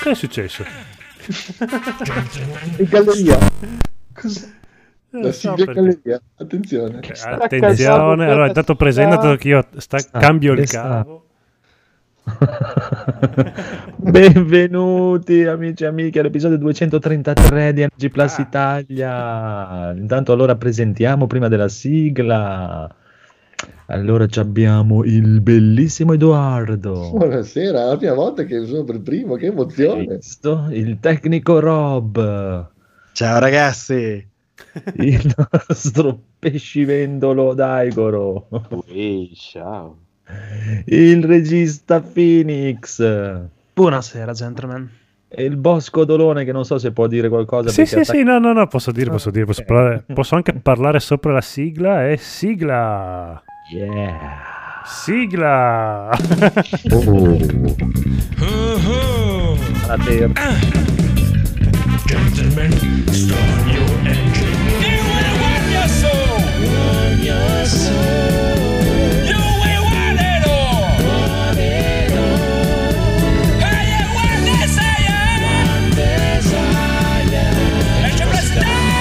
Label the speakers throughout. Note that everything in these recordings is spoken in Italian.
Speaker 1: Cosa è successo?
Speaker 2: In galleria.
Speaker 3: Cos'è?
Speaker 2: La sigla in galleria. Attenzione.
Speaker 1: Attenzione, allora intanto presentato che io cambio il cavo.
Speaker 4: Benvenuti amici e amiche all'episodio 233 di NG Plus Italia. Intanto allora presentiamo prima della sigla. Allora ci abbiamo il bellissimo Edoardo.
Speaker 2: Buonasera, è la prima volta che sono per primo, che emozione.
Speaker 4: Il tecnico Rob.
Speaker 3: Ciao ragazzi.
Speaker 4: Il nostro pescivendolo Daigoro.
Speaker 5: Ciao.
Speaker 4: Il regista Phoenix.
Speaker 3: Buonasera gentlemen.
Speaker 4: E il Bosco Dolone che non so se può dire qualcosa.
Speaker 1: Sì, no, posso dire, posso anche parlare sopra la sigla e sigla.
Speaker 4: Yeah.
Speaker 1: Sigla.
Speaker 4: La terza.
Speaker 6: Gentlemen, start your engine. You will warm your soul. Warm your soul. You will want it all. Want it all. Hey, you want desire. Want desire. And you must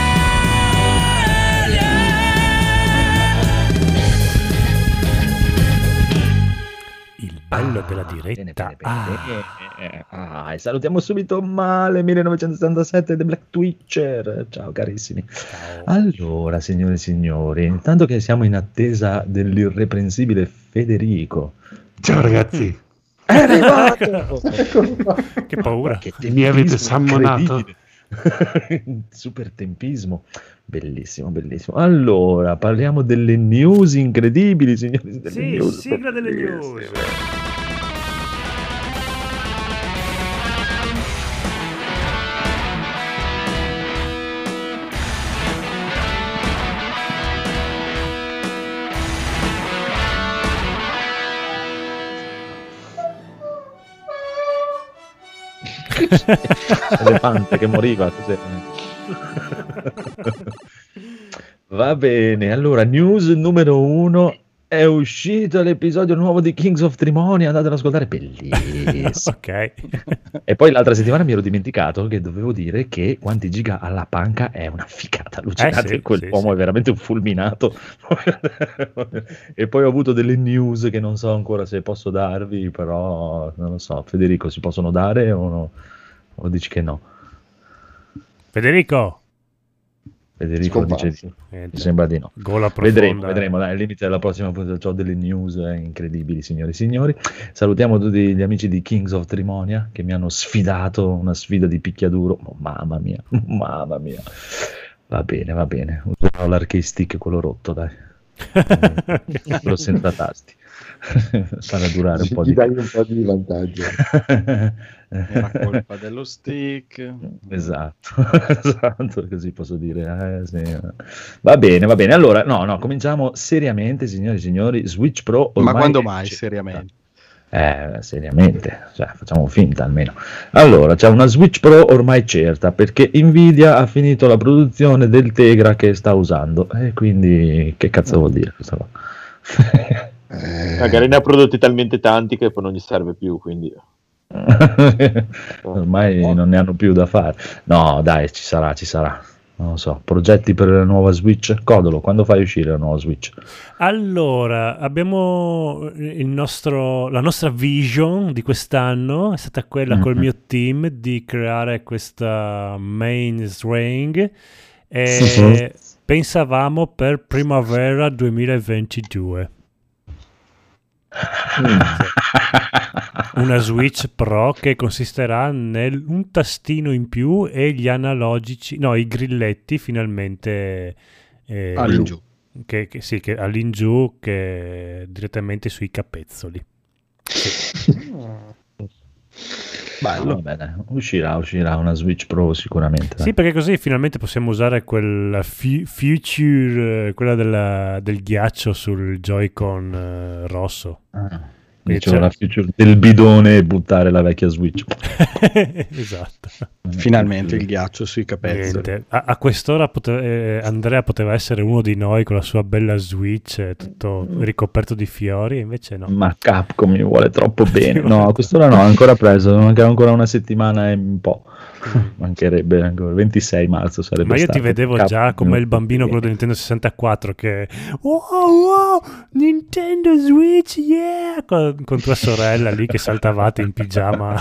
Speaker 1: Il bello della diretta.
Speaker 4: E salutiamo subito Male 1977 The Black Twitcher. Ciao carissimi.
Speaker 1: Ciao.
Speaker 4: Allora, signore e signori, intanto che siamo in attesa dell'irreprensibile Federico.
Speaker 7: Ciao ragazzi.
Speaker 4: È arrivato!
Speaker 1: Che paura.
Speaker 7: Mi avete sammonato.
Speaker 4: Super tempismo. Bellissimo, bellissimo. Allora, parliamo delle news incredibili, signori.
Speaker 1: Sì, sigla delle news.
Speaker 4: Elefante che moriva. Cos'è? Va bene, allora news numero 1: è uscito l'episodio nuovo di Kings of Trimonia, andate ad ascoltare, bellissimo.
Speaker 1: Ok.
Speaker 4: E poi l'altra settimana mi ero dimenticato che dovevo dire che Quanti Giga alla panca è una figata allucinante, quell'uomo è veramente un fulminato. E poi ho avuto delle news che non so ancora se posso darvi, però non lo so. Federico, si possono dare o no? O dici che no? Federico dice mi sembra di no. Vedremo, dai, al limite della prossima puntata ho delle news incredibili, signori e signori. Salutiamo tutti gli amici di Kings of Trimonia che mi hanno sfidato, una sfida di picchiaduro. Oh, mamma mia. Va bene, userò l'arcade stick quello rotto, dai. Quello senza tasti. Farà durare un po' di
Speaker 2: dai un po' di vantaggio.
Speaker 3: Era colpa dello stick.
Speaker 4: Esatto, così posso dire. Sì. Va bene. Allora, no, cominciamo seriamente, signori e signori. Switch Pro ormai.
Speaker 3: Ma quando mai seriamente?
Speaker 4: Seriamente, cioè, facciamo finta almeno. Allora, c'è una Switch Pro ormai certa perché Nvidia ha finito la produzione del Tegra che sta usando, e quindi che cazzo vuol dire questa cosa?
Speaker 5: Magari ne ha prodotti talmente tanti che poi non gli serve più, quindi
Speaker 4: ormai non ne hanno più da fare. No, dai, ci sarà. Non lo so, progetti per la nuova Switch? Codolo, quando fai uscire la nuova Switch?
Speaker 1: Allora, abbiamo la nostra vision di quest'anno è stata quella col mio team di creare questa main string e pensavamo per primavera 2022. Una Switch Pro che consisterà nel un tastino in più e gli analogici, no, i grilletti finalmente
Speaker 3: all'ingiù,
Speaker 1: che all'ingiù, che direttamente sui capezzoli.
Speaker 4: Bello. Bene, uscirà una Switch Pro sicuramente.
Speaker 1: Sì, perché così finalmente possiamo usare quella feature, quella del ghiaccio sul Joy-Con rosso.
Speaker 4: C'è la feature del bidone e buttare la vecchia Switch.
Speaker 1: Esatto.
Speaker 3: Finalmente il ghiaccio sui capezzoli.
Speaker 1: A quest'ora Andrea poteva essere uno di noi con la sua bella Switch tutto ricoperto di fiori, invece no.
Speaker 4: Ma Capcom mi vuole troppo bene. No, a quest'ora no, ancora preso, mancava ancora una settina e un po'. Mancherebbe ancora 26 marzo sarebbe.
Speaker 1: Ma io
Speaker 4: stato.
Speaker 1: ti vedevo
Speaker 4: Capcom
Speaker 1: già come il bambino quello del Nintendo 64 che wow, Nintendo Switch, yeah, con tua sorella lì che saltavate in pigiama.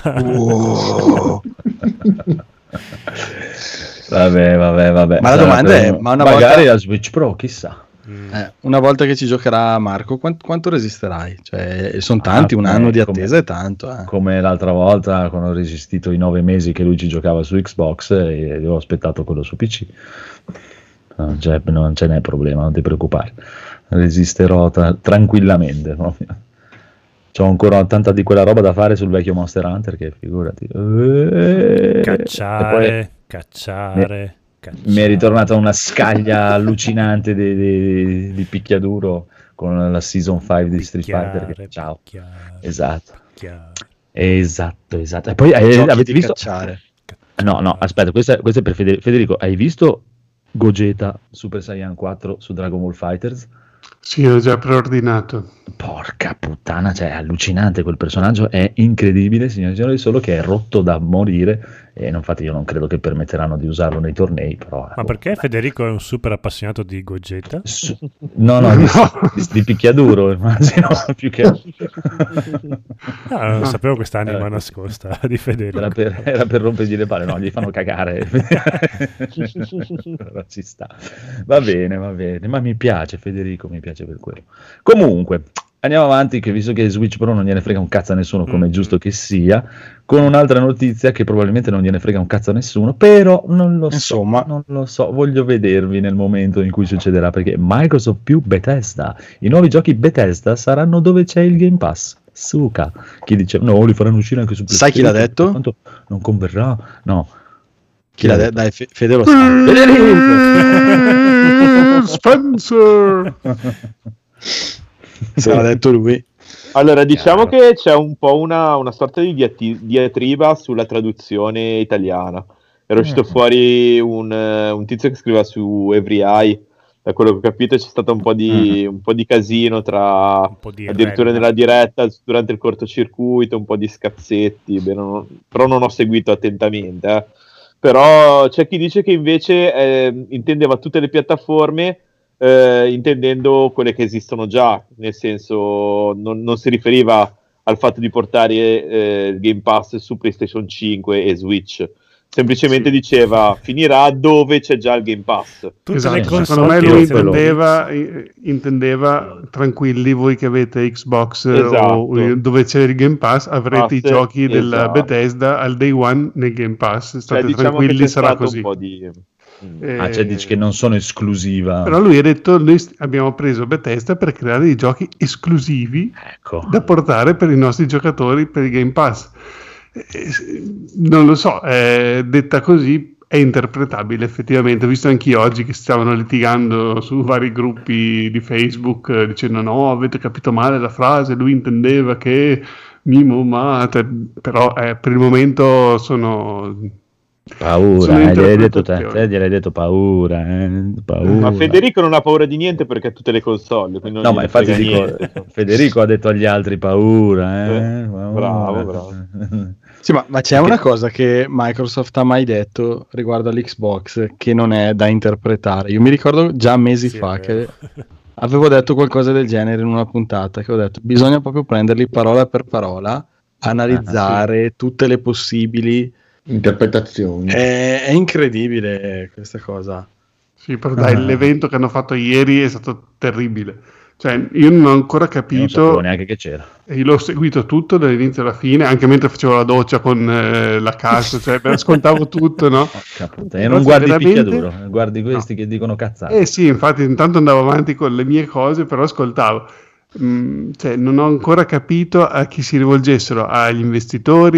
Speaker 4: Vabbè.
Speaker 3: Ma la domanda è, ma una
Speaker 4: magari
Speaker 3: volta...
Speaker 4: la Switch Pro, chissà.
Speaker 3: Una volta che ci giocherà Marco, quanto resisterai? Cioè, sono tanti, un anno di attesa è tanto.
Speaker 4: Come l'altra volta, quando ho resistito i 9 mesi che lui ci giocava su Xbox, e io ho aspettato quello su PC. Non ce n'è problema, non ti preoccupare. Resisterò tranquillamente. Proprio. C'ho ancora tanta di quella roba da fare sul vecchio Monster Hunter che figurati.
Speaker 1: Cacciare.
Speaker 4: Mi è ritornata una scaglia allucinante di picchiaduro con la Season 5 di Street Fighter. Ciao. Esatto. E poi avete visto?
Speaker 3: Cacciare.
Speaker 4: No, aspetta, questo è per Federico. Hai visto Gogeta Super Saiyan 4 su Dragon Ball FighterZ?
Speaker 7: Sì, l'ho già preordinato.
Speaker 4: Porca puttana, cioè allucinante, quel personaggio è incredibile, signori e signori, solo che è rotto da morire e infatti io non credo che permetteranno di usarlo nei tornei, però...
Speaker 1: Ma perché Federico è un super appassionato di Gogeta?
Speaker 4: No. Di picchiaduro, immagino, più che...
Speaker 1: Non sapevo quest'anima nascosta di Federico.
Speaker 4: Era per rompergli le palle, no, gli fanno cagare. Ci sta. Va bene, ma mi piace Federico, mi piace per quello. Comunque, andiamo avanti, che visto che Switch Pro non gliene frega un cazzo a nessuno, come è giusto che sia, con un'altra notizia che probabilmente non gliene frega un cazzo a nessuno, però non lo so, voglio vedervi nel momento in cui succederà, perché Microsoft più Bethesda, i nuovi giochi Bethesda saranno dove c'è il Game Pass. Suca. Chi dice no, li faranno uscire anche su PlayStation.
Speaker 3: Sai chi l'ha detto?
Speaker 4: Tanto non converrà, no.
Speaker 3: Chi l'ha detto? Dai, Fede lo sa.
Speaker 7: Spencer!
Speaker 3: Se l'ha detto lui.
Speaker 5: Allora, diciamo che c'è un po' una sorta di diatriba sulla traduzione italiana. Era uscito fuori un tizio che scriveva su Every da quello che ho capito c'è stato un po' di casino addirittura nella diretta durante il cortocircuito, un po' di scazzetti, però non ho seguito attentamente. Però c'è chi dice che invece intendeva tutte le piattaforme, intendendo quelle che esistono già, nel senso non si riferiva al fatto di portare il Game Pass su PlayStation 5 e Switch, semplicemente diceva finirà dove c'è già il Game Pass.
Speaker 7: Esatto, secondo me lui intendeva tranquilli, voi che avete Xbox o dove c'è il Game Pass avrete i giochi della Bethesda al day one nel Game Pass, state tranquilli, sarà così.
Speaker 5: Un po' di...
Speaker 4: cioè dici che non sono esclusiva.
Speaker 7: Però lui ha detto noi abbiamo preso Bethesda per creare dei giochi esclusivi da portare per i nostri giocatori per il Game Pass. Non lo so, detta così è interpretabile effettivamente. Ho visto anch'io oggi che stavano litigando su vari gruppi di Facebook dicendo no, avete capito male la frase, lui intendeva che però per il momento sono
Speaker 4: paura, gliel'hai detto te, gliel'hai detto paura.
Speaker 5: Ma Federico non ha paura di niente perché ha tutte le console, quindi non
Speaker 4: ma infatti dico, Federico ha detto agli altri paura,
Speaker 5: bravo.
Speaker 3: Sì, ma c'è una cosa che Microsoft ha mai detto riguardo all'Xbox che non è da interpretare. Io mi ricordo già mesi fa che avevo detto qualcosa del genere in una puntata, che ho detto bisogna proprio prenderli parola per parola, analizzare tutte le possibili interpretazioni. È incredibile questa cosa.
Speaker 7: Sì, però dai, l'evento che hanno fatto ieri è stato terribile. Cioè, io non ho ancora capito. Non
Speaker 4: sapevo neanche che c'era.
Speaker 7: E l'ho seguito tutto dall'inizio alla fine, anche mentre facevo la doccia con la cassa, cioè me ascoltavo tutto, no?
Speaker 4: E non guardi picchiaduro, guardi questi che dicono cazzate.
Speaker 7: Sì, infatti intanto andavo avanti con le mie cose, però ascoltavo. Cioè, non ho ancora capito a chi si rivolgessero, agli investitori,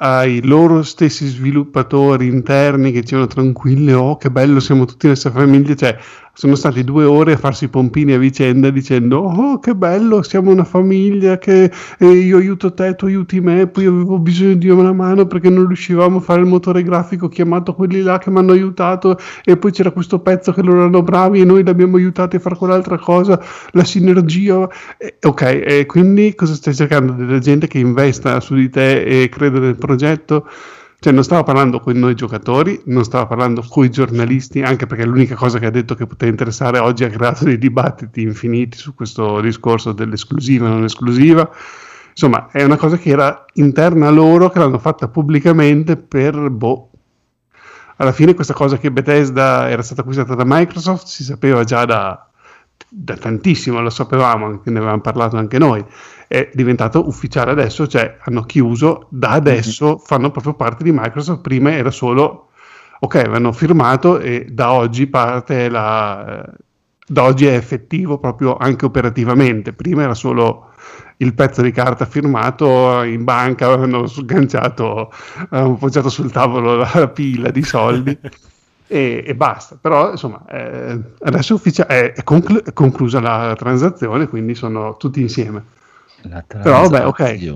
Speaker 7: ai loro stessi sviluppatori interni che dicevano tranquilli, oh che bello, siamo tutti nella stessa famiglia, cioè sono stati 2 ore a farsi pompini a vicenda dicendo oh che bello, siamo una famiglia che io aiuto te, tu aiuti me, poi avevo bisogno di una mano perché non riuscivamo a fare il motore grafico, ho chiamato quelli là che mi hanno aiutato e poi c'era questo pezzo che loro erano bravi e noi l'abbiamo aiutati a fare quell'altra cosa, la sinergia, ok, e quindi cosa stai cercando? Della gente che investa su di te e crede nel progetto? Cioè non stava parlando con noi giocatori, non stava parlando con i giornalisti, anche perché l'unica cosa che ha detto che poteva interessare oggi ha creato dei dibattiti infiniti su questo discorso dell'esclusiva e non esclusiva. Insomma, è una cosa che era interna a loro, che l'hanno fatta pubblicamente per alla fine questa cosa che Bethesda era stata acquistata da Microsoft si sapeva già da tantissimo, lo sapevamo, ne avevamo parlato anche noi, è diventato ufficiale adesso, cioè hanno chiuso, da adesso fanno proprio parte di Microsoft, prima era solo, ok, avevano firmato e da oggi parte da oggi è effettivo proprio anche operativamente, prima era solo il pezzo di carta firmato in banca, avevano avevano poggiato sul tavolo la pila di soldi e basta, però insomma adesso è conclusa la transazione, quindi sono tutti insieme. Però vabbè, ok,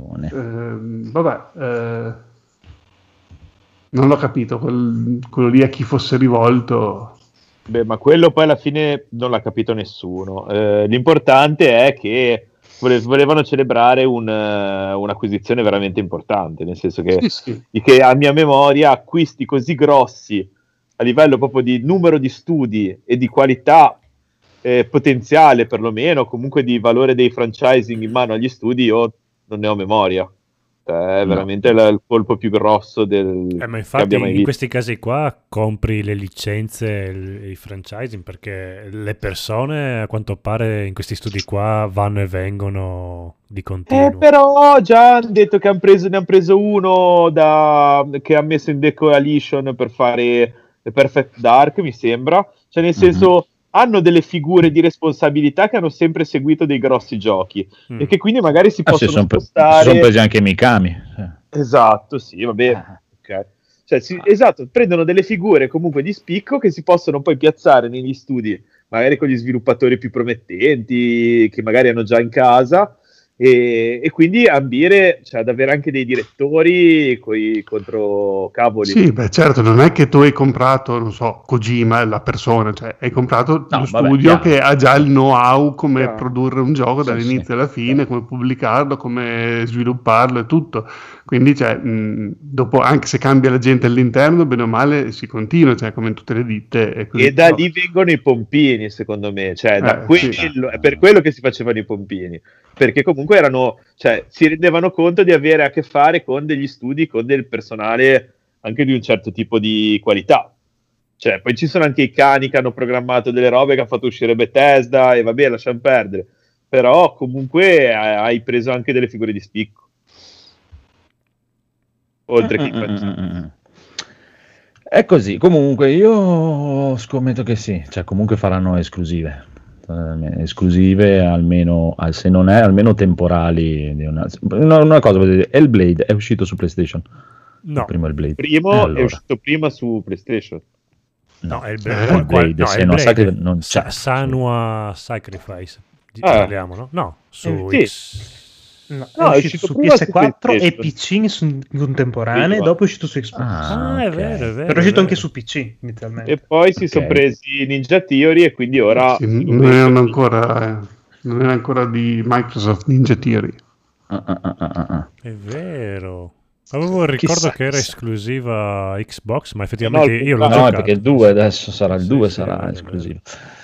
Speaker 7: non l'ho capito quello lì a chi fosse rivolto.
Speaker 5: Beh, ma quello poi alla fine non l'ha capito nessuno. L'importante è che volevano celebrare un'acquisizione veramente importante, nel senso che, che a mia memoria acquisti così grossi a livello proprio di numero di studi e di qualità potenziale, perlomeno comunque di valore dei franchising in mano agli studi, io non ne ho memoria. È veramente il colpo più grosso
Speaker 1: ma infatti in questi casi qua compri le licenze, i franchising, perché le persone a quanto pare in questi studi qua vanno e vengono di continuo.
Speaker 5: Però già hanno detto che ne hanno preso uno che ha messo in decoalition per fare Perfect Dark, mi sembra, cioè nel senso hanno delle figure di responsabilità che hanno sempre seguito dei grossi giochi e che quindi magari si possono spostare.
Speaker 4: Si sono presi anche Mikami.
Speaker 5: Esatto, sì, vabbè. Okay. Cioè, esatto, prendono delle figure comunque di spicco che si possono poi piazzare negli studi, magari con gli sviluppatori più promettenti, che magari hanno già in casa, e quindi ambire, cioè, ad avere anche dei direttori contro cavoli.
Speaker 7: Sì, beh, certo, non è che tu hai comprato, non so, Kojima, la persona, cioè hai comprato lo studio che ha già il know-how come produrre un gioco dall'inizio alla fine, come pubblicarlo, come svilupparlo e tutto. Quindi, cioè, dopo, anche se cambia la gente all'interno, bene o male si continua, cioè come in tutte le ditte.
Speaker 5: E da lì vengono i pompini, secondo me, cioè è per quello che si facevano i pompini, perché comunque si rendevano conto di avere a che fare con degli studi, con del personale anche di un certo tipo di qualità. Cioè, poi ci sono anche i cani che hanno programmato delle robe che ha fatto uscire Bethesda e vabbè, lasciamo perdere. Però comunque hai preso anche delle figure di spicco. Oltre che
Speaker 4: è così. Comunque io scommetto che sì, cioè comunque faranno esclusive almeno, se non è almeno temporali. Una cosa, vedete, Hellblade è uscito su PlayStation?
Speaker 1: No,
Speaker 4: il primo Hellblade.
Speaker 5: È uscito prima su PlayStation.
Speaker 1: No, Hellblade non c'è. Sanua Sacrifice parliamo, no? No, su X.
Speaker 8: No, è uscito su PS4 e PC in contemporanea, dopo è uscito su Xbox.
Speaker 1: È vero.
Speaker 8: Però è uscito anche su PC inizialmente.
Speaker 5: E poi si sono presi Ninja Theory e quindi ora
Speaker 7: non erano ancora di Microsoft Ninja Theory.
Speaker 1: È vero. Avevo il ricordo che era esclusiva Xbox, ma effettivamente io l'ho giocato.
Speaker 4: No, perché il 2 adesso sarà sarà esclusivo.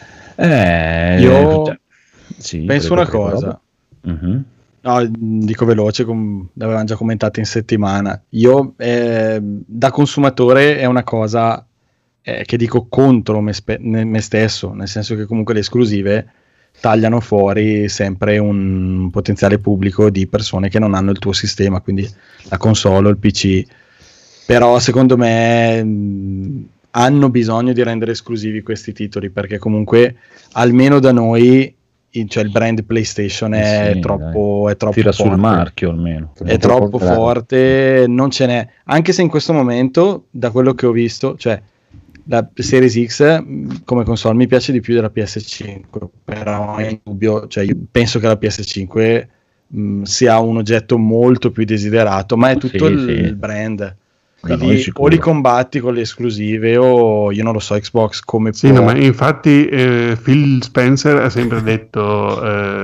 Speaker 3: Io penso una cosa. No, dico veloce, l'avevamo già commentato in settimana. Io da consumatore è una cosa che dico contro me stesso, nel senso che comunque le esclusive tagliano fuori sempre un potenziale pubblico di persone che non hanno il tuo sistema, quindi la console o il PC. Però secondo me hanno bisogno di rendere esclusivi questi titoli, perché comunque almeno da noi cioè il brand PlayStation è troppo
Speaker 4: tira
Speaker 3: forte.
Speaker 4: Sul marchio almeno,
Speaker 3: è troppo forte, non ce n'è, anche se in questo momento, da quello che ho visto, cioè la Series X come console mi piace di più della PS5, però è indubbio, cioè io penso che la PS5 sia un oggetto molto più desiderato, ma è tutto il brand. Quindi o li combatti con le esclusive o io non lo so, Xbox come può.
Speaker 7: Sì, no, ma infatti Phil Spencer ha sempre detto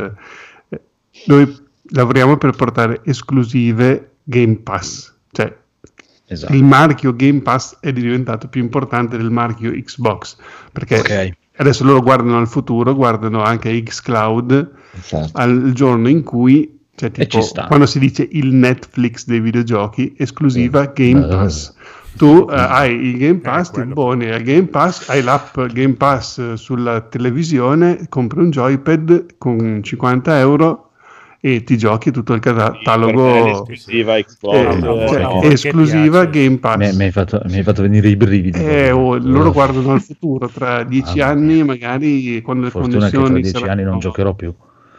Speaker 7: noi lavoriamo per portare esclusive Game Pass, cioè il marchio Game Pass è diventato più importante del marchio Xbox, perché adesso loro guardano al futuro, guardano anche a xCloud, al giorno in cui, cioè tipo quando si dice il Netflix dei videogiochi, esclusiva Game Pass. Tu hai il Game Pass, ti abboni al Game Pass, hai l'app Game Pass sulla televisione, compri un joypad con 50 euro e ti giochi tutto il catalogo
Speaker 5: esclusiva Xbox,
Speaker 7: esclusiva Game Pass.
Speaker 4: Mi hai fatto venire i brividi.
Speaker 7: Loro guardano al futuro, tra 10 anni magari, quando le connessioni
Speaker 4: tra 10 anni non giocherò più.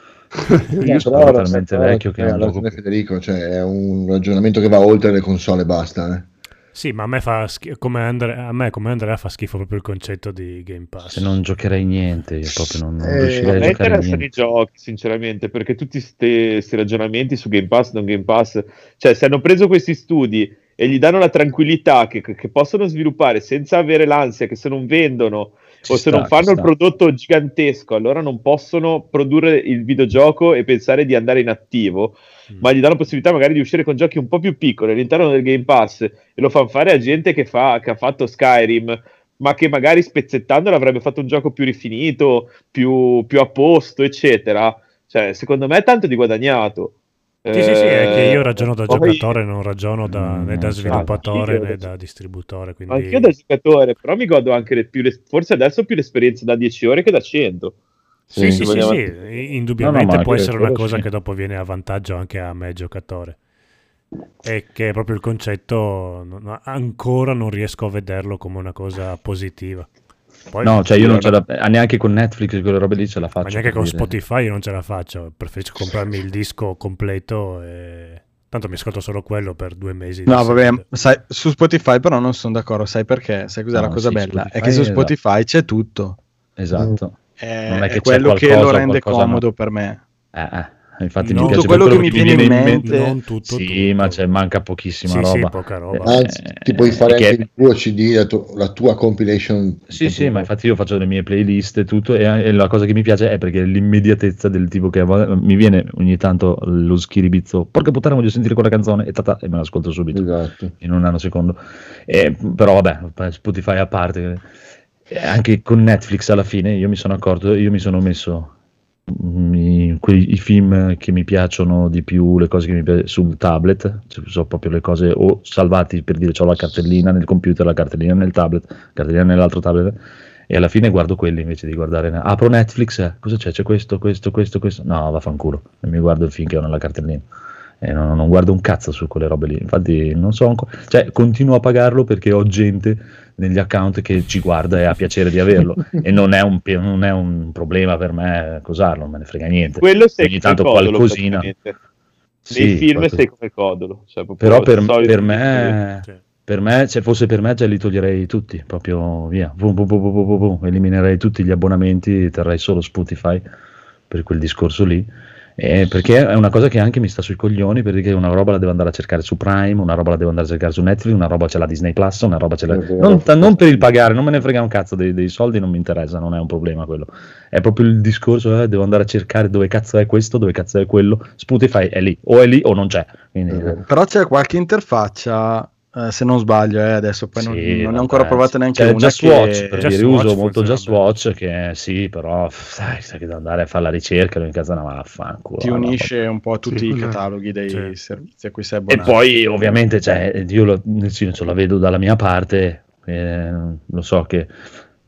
Speaker 2: Io
Speaker 4: sono talmente vecchio che
Speaker 2: non gioco più. Federico, cioè è un ragionamento che va oltre le console e basta.
Speaker 1: Sì, ma a me fa come Andrea fa schifo proprio il concetto di Game Pass.
Speaker 4: Se non giocherei niente, io proprio non riuscirei a giocare niente.
Speaker 5: I giochi, sinceramente, perché tutti questi ragionamenti su Game Pass, non Game Pass, cioè se hanno preso questi studi e gli danno la tranquillità che possono sviluppare senza avere l'ansia che se non vendono se non fanno il prodotto gigantesco, allora non possono produrre il videogioco e pensare di andare in attivo, ma gli danno la possibilità magari di uscire con giochi un po' più piccoli all'interno del Game Pass e lo fanno fare a gente che ha fatto Skyrim, ma che magari spezzettandolo avrebbe fatto un gioco più rifinito, più a posto, eccetera. Cioè, secondo me è tanto di guadagnato.
Speaker 1: Sì, è che io ragiono da giocatore, non ragiono né da sviluppatore né da distributore. Quindi...
Speaker 5: Anch'io da giocatore, però mi godo anche forse adesso più l'esperienza da 10 ore che da 100.
Speaker 1: Sì, indubbiamente può essere una cosa che dopo viene a vantaggio anche a me giocatore. È che proprio il concetto ancora non riesco a vederlo come una cosa positiva. Poi,
Speaker 4: no, cioè io non ce la neanche con Netflix, quelle robe lì ce la faccio.
Speaker 1: Ma neanche con Spotify io non ce la faccio. Preferisco comprarmi il disco completo e tanto mi ascolto solo quello per 2 mesi.
Speaker 3: No, vabbè, sai, su Spotify però non sono d'accordo. Sai perché? Sai cos'è la cosa bella? Spotify è che su Spotify c'è tutto.
Speaker 4: Esatto.
Speaker 3: Non è che quello che lo rende comodo per me.
Speaker 4: Infatti
Speaker 3: non
Speaker 4: mi piace
Speaker 3: tutto quello che mi viene in mente.
Speaker 1: Non tutto,
Speaker 4: ma manca pochissima roba.
Speaker 1: Sì, poca roba.
Speaker 2: Anzi, ti puoi fare anche il tuo CD, la tua compilation.
Speaker 4: Sì, ma infatti io faccio le mie playlist e tutto, e la cosa che mi piace è perché l'immediatezza del tipo che mi viene ogni tanto lo schiribizzo, porca puttana voglio sentire quella canzone e me l'ascolto subito, in un nanosecondo. Però vabbè, Spotify a parte, anche con Netflix alla fine io mi sono accorto, io mi sono messo i film che mi piacciono di più, le cose che mi piacciono sul tablet, cioè, so proprio le cose o salvati, per dire, ho la cartellina nel computer, la cartellina nel tablet, la cartellina nell'altro tablet, e alla fine guardo quelli invece di guardare. Apro Netflix, cosa c'è questo, no, vaffanculo, e mi guardo il film che ho nella cartellina e non guardo un cazzo su quelle robe lì. Infatti non so ancora, cioè continuo a pagarlo perché ho gente negli account che ci guarda e ha piacere di averlo e non è un problema per me usarlo, non me ne frega niente.
Speaker 5: Quello sei
Speaker 4: ogni tanto qualcosina
Speaker 5: nei film sei come codolo, cioè,
Speaker 4: però per me se fosse per me già li toglierei tutti proprio via, eliminerei tutti gli abbonamenti, terrei solo Spotify per quel discorso lì. Perché è una cosa che anche mi sta sui coglioni, perché una roba la devo andare a cercare su Prime, una roba la devo andare a cercare su Netflix, una roba c'è la Disney Plus, una roba c'è la... non per il pagare, non me ne frega un cazzo dei soldi, non mi interessa, non è un problema quello, è proprio il discorso, devo andare a cercare dove cazzo è questo, dove cazzo è quello. Spotify è lì o non c'è. Quindi...
Speaker 3: Però c'è qualche interfaccia, se non sbaglio, adesso poi non ho ancora provato neanche una.
Speaker 4: Just Watch, per dire, uso molto Just Watch, che sì, però sai che devo andare a fare la ricerca in casa, vaffanculo.
Speaker 3: Ti unisce un po' a tutti i cataloghi dei servizi a cui sei abbonato.
Speaker 4: E poi ovviamente io nel senso la vedo dalla mia parte, lo so che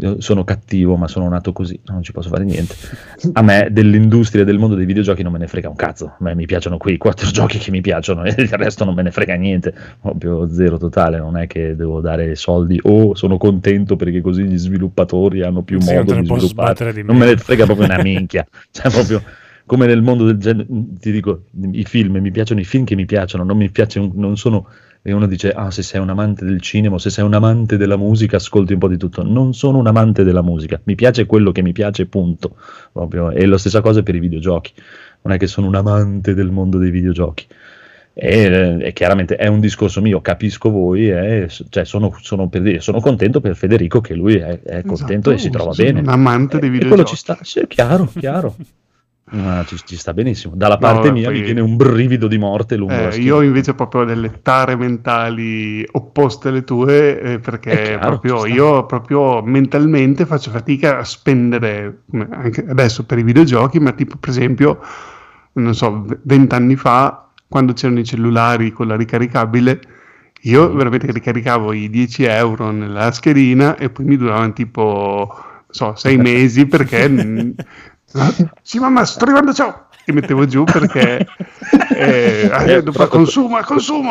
Speaker 4: io sono cattivo, ma sono nato così, non ci posso fare niente. A me dell'industria del mondo dei videogiochi non me ne frega un cazzo. A me mi piacciono quei 4 giochi che mi piacciono e il resto non me ne frega niente, proprio zero totale. Non è che devo dare soldi o sono contento perché così gli sviluppatori hanno più modo di sviluppare, non me ne frega proprio una minchia, cioè proprio come nel mondo del genere. Ti dico, i film, mi piacciono i film che mi piacciono, non mi piace, non sono. E uno dice, se sei un amante del cinema, se sei un amante della musica, ascolti un po' di tutto. Non sono un amante della musica, mi piace quello che mi piace, punto. Proprio. E la stessa cosa per i videogiochi. Non è che sono un amante del mondo dei videogiochi. E chiaramente è un discorso mio, capisco voi, cioè sono per dire, sono contento per Federico che lui è contento, esatto, e si trova bene.
Speaker 7: Un amante dei videogiochi.
Speaker 4: Quello ci sta, sì, chiaro. Ci sta benissimo. Dalla parte mia mi viene un brivido di morte lungo la schiena.
Speaker 7: Io invece proprio ho delle tare mentali opposte alle tue, perché chiaro, proprio io proprio mentalmente faccio fatica a spendere anche adesso per i videogiochi, ma tipo per esempio, non so, 20 anni fa, quando c'erano i cellulari con la ricaricabile, io veramente ricaricavo i 10 euro nella schedina e poi mi duravano tipo 6 mesi perché sì mamma sto arrivando, ciao, e mettevo giù perché dopo consuma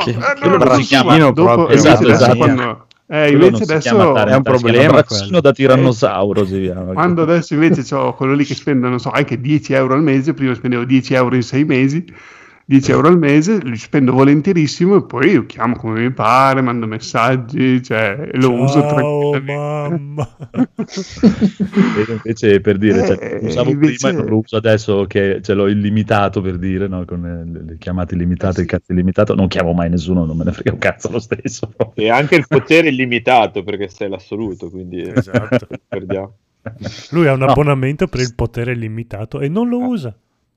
Speaker 7: dopo,
Speaker 4: esatto.
Speaker 7: Quando, invece adesso
Speaker 4: è un problema da tirannosauro
Speaker 7: quando adesso invece ho quello lì che spendo, non so, anche 10 euro al mese. Prima spendevo 10 euro in 6 mesi, 10 euro al mese, li spendo volentierissimo e poi io chiamo come mi pare, mando messaggi, cioè lo uso tranquillamente.
Speaker 1: Mamma.
Speaker 4: E invece per dire, lo usavo prima e non lo uso adesso che ce l'ho illimitato, per dire, no? Con le chiamate illimitate, il cazzo illimitato, non chiamo mai nessuno, non me ne frega un cazzo lo stesso.
Speaker 5: E anche il potere illimitato, perché sei l'assoluto, quindi
Speaker 1: esatto.
Speaker 5: Perdiamo.
Speaker 1: Lui ha un abbonamento per il potere illimitato e non lo usa.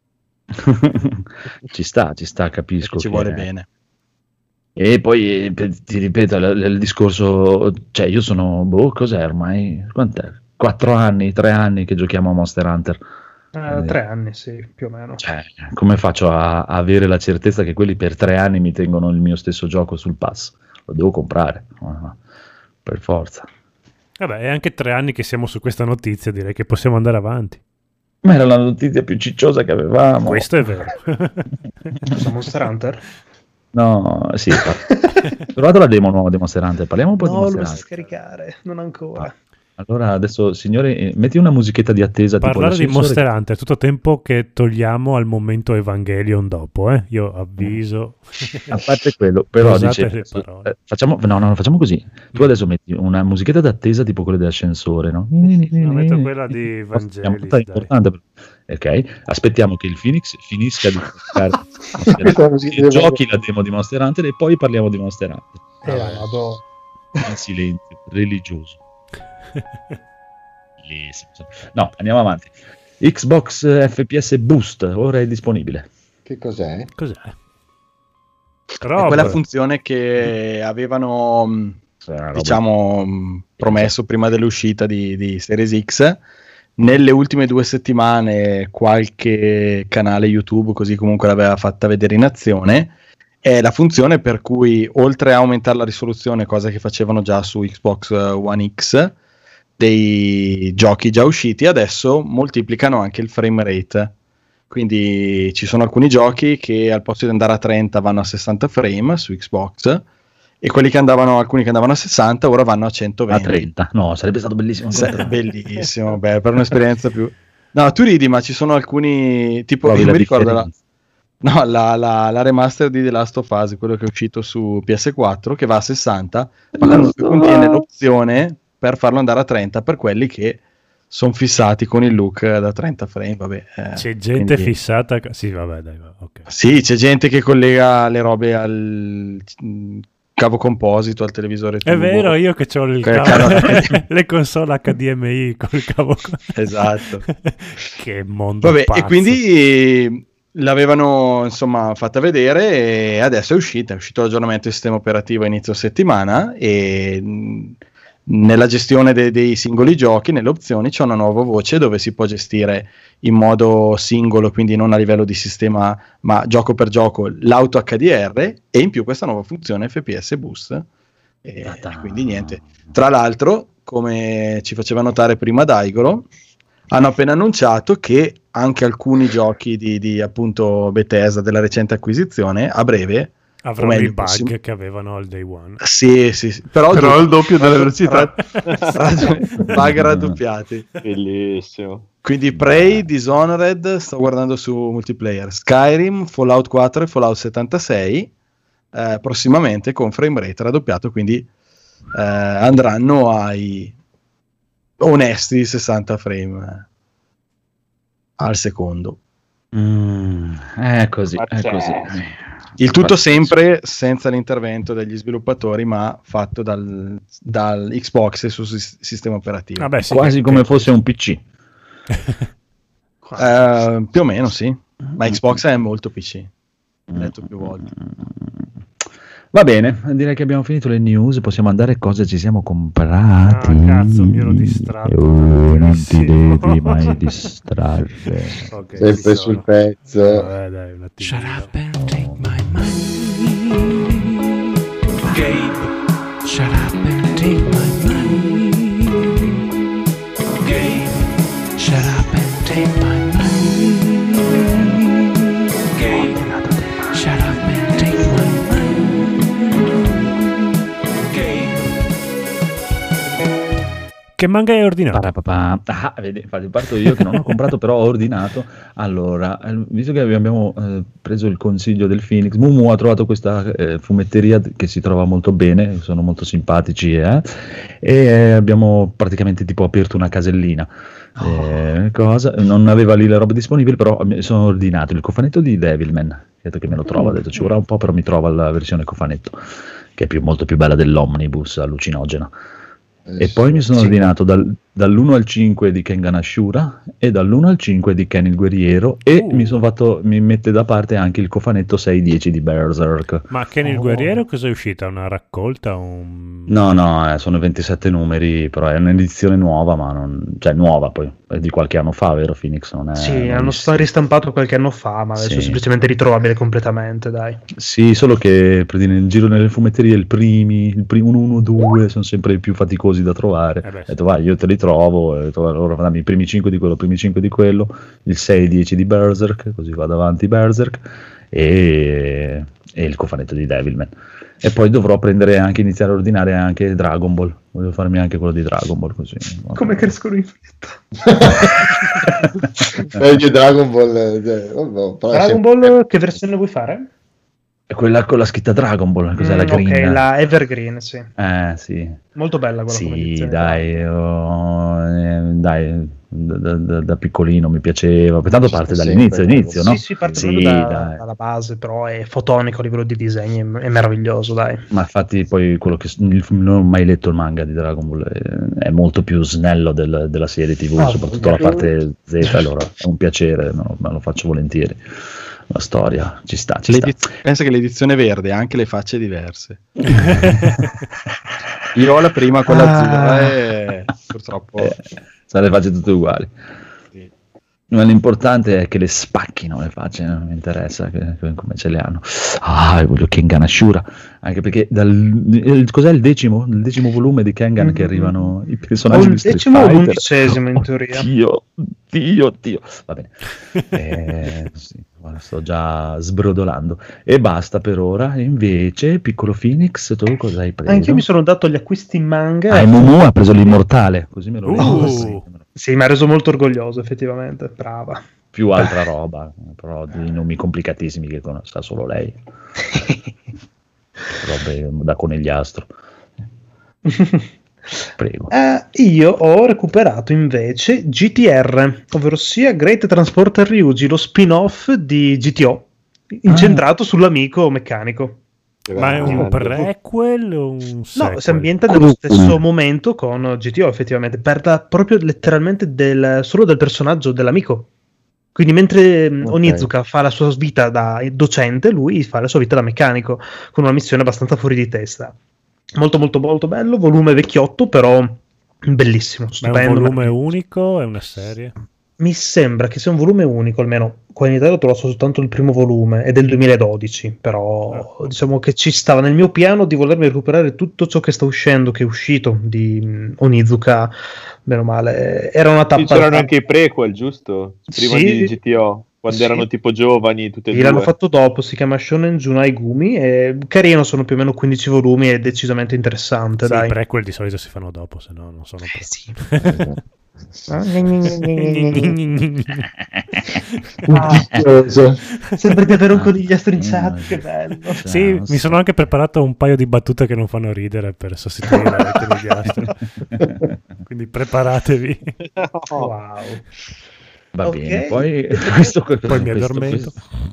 Speaker 4: ci sta, capisco,
Speaker 3: ci vuole bene.
Speaker 4: E poi ti ripeto il discorso, cioè io sono cos'è ormai, quant'è? 3 anni che giochiamo a Monster Hunter.
Speaker 8: 3 anni, sì, più o meno.
Speaker 4: Cioè, come faccio a avere la certezza che quelli per 3 anni mi tengono il mio stesso gioco sul pass? Lo devo comprare, per forza.
Speaker 1: Vabbè, è anche 3 anni che siamo su questa notizia, direi che possiamo andare avanti.
Speaker 4: Ma era la notizia più cicciosa che avevamo.
Speaker 1: Questo è vero.
Speaker 8: Monster Hunter?
Speaker 4: No, sì. Trovato la demo nuova di Monster Hunter. Parliamo un po' di Monster Hunter.
Speaker 8: No, lo so scaricare, non ancora.
Speaker 4: Allora adesso, signore, metti una musichetta di attesa.
Speaker 1: Parlare di Monster Hunter tutto tempo che togliamo al momento Evangelion dopo, io avviso.
Speaker 4: A parte quello, però dice, facciamo così. Tu adesso metti una musichetta d'attesa tipo quella dell'ascensore, no?
Speaker 1: Metto quella di Vangelis.
Speaker 4: È importante. Ok, aspettiamo che il Phoenix finisca di e giochi la demo di Monster Hunter e poi parliamo di Monster Hunter. In silenzio religioso. No, andiamo avanti. Xbox FPS Boost ora è disponibile.
Speaker 2: Che cos'è?
Speaker 3: È quella funzione che avevano promesso prima dell'uscita di Series X. Nelle ultime 2 settimane qualche canale YouTube così comunque l'aveva fatta vedere in azione. È la funzione per cui, oltre a aumentare la risoluzione, cosa che facevano già su Xbox One X, dei giochi già usciti, adesso moltiplicano anche il frame rate. Quindi ci sono alcuni giochi che al posto di andare a 30 vanno a 60 frame su Xbox, e alcuni che andavano a 60 ora vanno a 120.
Speaker 4: A 30? No, sarebbe stato bellissimo.
Speaker 3: Bellissimo, per un'esperienza più... No, tu ridi, ma ci sono alcuni... Tipo, io mi ricordo la remaster di The Last of Us, quello che è uscito su PS4, che va a 60, ma contiene l'opzione per farlo andare a 30 per quelli che sono fissati con il look da 30 frame. Vabbè,
Speaker 1: c'è gente fissata. Sì, vabbè, dai, okay.
Speaker 3: Sì, c'è gente che collega le robe al cavo composito, al televisore tubo.
Speaker 1: È vero, io che ho il cavo le console HDMI col cavo.
Speaker 3: Esatto.
Speaker 1: Che mondo pazzo.
Speaker 3: E quindi l'avevano insomma fatta vedere e adesso è uscito l'aggiornamento di sistema operativo a inizio settimana, e nella gestione dei singoli giochi, nelle opzioni, c'è una nuova voce dove si può gestire in modo singolo, quindi non a livello di sistema ma gioco per gioco, l'auto HDR, e in più questa nuova funzione FPS Boost, e quindi niente. Tra l'altro come ci faceva notare prima Daigoro, hanno appena annunciato che anche alcuni giochi di appunto Bethesda della recente acquisizione a breve
Speaker 1: avranno i bug che avevano al day one.
Speaker 3: Sì. Però
Speaker 7: il doppio della velocità.
Speaker 3: Bug raddoppiati.
Speaker 5: Bellissimo.
Speaker 3: Quindi Prey, Dishonored, sto guardando su multiplayer, Skyrim, Fallout 4 e Fallout 76 prossimamente con frame rate raddoppiato, quindi andranno ai onesti 60 frame al secondo.
Speaker 4: È così.
Speaker 3: Il tutto sempre senza l'intervento degli sviluppatori, ma fatto dal Xbox e sul sistema operativo.
Speaker 4: Quasi come fosse un PC.
Speaker 3: Più o meno sì, ma Xbox è molto PC, l'ho detto più volte.
Speaker 4: Va bene, direi che abbiamo finito le news, possiamo andare cosa ci siamo comprati.
Speaker 1: Cazzo, mi ero distratto.
Speaker 4: Non ti devi mai distrarre.
Speaker 2: Okay, sempre sul pezzo.
Speaker 1: Dai, un attimo.
Speaker 6: Shut up and take my money. Gabe, shut up and take my money. Gabe, shut up and take my money. Gabe, shut up and take my money.
Speaker 1: Che manga hai ordinato?
Speaker 4: Vedi, infatti parto io che non ho comprato, però ho ordinato. Allora, visto che abbiamo preso il consiglio del Phoenix, Mumu ha trovato questa fumetteria che si trova molto bene, sono molto simpatici e abbiamo praticamente tipo aperto una casellina. Non aveva lì la roba disponibile, però sono ordinato il cofanetto di Devilman, detto che me lo trova, ha detto ci vorrà un po', però mi trova la versione cofanetto, che è molto più bella dell'omnibus allucinogena. E poi mi sono ordinato dall'1 al 5 di Kengan Ashura e dall'1 al 5 di Ken il Guerriero e mi mette da parte anche il cofanetto 6-10 di Berserk.
Speaker 1: Ma Ken il Guerriero cosa è uscita? Una raccolta?
Speaker 4: No, sono 27 numeri, però è un'edizione nuova, ma nuova poi, è di qualche anno fa, vero Phoenix? Non è,
Speaker 8: sì, hanno ristampato qualche anno fa, ma adesso è semplicemente ritrovabile completamente, dai.
Speaker 4: Sì, solo che in giro nelle fumetterie il primo 1, 2 sono sempre i più faticosi da trovare. Ho detto vai, io te li trovo, allora dammi i primi 5 di quello, il 6-10 di Berserk, così vado avanti Berserk e il cofanetto di Devilman. E poi dovrò iniziare a ordinare anche Dragon Ball. Voglio farmi anche quello di Dragon Ball, così.
Speaker 8: Come crescono in fretta.
Speaker 2: Dragon Ball.
Speaker 8: Dragon Ball, che versione vuoi fare?
Speaker 4: È quella con la scritta Dragon Ball, cos'è la green?
Speaker 8: Ok, la Evergreen, sì.
Speaker 4: Sì.
Speaker 8: Molto bella quella come edizione.
Speaker 4: Dai, da piccolino mi piaceva, tanto parte dall'inizio, no?
Speaker 8: Sì, parte dalla base, però è fotonico a livello di disegni, è meraviglioso, dai.
Speaker 4: Ma infatti poi non ho mai letto il manga di Dragon Ball, è molto più snello della serie TV, soprattutto la parte Z, allora è un piacere, me lo faccio volentieri. La storia ci sta.
Speaker 3: Pensa che l'edizione verde ha anche le facce diverse. Io ho la prima, quella azzurra, e purtroppo
Speaker 4: sono le facce tutte uguali. Sì. Ma l'importante è che le spacchino le facce, non mi interessa come ce le hanno. Voglio Kengan Ashura, anche perché cos'è il decimo volume di Kengan che arrivano i personaggi di Street Fighter.
Speaker 8: Il 10° in teoria.
Speaker 4: Dio. Va bene. Sto già sbrodolando e basta per ora. E invece piccolo Phoenix, tu cosa hai preso?
Speaker 8: Anche io mi sono dato gli acquisti in manga.
Speaker 4: Mumu ha preso l'immortale, così me lo ricordo.
Speaker 8: Sì, mi ha reso molto orgoglioso, effettivamente, brava.
Speaker 4: Più altra roba, però di nomi complicatissimi che sa solo lei. Robe da conigliastro. Prego.
Speaker 8: Io ho recuperato invece GTR, ovvero sia Great Transporter Ryuji, lo spin-off di GTO, incentrato sull'amico meccanico.
Speaker 1: Ma è un prequel o un sequel?
Speaker 8: No, si ambienta nello stesso momento con GTO, effettivamente, parla proprio letteralmente solo del personaggio dell'amico. Quindi mentre Onizuka fa la sua vita da docente, lui fa la sua vita da meccanico, con una missione abbastanza fuori di testa. Molto molto molto bello, volume vecchiotto, però bellissimo, stupendo.
Speaker 1: Ma è un volume unico? È una serie?
Speaker 8: mi sembra che sia un volume unico, almeno qua in Italia ho trovato soltanto il primo volume, è del 2012, però diciamo che ci stava nel mio piano di volermi recuperare tutto ciò che sta uscendo, che è uscito di Onizuka, meno male, era una tappa.
Speaker 5: C'erano anche i prequel, giusto? Prima di GTO, quando erano tipo giovani, tutte e due.
Speaker 8: L'hanno fatto dopo, si chiama Shonen Junai Gumi, è carino, sono più o meno 15 volumi, è decisamente interessante, dai.
Speaker 1: I prequel di solito si fanno dopo, se no non sono
Speaker 8: sì. Sembra di avere un conigliastro in chat, che bello.
Speaker 1: Sì, mi sono anche preparato un paio di battute che non fanno ridere per sostituire il conigliastro. Quindi preparatevi.
Speaker 8: Wow.
Speaker 4: Va bene, poi
Speaker 1: mi addormento.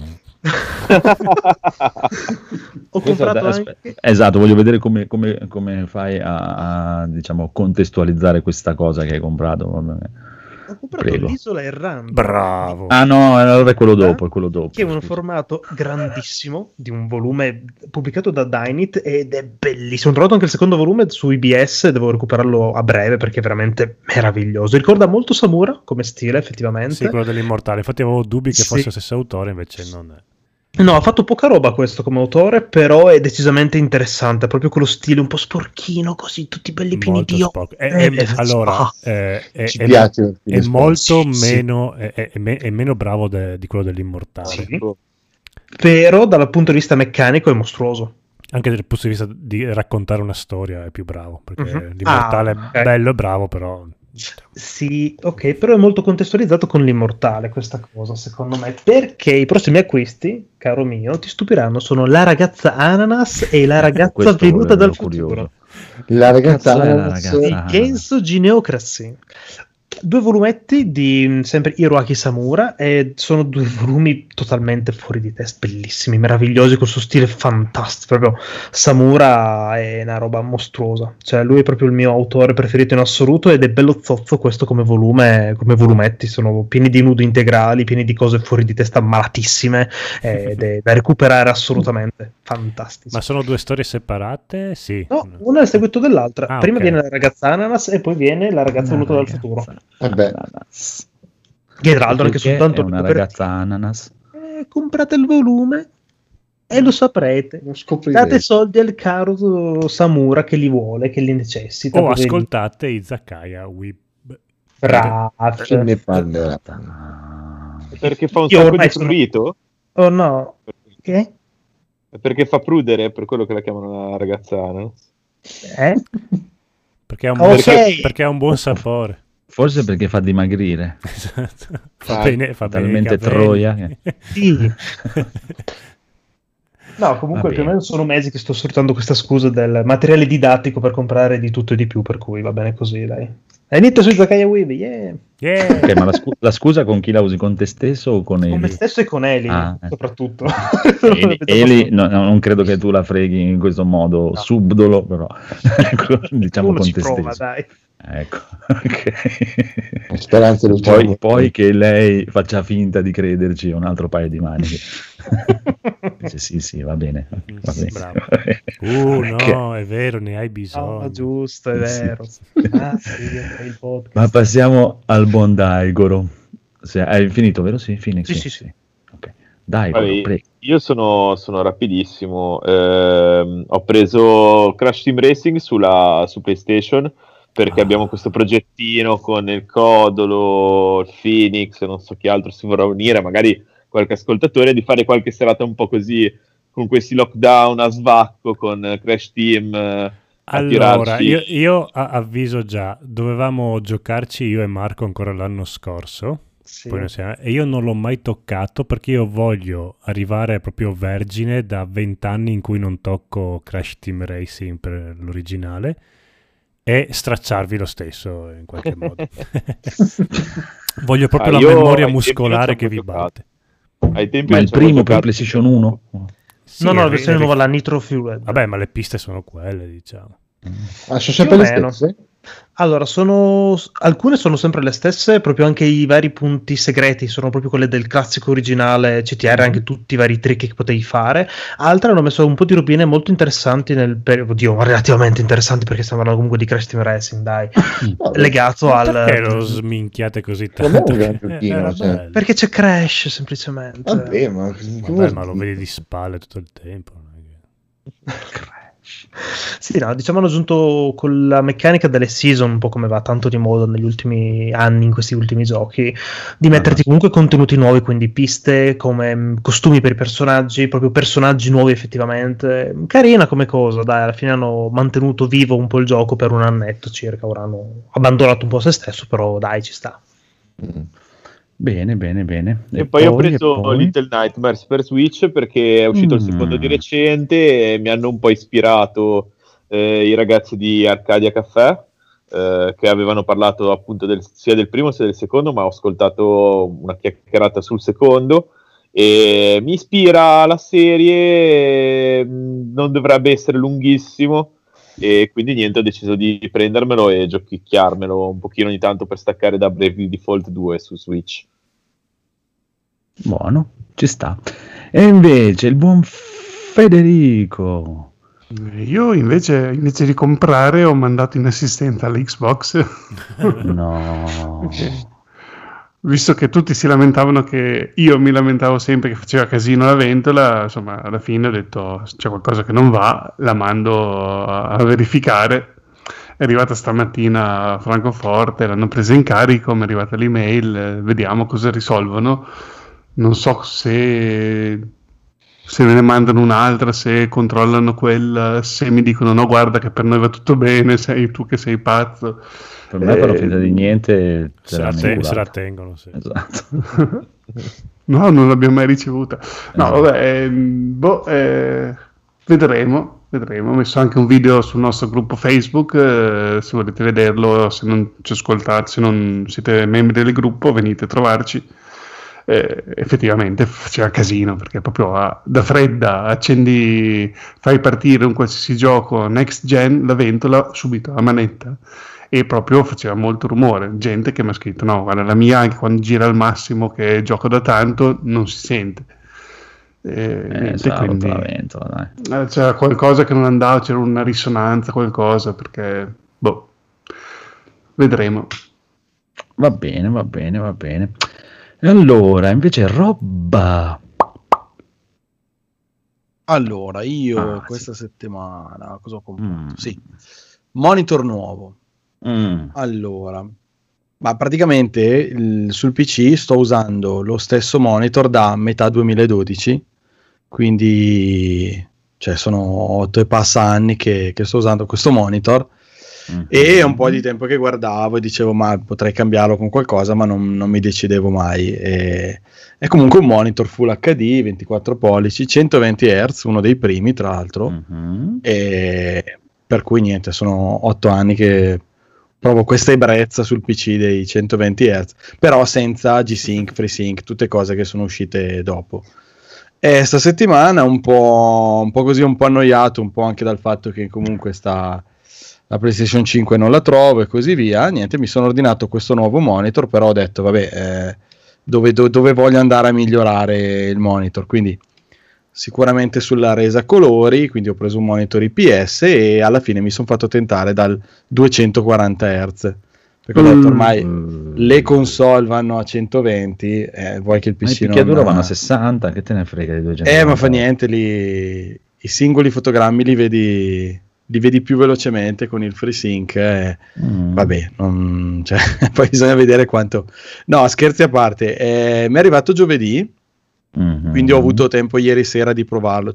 Speaker 8: Ho comprato anche...
Speaker 4: Esatto, voglio vedere come fai a diciamo contestualizzare questa cosa che hai comprato.
Speaker 8: Ho comprato l'Isola Errante.
Speaker 1: Bravo.
Speaker 4: Ah no, allora è quello dopo,
Speaker 8: che è un formato grandissimo di un volume pubblicato da Dynit ed è bellissimo. Ho trovato anche il secondo volume su IBS, devo recuperarlo a breve perché è veramente meraviglioso. Ricorda molto Samura come stile, effettivamente.
Speaker 1: Sì, quello dell'Immortale. Infatti avevo dubbi che fosse lo stesso autore, invece non è.
Speaker 8: No, ha fatto poca roba questo come autore, però è decisamente interessante, proprio quello stile un po' sporchino, così, tutti belli pieni di occhi.
Speaker 1: Allora,
Speaker 2: ci piace
Speaker 1: è molto meno, è meno bravo di quello dell'Immortale.
Speaker 8: Sì. Però dal punto di vista meccanico è mostruoso.
Speaker 1: Anche dal punto di vista di raccontare una storia è più bravo, perché l'Immortale è bello e bravo, però...
Speaker 8: Sì, ok, però è molto contestualizzato con l'Immortale questa cosa, secondo me, perché i prossimi acquisti, caro mio, ti stupiranno, sono La ragazza ananas e La ragazza venuta dal futuro.
Speaker 2: La ragazza ananas
Speaker 8: di Genso Gineocracy. 2 volumetti di sempre Hiroaki Samura e sono 2 volumi totalmente fuori di testa, bellissimi, meravigliosi, con il suo stile fantastico. Proprio Samura è una roba mostruosa, cioè lui è proprio il mio autore preferito in assoluto ed è bello zozzo questo come volume, come volumetti, sono pieni di nudi integrali, pieni di cose fuori di testa malatissime ed è da recuperare assolutamente, fantastico.
Speaker 1: Ma sono 2 storie separate? Sì.
Speaker 8: No, una è il seguito dell'altra. Prima viene La ragazza ananas e poi viene La ragazza venuta dal futuro.
Speaker 2: Ananas.
Speaker 8: Che tra l'altro anche soltanto
Speaker 4: una ragazza ananas.
Speaker 8: Comprate il volume e lo saprete. Date soldi al caro Samura che li vuole, che li necessita.
Speaker 1: O ascoltate Izakaya Web.
Speaker 8: Bravo.
Speaker 2: Ne parlerà.
Speaker 5: Perché fa un sacco di prurito?
Speaker 8: Oh no. Che?
Speaker 5: Perché fa prudere, per quello che la chiamano la ragazza ananas.
Speaker 1: Perché ha un buon sapore.
Speaker 4: Forse perché fa dimagrire.
Speaker 1: Esatto. Fa bene
Speaker 4: talmente troia.
Speaker 8: Sì. No, comunque più o meno sono mesi che sto sfruttando questa scusa del materiale didattico per comprare di tutto e di più, per cui va bene così, dai. Hai inizio su Izakaya Web, yeah.
Speaker 4: Ok, ma la scusa con chi la usi? Con te stesso o con Eli?
Speaker 8: Con me stesso e con Eli, soprattratto.
Speaker 4: Eli non credo che tu la freghi in questo modo subdolo, però diciamo
Speaker 8: uno
Speaker 4: con
Speaker 8: ci
Speaker 4: te
Speaker 8: prova,
Speaker 4: stesso.
Speaker 8: dai.
Speaker 4: Ecco, okay.
Speaker 2: Speranza
Speaker 4: poi che lei faccia finta di crederci è un altro paio di maniche. Dice, sì, va bene.
Speaker 1: Bravo. No, è vero, ne hai bisogno.
Speaker 8: Oh, giusto, è vero.
Speaker 4: Sì.
Speaker 8: Il podcast.
Speaker 4: Ma passiamo al buon Daigoro. Hai finito, vero? Sì, Phoenix.
Speaker 8: Sì.
Speaker 4: Okay. Daigoro, prego.
Speaker 5: Io sono rapidissimo. Ho preso Crash Team Racing su PlayStation perché abbiamo questo progettino con il Codolo, il Phoenix, non so chi altro si vorrà unire, magari qualche ascoltatore, di fare qualche serata un po' così con questi lockdown a svacco con Crash Team.
Speaker 1: Allora, io avviso già, dovevamo giocarci io e Marco ancora l'anno scorso. Sì. E io non l'ho mai toccato perché io voglio arrivare proprio vergine da 20 anni in cui non tocco Crash Team Racing per l'originale e stracciarvi lo stesso in qualche modo. Voglio proprio la memoria muscolare che vi batte.
Speaker 4: Ma il primo per PlayStation 1?
Speaker 8: Sì, no, la versione nuova, la Nitro Fueled.
Speaker 1: Vabbè, ma le piste sono quelle, diciamo.
Speaker 2: Sono sempre le stesse?
Speaker 8: Allora, alcune sono sempre le stesse, proprio anche i vari punti segreti sono proprio quelle del classico originale CTR, anche tutti i vari trick che potevi fare. Altre hanno messo un po' di robine molto interessanti relativamente interessanti, perché sembrano comunque di Crash Team Racing, dai. Legato al...
Speaker 1: Perché lo sminchiate così tanto?
Speaker 8: Perché c'è Crash, semplicemente.
Speaker 2: Vabbè,
Speaker 1: ma lo vedi di spalle tutto il tempo.
Speaker 8: Sì, no, diciamo hanno aggiunto con la meccanica delle season, un po' come va tanto di moda negli ultimi anni in questi ultimi giochi, di metterti comunque contenuti nuovi, quindi piste, come costumi per i personaggi, proprio personaggi nuovi effettivamente. Carina come cosa, dai, alla fine hanno mantenuto vivo un po' il gioco per un annetto circa, ora hanno abbandonato un po' se stesso, però dai, ci sta.
Speaker 4: Bene.
Speaker 5: E poi ho preso Little Nightmares per Switch perché è uscito il secondo di recente e mi hanno un po' ispirato i ragazzi di Arcadia Caffè, che avevano parlato appunto sia del primo sia del secondo, ma ho ascoltato una chiacchierata sul secondo e mi ispira la serie, non dovrebbe essere lunghissimo e quindi niente, ho deciso di prendermelo e giochicchiarmelo un pochino ogni tanto per staccare da Bravely Default 2 su Switch.
Speaker 4: Buono, ci sta. E invece il buon Federico.
Speaker 7: Io invece di comprare ho mandato in assistenza all'Xbox.
Speaker 4: No.
Speaker 7: Visto che tutti si lamentavano, che io mi lamentavo sempre che faceva casino la ventola, insomma alla fine ho detto c'è qualcosa che non va, la mando a verificare. È arrivata stamattina a Francoforte, l'hanno presa in carico, mi è arrivata l'email, vediamo cosa risolvono. Non so se me ne mandano un'altra, se controllano quella, se mi dicono no guarda che per noi va tutto bene, sei tu che sei pazzo.
Speaker 4: Per me però finta di niente
Speaker 1: se la tengono, sì.
Speaker 4: Esatto.
Speaker 7: No, non l'abbiamo mai ricevuta. No, vabbè, vedremo. Ho messo anche un video sul nostro gruppo Facebook, se volete vederlo, se non ci ascoltate, se non siete membri del gruppo, venite a trovarci. Effettivamente faceva casino, perché proprio da fredda fai partire un qualsiasi gioco next gen, la ventola subito a manetta, e proprio faceva molto rumore. Gente che mi ha scritto no guarda, la mia anche quando gira al massimo che gioco da tanto non si sente. Quindi
Speaker 4: la ventola, dai.
Speaker 7: C'era qualcosa che non andava, c'era una risonanza, qualcosa, perché vedremo.
Speaker 4: Va bene. E allora, invece roba.
Speaker 3: Allora, io questa settimana cosa ho comprato? Sì, monitor nuovo. Allora, ma praticamente sul PC sto usando lo stesso monitor da metà 2012, quindi sono 8 e passa anni che sto usando questo monitor. E è un po' di tempo che guardavo e dicevo ma potrei cambiarlo con qualcosa, ma non mi decidevo mai. È comunque un monitor Full HD 24 pollici 120 Hz, uno dei primi tra l'altro, e per cui niente, sono 8 anni che provo questa ebbrezza sul PC dei 120 Hz, però senza G-Sync, FreeSync, tutte cose che sono uscite dopo. E sta settimana un po' così, un po' annoiato, un po' anche dal fatto che comunque la PlayStation 5 non la trovo e così via, niente, mi sono ordinato questo nuovo monitor, però ho detto vabbè, dove voglio andare a migliorare il monitor, quindi sicuramente sulla resa colori, quindi ho preso un monitor IPS e alla fine mi sono fatto tentare dal 240 Hz, perché ho detto ormai le console vanno a 120, vuoi che il PC
Speaker 4: non... picchiaduro vanno a 60, che te ne frega di 240?
Speaker 3: Ma fa niente, i singoli fotogrammi li vedi più velocemente con il FreeSync, vabbè, poi bisogna vedere quanto... No, scherzi a parte, mi è arrivato giovedì, quindi ho avuto tempo ieri sera di provarlo,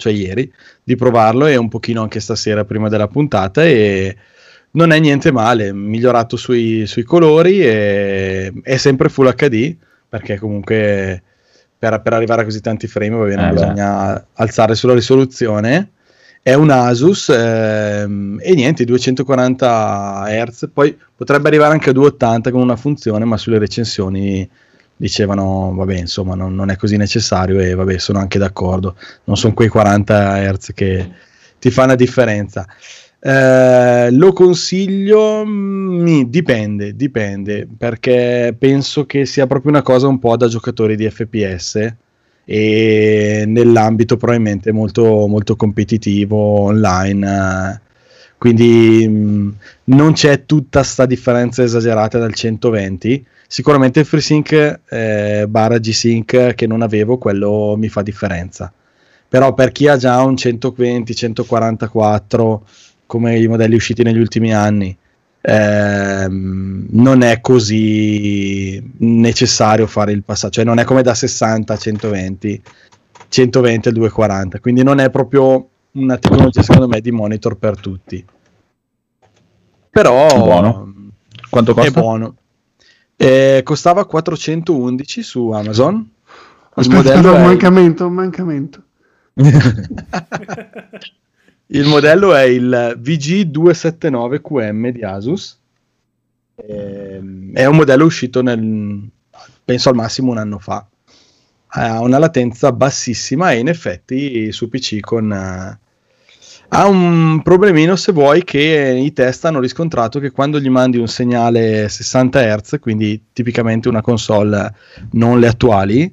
Speaker 3: e un pochino anche stasera prima della puntata, e non è niente male, migliorato sui colori, e è sempre Full HD, perché comunque per arrivare a così tanti frame va bene, bisogna alzare sulla risoluzione. È un Asus e niente, 240 Hz, poi potrebbe arrivare anche a 280 con una funzione, ma sulle recensioni dicevano vabbè, insomma non è così necessario, e vabbè, sono anche d'accordo, non sono quei 40 Hz che ti fanno la differenza. Lo consiglio, dipende, perché penso che sia proprio una cosa un po' da giocatori di FPS e nell'ambito probabilmente molto, molto competitivo online, quindi non c'è tutta sta differenza esagerata dal 120. Sicuramente il FreeSync barra G-Sync che non avevo, quello mi fa differenza, però per chi ha già un 120, 144 come i modelli usciti negli ultimi anni, non è così necessario fare il passaggio, cioè non è come da 60 a 120 al 240, quindi non è proprio una tecnologia secondo me di monitor per tutti, però
Speaker 4: buono. Quanto costa?
Speaker 3: È buono. Costava 411 su Amazon.
Speaker 7: Aspetta, un mancamento.
Speaker 3: Il modello è il VG279QM di Asus. È un modello uscito penso al massimo un anno fa. Ha una latenza bassissima e in effetti su PC ha un problemino, se vuoi, che i test hanno riscontrato che quando gli mandi un segnale 60 Hz, quindi tipicamente una console non le attuali,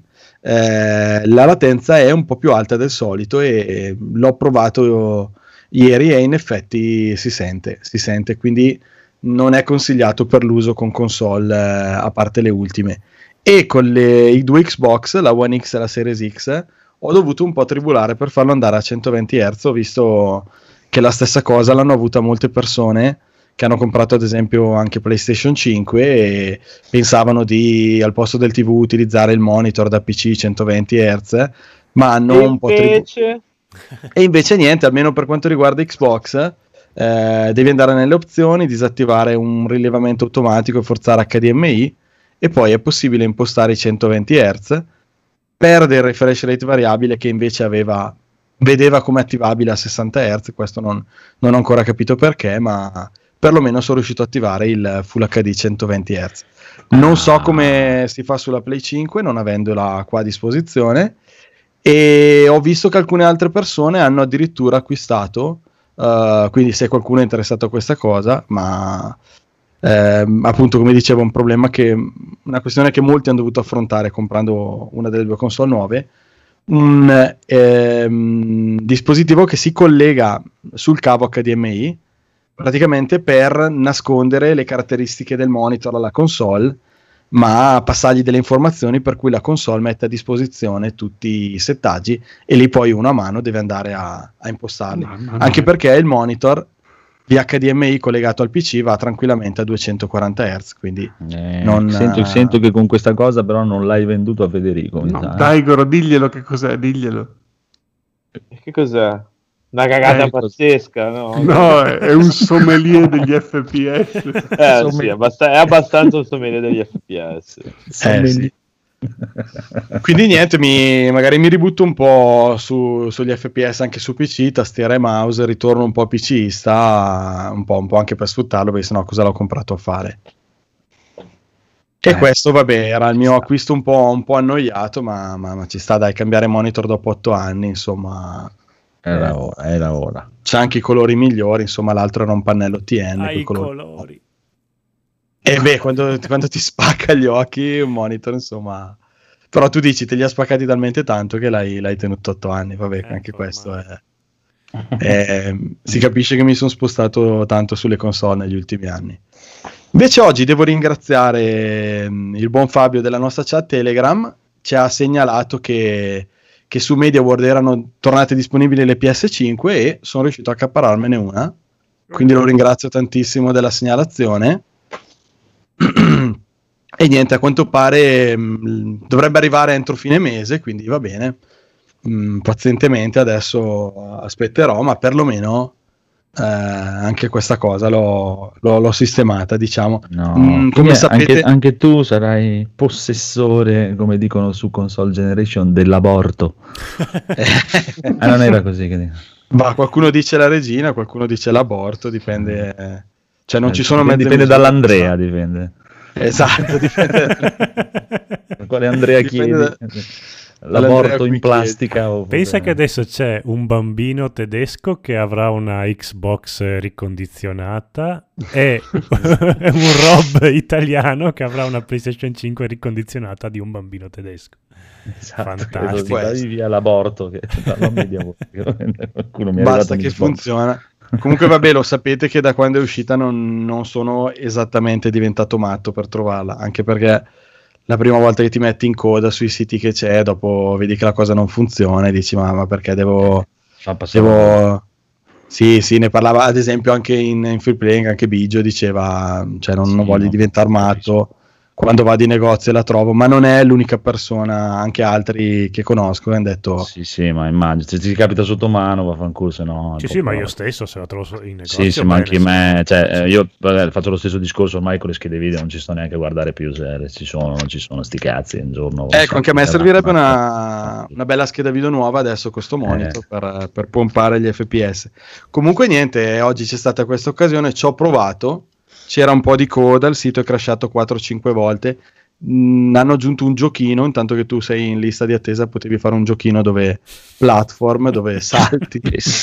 Speaker 3: la latenza è un po' più alta del solito, e l'ho provato ieri e in effetti si sente, quindi non è consigliato per l'uso con console, a parte le ultime. E con i due Xbox, la One X e la Series X, ho dovuto un po' tribulare per farlo andare a 120 Hz. Ho visto che la stessa cosa l'hanno avuta molte persone che hanno comprato ad esempio anche PlayStation 5 e pensavano di, al posto del TV, utilizzare il monitor da PC 120 Hz, ma hanno un po' tribulato. E invece niente, almeno per quanto riguarda Xbox, devi andare nelle opzioni, disattivare un rilevamento automatico e forzare HDMI, e poi è possibile impostare i 120 Hz, perde il refresh rate variabile che invece vedeva come attivabile a 60 Hz. Questo non ho ancora capito perché, ma perlomeno sono riuscito ad attivare il Full HD 120 Hz. Non so come si fa sulla Play 5 non avendola qua a disposizione, e ho visto che alcune altre persone hanno addirittura acquistato, quindi se qualcuno è interessato a questa cosa, ma appunto, come dicevo, una questione che molti hanno dovuto affrontare comprando una delle due console nuove, un dispositivo che si collega sul cavo HDMI praticamente per nascondere le caratteristiche del monitor alla console, ma passargli delle informazioni per cui la console mette a disposizione tutti i settaggi, e lì poi uno a mano deve andare a impostarli, anche perché il monitor di HDMI collegato al PC va tranquillamente a 240 Hz, quindi
Speaker 4: sento che con questa cosa però non l'hai venduto a Federico.
Speaker 7: No, dai Goro, diglielo che cos'è, diglielo.
Speaker 5: Che cos'è? Una cagata pazzesca, no?
Speaker 7: No, è un sommelier degli FPS.
Speaker 5: Sì, è abbastanza un sommelier degli FPS.
Speaker 3: Sì. Quindi niente, magari mi ributto un po' sugli FPS anche su PC, tastiera e mouse, ritorno un po' PCista, un po' anche per sfruttarlo, perché sennò cosa l'ho comprato a fare? E questo, vabbè, era il mio acquisto un po' annoiato, ma ci sta, dai, cambiare monitor dopo 8 anni, insomma.
Speaker 4: Era ora.
Speaker 3: C'è anche i colori migliori, insomma, l'altro era un pannello TN.
Speaker 1: I colori.
Speaker 3: E beh, quando ti spacca gli occhi un monitor, insomma. Però tu dici, te li ha spaccati talmente tanto che l'hai tenuto 8 anni, vabbè, anche questo si capisce che mi sono spostato tanto sulle console negli ultimi anni. Invece oggi devo ringraziare il buon Fabio della nostra chat Telegram, ci ha segnalato che su MediaWorld erano tornate disponibili le PS5 e sono riuscito a accaparrarmene una, quindi lo ringrazio tantissimo della segnalazione. E niente, a quanto pare dovrebbe arrivare entro fine mese, quindi va bene, pazientemente adesso aspetterò, ma perlomeno anche questa cosa l'ho sistemata, diciamo.
Speaker 4: No, come sapete, anche tu sarai possessore, come dicono su Console Generation, dell'aborto. Non era così che dico.
Speaker 3: Ma qualcuno dice la regina, qualcuno dice l'aborto, dipende, cioè non ci sono mezze
Speaker 4: dipende dall'Andrea, dipende.
Speaker 3: Esatto, dipende.
Speaker 4: Quale Andrea chiedi? l'aborto in plastica.
Speaker 1: Pensa che adesso c'è un bambino tedesco che avrà una Xbox ricondizionata e un Rob italiano che avrà una PlayStation 5 ricondizionata di un bambino tedesco.
Speaker 4: Esatto,
Speaker 1: fantastico.
Speaker 4: Dai via l'aborto che
Speaker 3: basta che funziona. Comunque vabbè, lo sapete che da quando è uscita non sono esattamente diventato matto per trovarla, anche perché la prima volta che ti metti in coda sui siti che c'è, dopo vedi che la cosa non funziona e dici ma perché devo... Sì, ne parlava ad esempio anche in Free Playing, anche Biggio diceva, cioè non voglio diventare matto, quando vado in negozio la trovo, ma non è l'unica persona, anche altri che conosco hanno detto
Speaker 4: sì, ma immagino, se ti capita sotto mano vaffanculo, se no
Speaker 1: sì, ma io stesso se la trovo in negozio
Speaker 4: sì, ma anche me, cioè io faccio lo stesso discorso ormai con le schede video, non ci sto neanche a guardare più se non ci sono sti cazzi un giorno.
Speaker 3: Ecco, anche a me servirebbe una bella scheda video nuova adesso con sto monitor per pompare gli FPS. Comunque niente, oggi c'è stata questa occasione, ci ho provato. C'era un po' di coda, il sito è crashato 4-5 volte, hanno aggiunto un giochino, intanto che tu sei in lista di attesa potevi fare un giochino dove salti,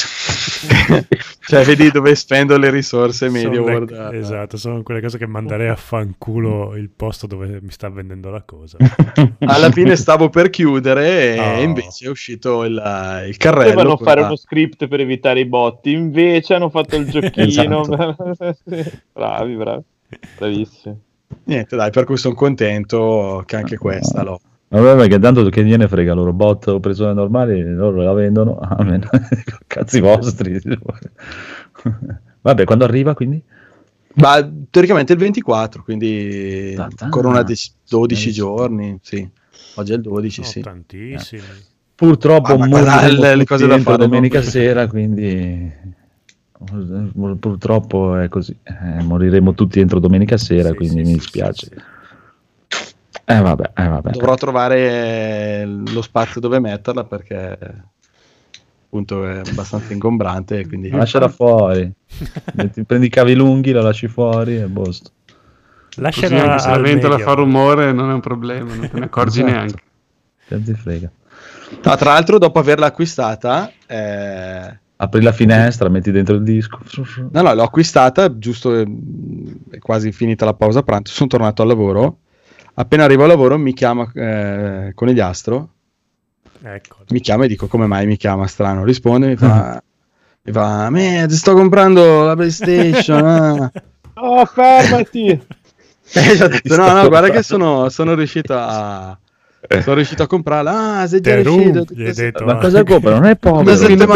Speaker 3: cioè vedi dove spendo le risorse medio.
Speaker 1: Esatto, sono quelle cose che manderei a fanculo il posto dove mi sta vendendo la cosa.
Speaker 3: Alla fine stavo per chiudere e invece è uscito il carrello.
Speaker 5: Dovevano fare uno script per evitare i botti, invece hanno fatto il giochino. Bravi, bravissimi.
Speaker 3: Niente, dai, per cui sono contento che anche questa l'ho.
Speaker 4: Vabbè, perché tanto che gliene frega loro bot o persone normali, loro la vendono, amen. Cazzi vostri. Vabbè, quando arriva quindi?
Speaker 3: Ma teoricamente il 24, quindi ancora una 12 giorni, sì. Oggi è il 12, sì.
Speaker 1: Tantissimi.
Speaker 4: Purtroppo
Speaker 3: le cose da fare
Speaker 4: domenica sera, quindi purtroppo è così. Moriremo tutti entro domenica sera, quindi mi dispiace. Vabbè.
Speaker 3: Dovrò trovare lo spazio dove metterla perché appunto è abbastanza ingombrante, quindi
Speaker 4: lasciala fuori. Prendi i cavi lunghi, la lasci fuori e bosto.
Speaker 7: Lasciala anche se la ventola fa rumore non è un problema, non te ne accorgi neanche.
Speaker 4: Ti frega.
Speaker 3: No, tra l'altro dopo averla acquistata
Speaker 4: apri la finestra, metti dentro il disco.
Speaker 3: No, l'ho acquistata giusto, è quasi finita la pausa pranzo, sono tornato al lavoro. Appena arrivo al lavoro mi chiama Conigliastro, mi chiama e dico come mai mi chiama strano, risponde mi fa ti sto comprando la PlayStation.
Speaker 5: Oh, fermati.
Speaker 3: Ho detto, no, guarda che sono riuscito a comprarla. Sei già riuscito.
Speaker 1: Detto,
Speaker 4: ma cosa compra? Non è povero.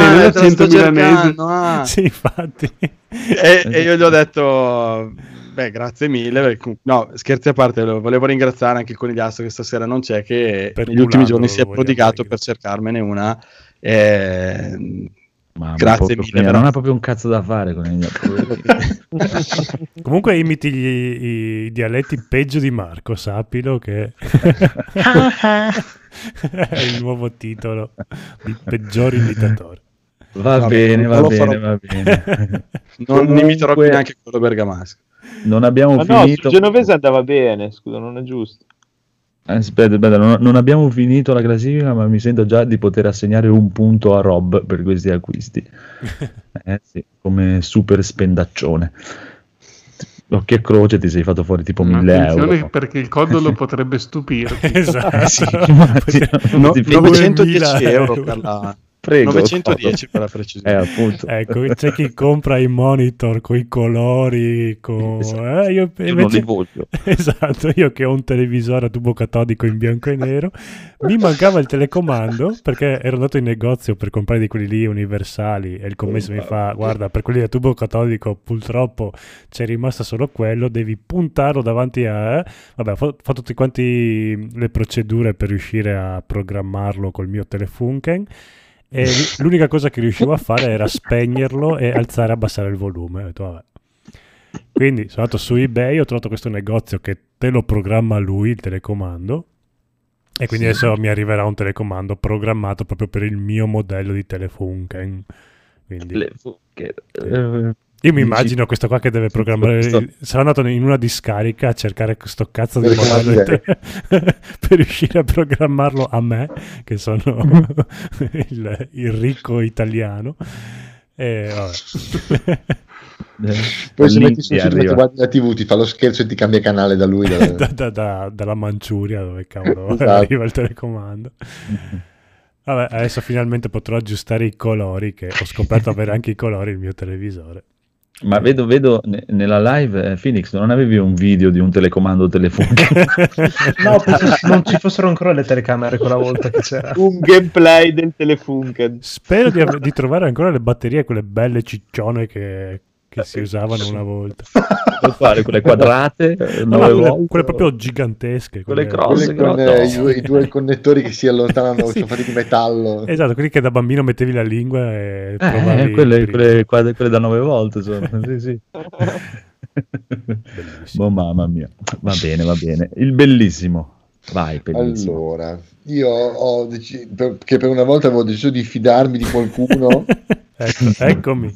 Speaker 1: Sì, infatti.
Speaker 3: E io gli ho detto grazie mille. No, scherzi a parte, volevo ringraziare anche il Conigliastro che stasera non c'è, che negli ultimi giorni si è prodigato per cercarmene una.
Speaker 4: Ma
Speaker 3: grazie mille.
Speaker 4: Però non ha proprio un cazzo da fare con
Speaker 1: Comunque imiti i dialetti peggio di Marco, sappilo che è il nuovo titolo di peggior imitatore.
Speaker 4: Va bene.
Speaker 3: Non imiterò più neanche quello bergamasco.
Speaker 4: Non abbiamo finito.
Speaker 5: No, il genovese andava bene, scusa, non è giusto.
Speaker 4: Aspetta, non abbiamo finito la classifica, ma mi sento già di poter assegnare un punto a Rob per questi acquisti. Sì, come super spendaccione. Occhio e croce, ti sei fatto fuori tipo 1.000 euro.
Speaker 7: Perché il codolo potrebbe stupirti.
Speaker 1: Esatto.
Speaker 4: Sì,
Speaker 3: 910 euro per la... Prego, 910 per la precisione.
Speaker 4: Appunto.
Speaker 1: Ecco, c'è chi compra i monitor con i colori,
Speaker 4: esatto.
Speaker 1: Io
Speaker 4: non li voglio.
Speaker 1: Esatto, io che ho un televisore a tubo catodico in bianco e nero, mi mancava il telecomando perché ero andato in negozio per comprare di quelli lì universali e il commesso mi fa: guarda, per quelli a tubo catodico purtroppo c'è rimasta solo quello, devi puntarlo davanti a... Vabbè, ho fatto tutti quanti le procedure per riuscire a programmarlo col mio Telefunken. E l'unica cosa che riuscivo a fare era spegnerlo e alzare e abbassare il volume. Ho detto, vabbè. Quindi sono andato su eBay, ho trovato questo negozio che te lo programma lui il telecomando e quindi adesso mi arriverà un telecomando programmato proprio per il mio modello di Telefunken. Quindi Io mi immagino questo qua che deve programmare. Sarà andato in una discarica a cercare questo cazzo di modello per riuscire a programmarlo a me, che sono il ricco italiano. E vabbè.
Speaker 2: Poi se metti su la TV ti fa lo scherzo e ti cambia canale da lui.
Speaker 1: Dalla Manciuria, dove cavolo arriva il telecomando. Vabbè, adesso finalmente potrò aggiustare i colori, che ho scoperto avere anche i colori il mio televisore.
Speaker 4: Ma vedo nella live, Phoenix, non avevi un video di un telecomando Telefunken?
Speaker 8: No, penso non ci fossero ancora le telecamere quella volta che c'era.
Speaker 5: Un gameplay del Telefunken.
Speaker 1: Spero di trovare ancora le batterie, quelle belle ciccione che si usavano una volta.
Speaker 4: Quelle quadrate,
Speaker 1: quelle proprio gigantesche,
Speaker 4: quelle grosse
Speaker 2: con i due connettori che si allontanano, sono fatti di metallo.
Speaker 1: Esatto, quelli che da bambino mettevi la lingua e
Speaker 4: quelle da 9 volte sono. Sì. Oh, mamma mia, va bene. Il bellissimo. Vai, bellissimo.
Speaker 2: Allora, io ho deciso, perché per una volta avevo deciso di fidarmi di qualcuno.
Speaker 1: Eccomi.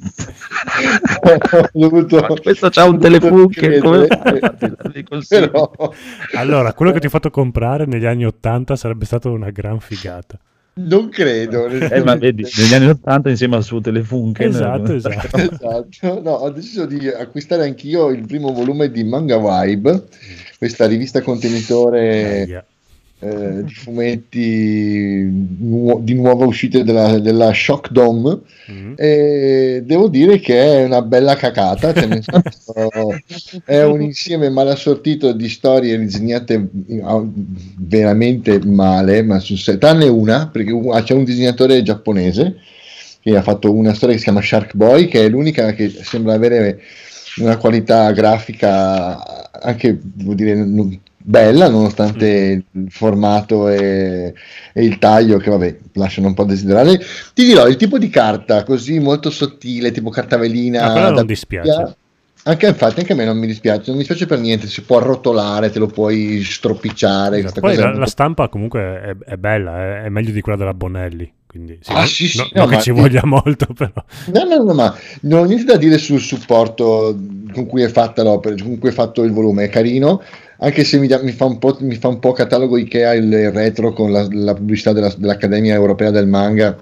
Speaker 4: Questo c'ha un Telefunken.
Speaker 2: Però...
Speaker 1: Allora, quello che ti ho fatto comprare negli anni 80 sarebbe stata una gran figata.
Speaker 2: Non credo.
Speaker 4: Ma vedi, negli anni 80 insieme al suo Telefunken.
Speaker 2: Esatto. No, ho deciso di acquistare anch'io il primo volume di Manga Vibe, questa rivista contenitore di fumetti di nuova uscita della Shock Dome. E devo dire che è una bella cacata, cioè nel senso, è un insieme malassortito di storie disegnate veramente male, ma tranne una, perché c'è un disegnatore giapponese che ha fatto una storia che si chiama Shark Boy, che è l'unica che sembra avere una qualità grafica anche, devo dire, bella, nonostante il formato e il taglio che vabbè lasciano un po' a desiderare. Ti dirò, il tipo di carta così molto sottile, tipo carta velina,
Speaker 1: però non dispiace.
Speaker 2: Anche a me non mi dispiace per niente, si può arrotolare, te lo puoi stropicciare.
Speaker 1: Esatto. Poi la stampa comunque è bella, è meglio di quella della Bonelli. Quindi non che ci voglia molto, però.
Speaker 2: No, ma non ho niente da dire sul supporto con cui è fatta l'opera, con cui è fatto il volume, è carino, anche se mi fa un po' catalogo Ikea il retro con la pubblicità dell'Accademia Europea del Manga,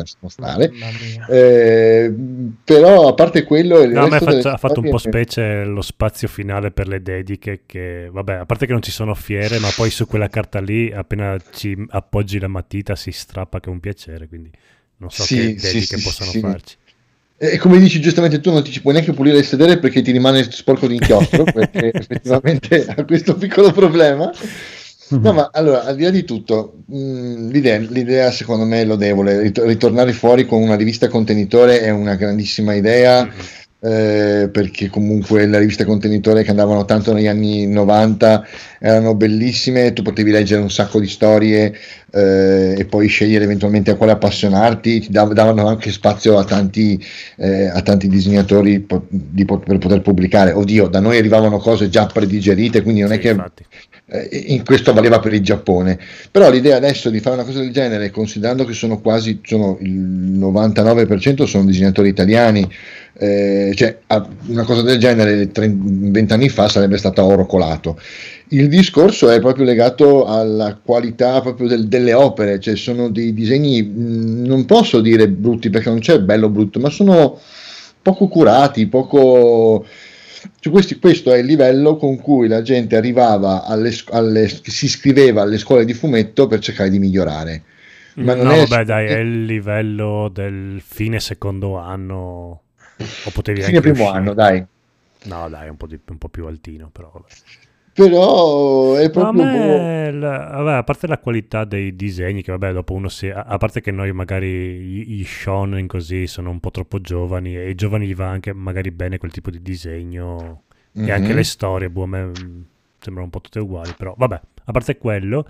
Speaker 2: però a parte quello
Speaker 1: a me ha fatto un po' specie lo spazio finale per le dediche, che vabbè, a parte che non ci sono fiere, ma poi su quella carta lì appena ci appoggi la matita si strappa, che è un piacere, quindi non so che dediche possono farci.
Speaker 2: E come dici giustamente tu, non ti ci puoi neanche pulire il sedere perché ti rimane sporco di inchiostro, perché effettivamente ha questo piccolo problema. No, ma allora, al di là di tutto, l'idea secondo me è lodevole. Ritornare fuori con una rivista contenitore è una grandissima idea, perché comunque le riviste contenitore che andavano tanto negli anni 90 erano bellissime, tu potevi leggere un sacco di storie e poi scegliere eventualmente a quale appassionarti, ti davano anche spazio a tanti disegnatori per poter pubblicare. Oddio, da noi arrivavano cose già predigerite, quindi non è che in questo valeva per il Giappone, però l'idea adesso di fare una cosa del genere, considerando che sono il 99% sono disegnatori italiani, cioè una cosa del genere 20 anni fa sarebbe stata oro colato. Il discorso è proprio legato alla qualità proprio delle opere, cioè sono dei disegni, non posso dire brutti perché non c'è bello o brutto, ma sono poco curati, cioè questo è il livello con cui la gente arrivava si iscriveva alle scuole di fumetto per cercare di migliorare. Ma non
Speaker 1: è il livello del fine secondo anno, o potevi
Speaker 2: fine
Speaker 1: anche
Speaker 2: primo anno, dai.
Speaker 1: No, dai, un po' più altino, però vabbè.
Speaker 2: Però è proprio
Speaker 1: vabbè, a parte la qualità dei disegni, che vabbè, dopo uno a parte che noi magari gli shonen così sono un po' troppo giovani, e ai giovani gli va anche magari bene quel tipo di disegno, e anche le storie a me sembrano un po' tutte uguali, però vabbè, a parte quello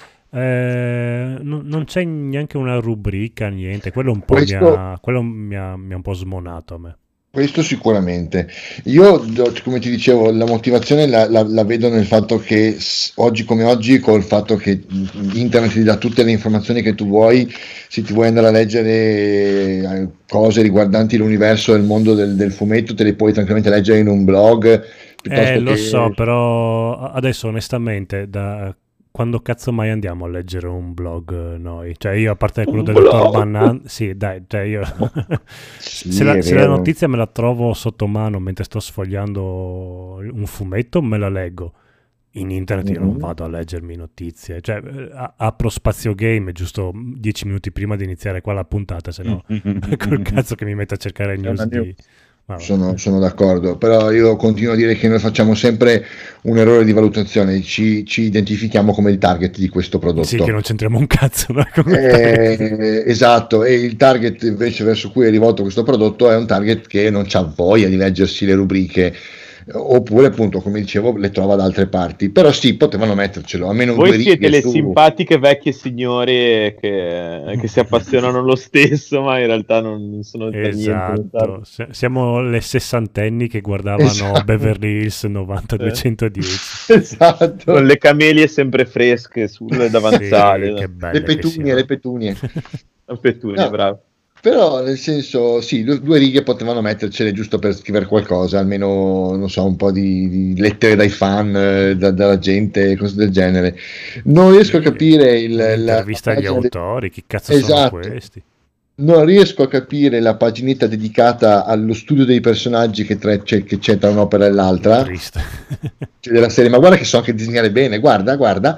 Speaker 1: non c'è neanche una rubrica, niente, quello un po' mi ha un po' smonato a me.
Speaker 2: Questo sicuramente. Io, come ti dicevo, la motivazione la vedo nel fatto che oggi come oggi, col fatto che internet ti dà tutte le informazioni che tu vuoi, se ti vuoi andare a leggere cose riguardanti l'universo e il mondo del fumetto, te le puoi tranquillamente leggere in un blog.
Speaker 1: Lo so, però adesso onestamente quando cazzo mai andiamo a leggere un blog noi? Cioè io, a parte quello del dottor Bannan, sì dai, cioè io
Speaker 2: Sì,
Speaker 1: se la notizia me la trovo sotto mano mentre sto sfogliando un fumetto, me la leggo. In internet io non vado a leggermi notizie, cioè apro Spazio Game giusto 10 minuti prima di iniziare qua la puntata, se no col cazzo che mi metto a cercare news di...
Speaker 2: Sono d'accordo, però io continuo a dire che noi facciamo sempre un errore di valutazione, ci identifichiamo come il target di questo prodotto.
Speaker 1: Sì, che non c'entriamo un cazzo, no?
Speaker 2: Esatto, e il target invece verso cui è rivolto questo prodotto è un target che non c'ha voglia di leggersi le rubriche, oppure appunto, come dicevo, le trova da altre parti. Però sì, potevano mettercelo almeno
Speaker 5: voi siete le simpatiche vecchie signore che si appassionano lo stesso, ma in realtà non sono per
Speaker 1: niente. Siamo le sessantenni che guardavano Beverly Hills 90-210.
Speaker 2: Esatto,
Speaker 5: con le camelie sempre fresche sulle davanzale.
Speaker 1: Che belle
Speaker 2: le petunie
Speaker 5: no. Bravo.
Speaker 2: Però nel senso, sì, 2 righe potevano mettercele giusto per scrivere qualcosa, almeno, non so, un po' di lettere dai fan, dalla gente, cose del genere. Non riesco a capire
Speaker 1: l'intervista agli autori, chi cazzo sono questi?
Speaker 2: Non riesco a capire la paginetta dedicata allo studio dei personaggi che c'è tra un'opera e l'altra.
Speaker 1: Triste.
Speaker 2: Cioè, della serie, ma guarda che so anche disegnare bene, guarda.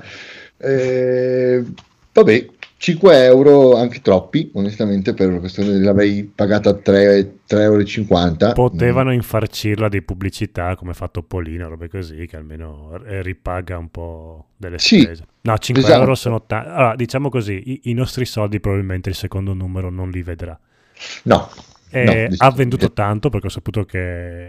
Speaker 2: Vabbè. 5 euro anche troppi, onestamente, per questione l'avrei pagata a 3,50 euro.
Speaker 1: Potevano infarcirla di pubblicità come fatto Polino, robe così, che almeno ripaga un po' delle spese. No, 5 euro sono tanti. Allora, diciamo così, i nostri soldi probabilmente il secondo numero non li vedrà.
Speaker 2: No.
Speaker 1: Ha venduto tanto, perché ho saputo che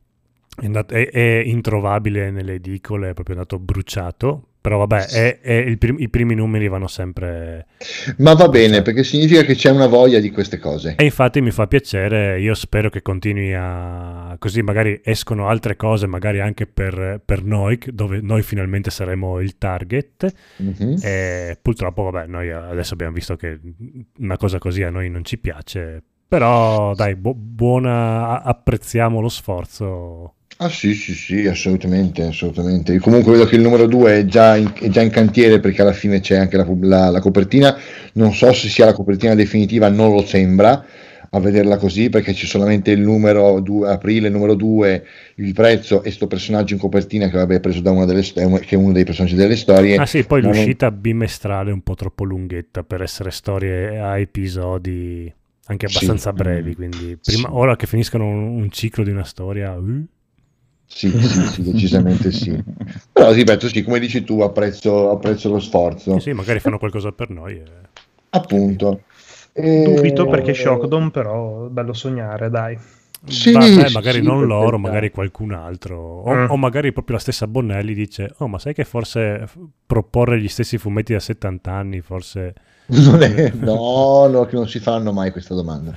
Speaker 1: è introvabile nelle edicole, è proprio andato bruciato. Però vabbè, i primi numeri vanno sempre...
Speaker 2: Ma va bene, perché significa che c'è una voglia di queste cose.
Speaker 1: E infatti mi fa piacere, io spero che continui a... Così magari escono altre cose, magari anche per noi, dove noi finalmente saremo il target. E purtroppo, vabbè, noi adesso abbiamo visto che una cosa così a noi non ci piace. Però dai, buona, apprezziamo lo sforzo.
Speaker 2: Ah sì, assolutamente. Io comunque vedo che il numero 2 è già in cantiere, perché alla fine c'è anche la copertina. Non so se sia la copertina definitiva, non lo sembra a vederla così, perché c'è solamente il numero 2, aprile, numero 2, il prezzo e sto personaggio in copertina che aveva preso da che è uno dei personaggi delle storie.
Speaker 1: Ah sì, poi l'uscita bimestrale è un po' troppo lunghetta per essere storie a episodi anche abbastanza brevi, quindi ora che finiscono un ciclo di una storia...
Speaker 2: Sì, decisamente sì. Però ripeto, sì, come dici tu, apprezzo lo sforzo.
Speaker 1: Sì, magari fanno qualcosa per noi.
Speaker 2: Appunto.
Speaker 8: Dubito, perché Shockdom, però bello sognare, dai.
Speaker 2: Sì,
Speaker 1: magari non loro, magari qualcun altro. O magari proprio la stessa Bonelli dice: oh, ma sai che forse proporre gli stessi fumetti da 70 anni forse...
Speaker 2: Non è... No, che non si fanno mai questa domanda.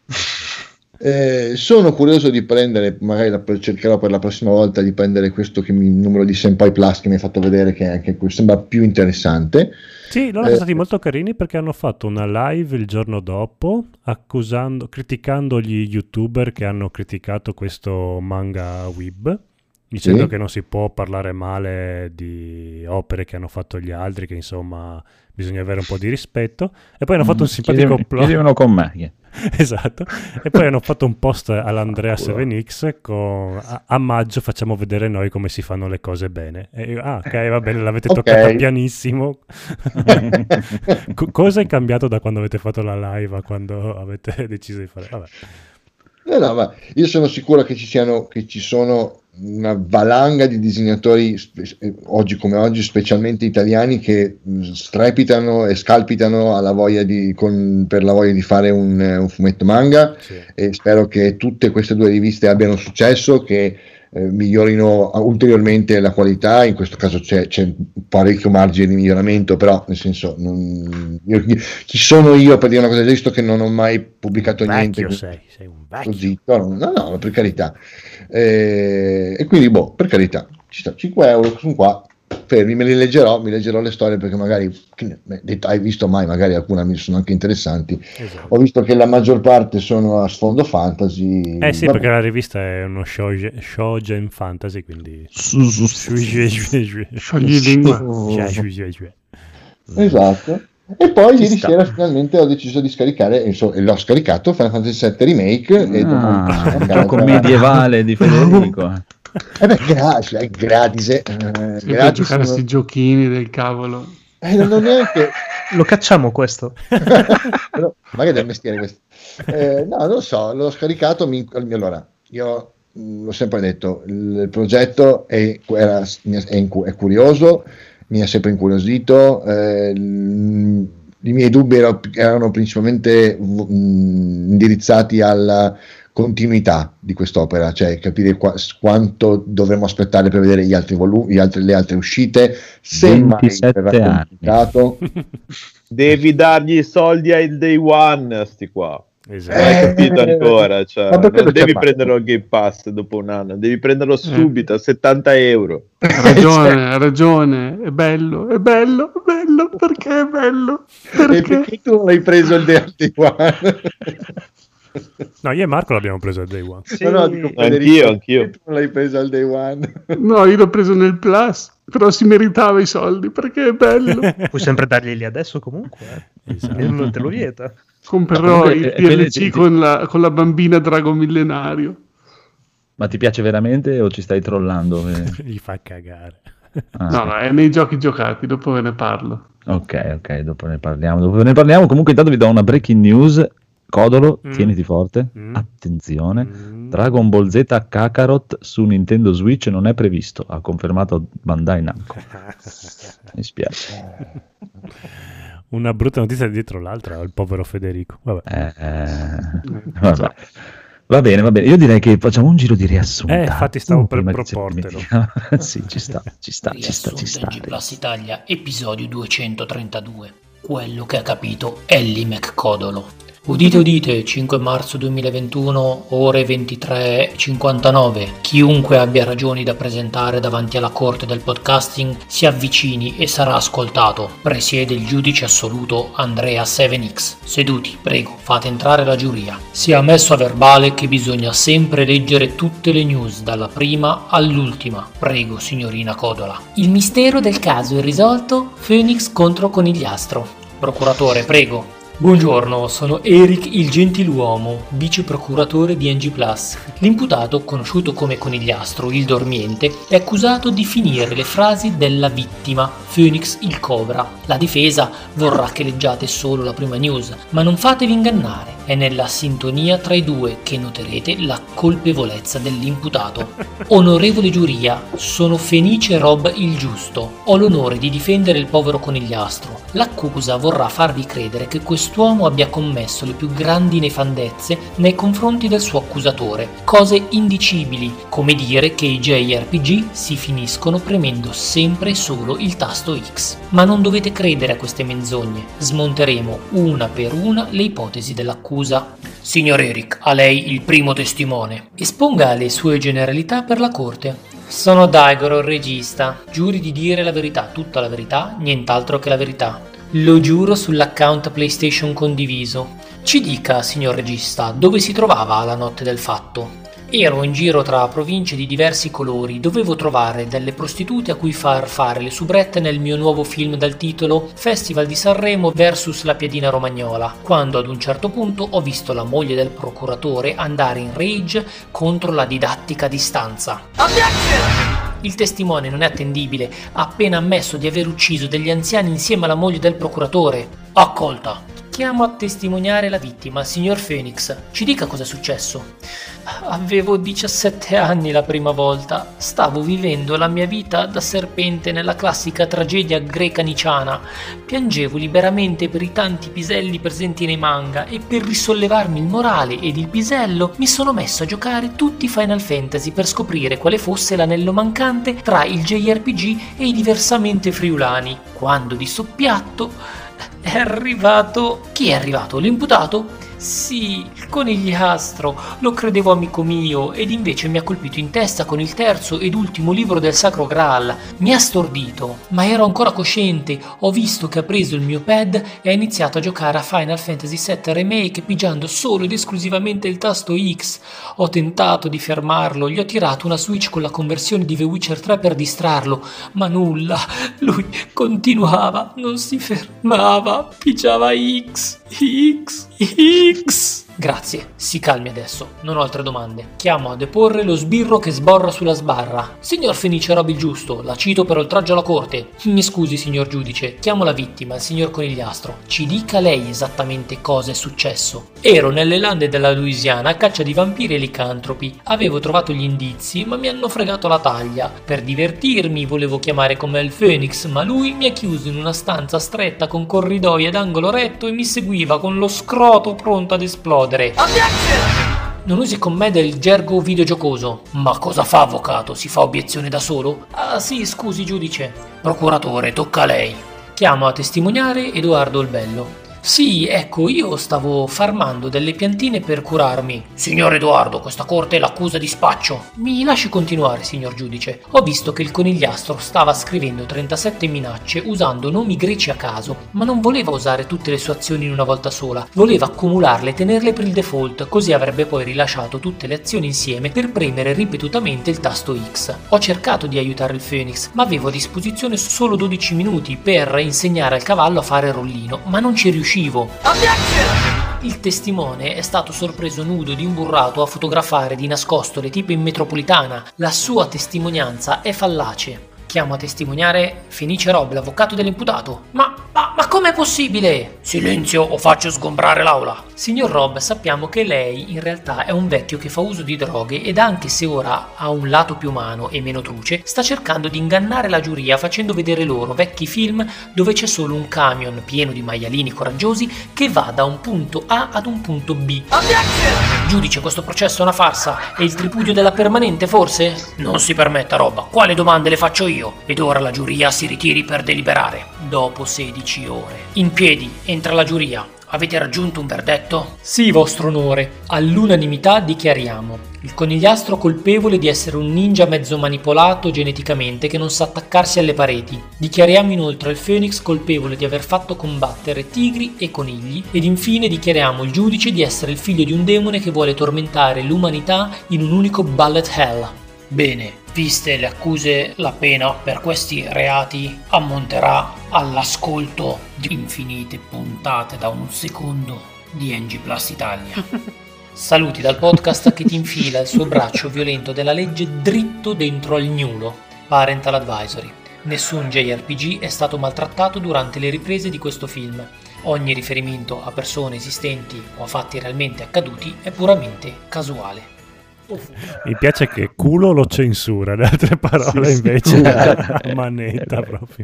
Speaker 2: Sono curioso di prendere, magari cercherò per la prossima volta di prendere questo il numero di Senpai Plus che mi hai fatto vedere, che anche sembra più interessante.
Speaker 1: Sì, loro sono stati molto carini, perché hanno fatto una live il giorno dopo criticando gli youtuber che hanno criticato questo manga Weeb, dicendo che non si può parlare male di opere che hanno fatto gli altri, che insomma bisogna avere un po' di rispetto. E poi hanno fatto un simpatico
Speaker 4: chiedevano con me.
Speaker 1: Esatto. E poi hanno fatto un post all'Andrea 7X con a maggio facciamo vedere noi come si fanno le cose bene. E io, ok, va bene, l'avete toccata pianissimo. Cosa è cambiato da quando avete fatto la live a quando avete deciso di fare? Vabbè.
Speaker 2: No, ma io sono sicuro che ci sono una valanga di disegnatori oggi come oggi, specialmente italiani, che strepitano e scalpitano per la voglia di fare un fumetto manga, e spero che tutte queste 2 riviste abbiano successo, che migliorino ulteriormente la qualità. In questo caso c'è parecchio margine di miglioramento, però nel senso chi sono io per dire una cosa, visto che non ho mai pubblicato niente.
Speaker 1: Sei un vecchio.
Speaker 2: Zitto, no, per carità, e quindi per carità, ci sta, 5 euro sono qua fermi, mi leggerò le storie, perché magari hai visto mai, magari alcune mi sono anche interessanti.
Speaker 1: Esatto.
Speaker 2: Ho visto che la maggior parte sono a sfondo fantasy.
Speaker 1: Sì, perché la rivista è uno shoujo fantasy, quindi
Speaker 7: sciogli lingua.
Speaker 2: Esatto. E poi ieri sera finalmente ho deciso di scaricare, e l'ho scaricato, Final Fantasy VII Remake,
Speaker 4: il gioco medievale di Federico.
Speaker 2: Grazie, gratis.
Speaker 7: Grazie a giocare a questi giochini del cavolo.
Speaker 2: Non neanche...
Speaker 8: Lo cacciamo questo?
Speaker 2: No, magari del mestiere questo. No, non lo so, l'ho scaricato. Allora, io l'ho sempre detto, il progetto è curioso, mi ha sempre incuriosito. I miei dubbi erano principalmente indirizzati alla continuità di quest'opera, cioè capire quanto dovremmo aspettare per vedere gli altri volumi, le altre uscite, se mai verrà comunicato.
Speaker 5: Devi dargli i soldi al day one, sti qua.
Speaker 1: Esatto.
Speaker 5: Non hai capito ancora, cioè, non devi prenderlo al Game Pass dopo un anno, devi prenderlo subito a 70 euro.
Speaker 7: Ha ragione, è bello, perché è bello?
Speaker 2: Perché tu l'hai preso il day one?
Speaker 1: No, io e Marco l'abbiamo preso al day one.
Speaker 5: Sì. No, dico, anch'io.
Speaker 2: Tu non l'hai preso al day one?
Speaker 7: No, io l'ho preso nel Plus, però si meritava i soldi perché è bello.
Speaker 8: Puoi sempre darglieli adesso comunque,
Speaker 1: Esatto.
Speaker 8: non te lo vieta.
Speaker 7: Comprerò il DLC con la bambina Drago Millenario.
Speaker 4: Ma ti piace veramente o ci stai trollando?
Speaker 1: Gli fa cagare.
Speaker 7: No, è nei giochi giocati, dopo ve ne parlo.
Speaker 4: Ok, dopo ne parliamo. Comunque intanto vi do una breaking news. Codolo, tieniti forte, attenzione, Dragon Ball Z Kakarot su Nintendo Switch non è previsto, ha confermato Bandai Namco. Mi spiace.
Speaker 1: Una brutta notizia dietro l'altra, il povero Federico. Vabbè.
Speaker 4: Va bene, io direi che facciamo un giro di riassunto.
Speaker 1: Infatti stavo per proportelo.
Speaker 4: Sì, ci sta.
Speaker 9: NG Plus Italia, episodio 232. Quello che ha capito Ellie McCodolo. Udite, 5 marzo 2021, ore 23:59. Chiunque abbia ragioni da presentare davanti alla corte del podcasting si avvicini e sarà ascoltato. Presiede il giudice assoluto Andrea 7X. Seduti, prego, fate entrare la giuria. Sia messo a verbale che bisogna sempre leggere tutte le news, dalla prima all'ultima. Prego, signorina Codola. Il mistero del caso irrisolto, Phoenix contro Conigliastro. Procuratore, prego. Buongiorno, sono Eric il Gentiluomo, vice procuratore di NG+. L'imputato, conosciuto come Conigliastro, il dormiente, è accusato di finire le frasi della vittima, Phoenix il Cobra. La difesa vorrà che leggiate solo la prima news, ma non fatevi ingannare, è nella sintonia tra i due che noterete la colpevolezza dell'imputato. Onorevole giuria, sono Fenice Rob il Giusto, ho l'onore di difendere il povero Conigliastro. L'accusa vorrà farvi credere che quest'uomo abbia commesso le più grandi nefandezze nei confronti del suo accusatore, cose indicibili, come dire che i JRPG si finiscono premendo sempre e solo il tasto X. Ma non dovete credere a queste menzogne, smonteremo una per una le ipotesi dell'accusa. Signor Eric, a lei il primo testimone. Esponga le sue generalità per la corte. Sono Daigoro, il regista. Giuri di dire la verità, tutta la verità, nient'altro che la verità. Lo giuro sull'account PlayStation condiviso. Ci dica, signor regista, dove si trovava la notte del fatto? Ero in giro tra province di diversi colori, dovevo trovare delle prostitute a cui far fare le soubrette nel mio nuovo film dal titolo Festival di Sanremo vs la piadina romagnola, quando ad un certo punto ho visto la moglie del procuratore andare in rage contro la didattica a distanza. Il testimone non è attendibile, ha appena ammesso di aver ucciso degli anziani insieme alla moglie del procuratore. Accolta. Chiamo a testimoniare la vittima, il signor Phoenix. Ci dica cosa è successo. Avevo 17 anni la prima volta. Stavo vivendo la mia vita da serpente nella classica tragedia greca nicciana. Piangevo liberamente per i tanti piselli presenti nei manga e per risollevarmi il morale ed il pisello mi sono messo a giocare tutti i Final Fantasy per scoprire quale fosse l'anello mancante tra il JRPG e i diversamente friulani. Quando di soppiatto è arrivato... Chi è arrivato? L'imputato? Sì, il conigliastro, lo credevo amico mio ed invece mi ha colpito in testa con il terzo ed ultimo libro del Sacro Graal. Mi ha stordito, ma ero ancora cosciente. Ho visto che ha preso il mio pad e ha iniziato a giocare a Final Fantasy VII Remake pigiando solo ed esclusivamente il tasto X. Ho tentato di fermarlo, gli ho tirato una Switch con la conversione di The Witcher 3 per distrarlo, ma nulla. Lui continuava, non si fermava, pigiava X. Grazie, si calmi adesso, non ho altre domande. Chiamo a deporre lo sbirro che sborra sulla sbarra. Signor Fenice Rob il giusto, la cito per oltraggio alla corte. Mi scusi signor giudice, chiamo la vittima, il signor Conigliastro. Ci dica lei esattamente cosa è successo. Ero nelle lande della Louisiana a caccia di vampiri e licantropi. Avevo trovato gli indizi, ma mi hanno fregato la taglia. Per divertirmi volevo chiamare con me il Phoenix, ma lui mi ha chiuso in una stanza stretta con corridoi ad angolo retto e mi seguiva con lo scroto pronto ad esplodere. Non usi con me del gergo videogiocoso. Ma cosa fa avvocato? Si fa obiezione da solo? Ah sì, scusi giudice. Procuratore, tocca a lei. Chiamo a testimoniare Edoardo il Bello. Sì, ecco, io stavo farmando delle piantine per curarmi. Signor Edoardo, questa corte l'accusa di spaccio. Mi lasci continuare, signor giudice. Ho visto che il conigliastro stava scrivendo 37 minacce usando nomi greci a caso, ma non voleva usare tutte le sue azioni in una volta sola. Voleva accumularle e tenerle per il default, così avrebbe poi rilasciato tutte le azioni insieme per premere ripetutamente il tasto X. Ho cercato di aiutare il Phoenix, ma avevo a disposizione solo 12 minuti per insegnare al cavallo a fare rollino, ma non ci riuscivo. Il testimone è stato sorpreso nudo di un burrato a fotografare di nascosto le tipe in metropolitana. La sua testimonianza è fallace. Chiamo a testimoniare Fenice Rob, l'avvocato dell'imputato. Ma com'è possibile? Silenzio o faccio sgombrare l'aula. Signor Rob, sappiamo che lei in realtà è un vecchio che fa uso di droghe ed anche se ora ha un lato più umano e meno truce, sta cercando di ingannare la giuria facendo vedere loro vecchi film dove c'è solo un camion pieno di maialini coraggiosi che va da un punto A ad un punto B. Giudice, questo processo è una farsa. È il tripudio della permanente, forse? Non si permetta, Rob. Quale domande le faccio io? Ed ora la giuria si ritiri per deliberare. Dopo 16 ore. In piedi, entra la giuria. Avete raggiunto un verdetto? Sì, vostro onore. All'unanimità dichiariamo il conigliastro colpevole di essere un ninja mezzo manipolato geneticamente che non sa attaccarsi alle pareti. Dichiariamo inoltre il Phoenix colpevole di aver fatto combattere tigri e conigli ed infine dichiariamo il giudice di essere il figlio di un demone che vuole tormentare l'umanità in un unico bullet hell. Bene, viste le accuse, la pena per questi reati ammonterà all'ascolto di infinite puntate da un secondo di NG Plus Italia. Saluti dal podcast che ti infila il suo braccio violento della legge dritto dentro al gnulo. Parental Advisory. Nessun JRPG è stato maltrattato durante le riprese di questo film. Ogni riferimento a persone esistenti o a fatti realmente accaduti è puramente casuale.
Speaker 1: Mi piace che culo lo censura, le altre parole invece manetta proprio.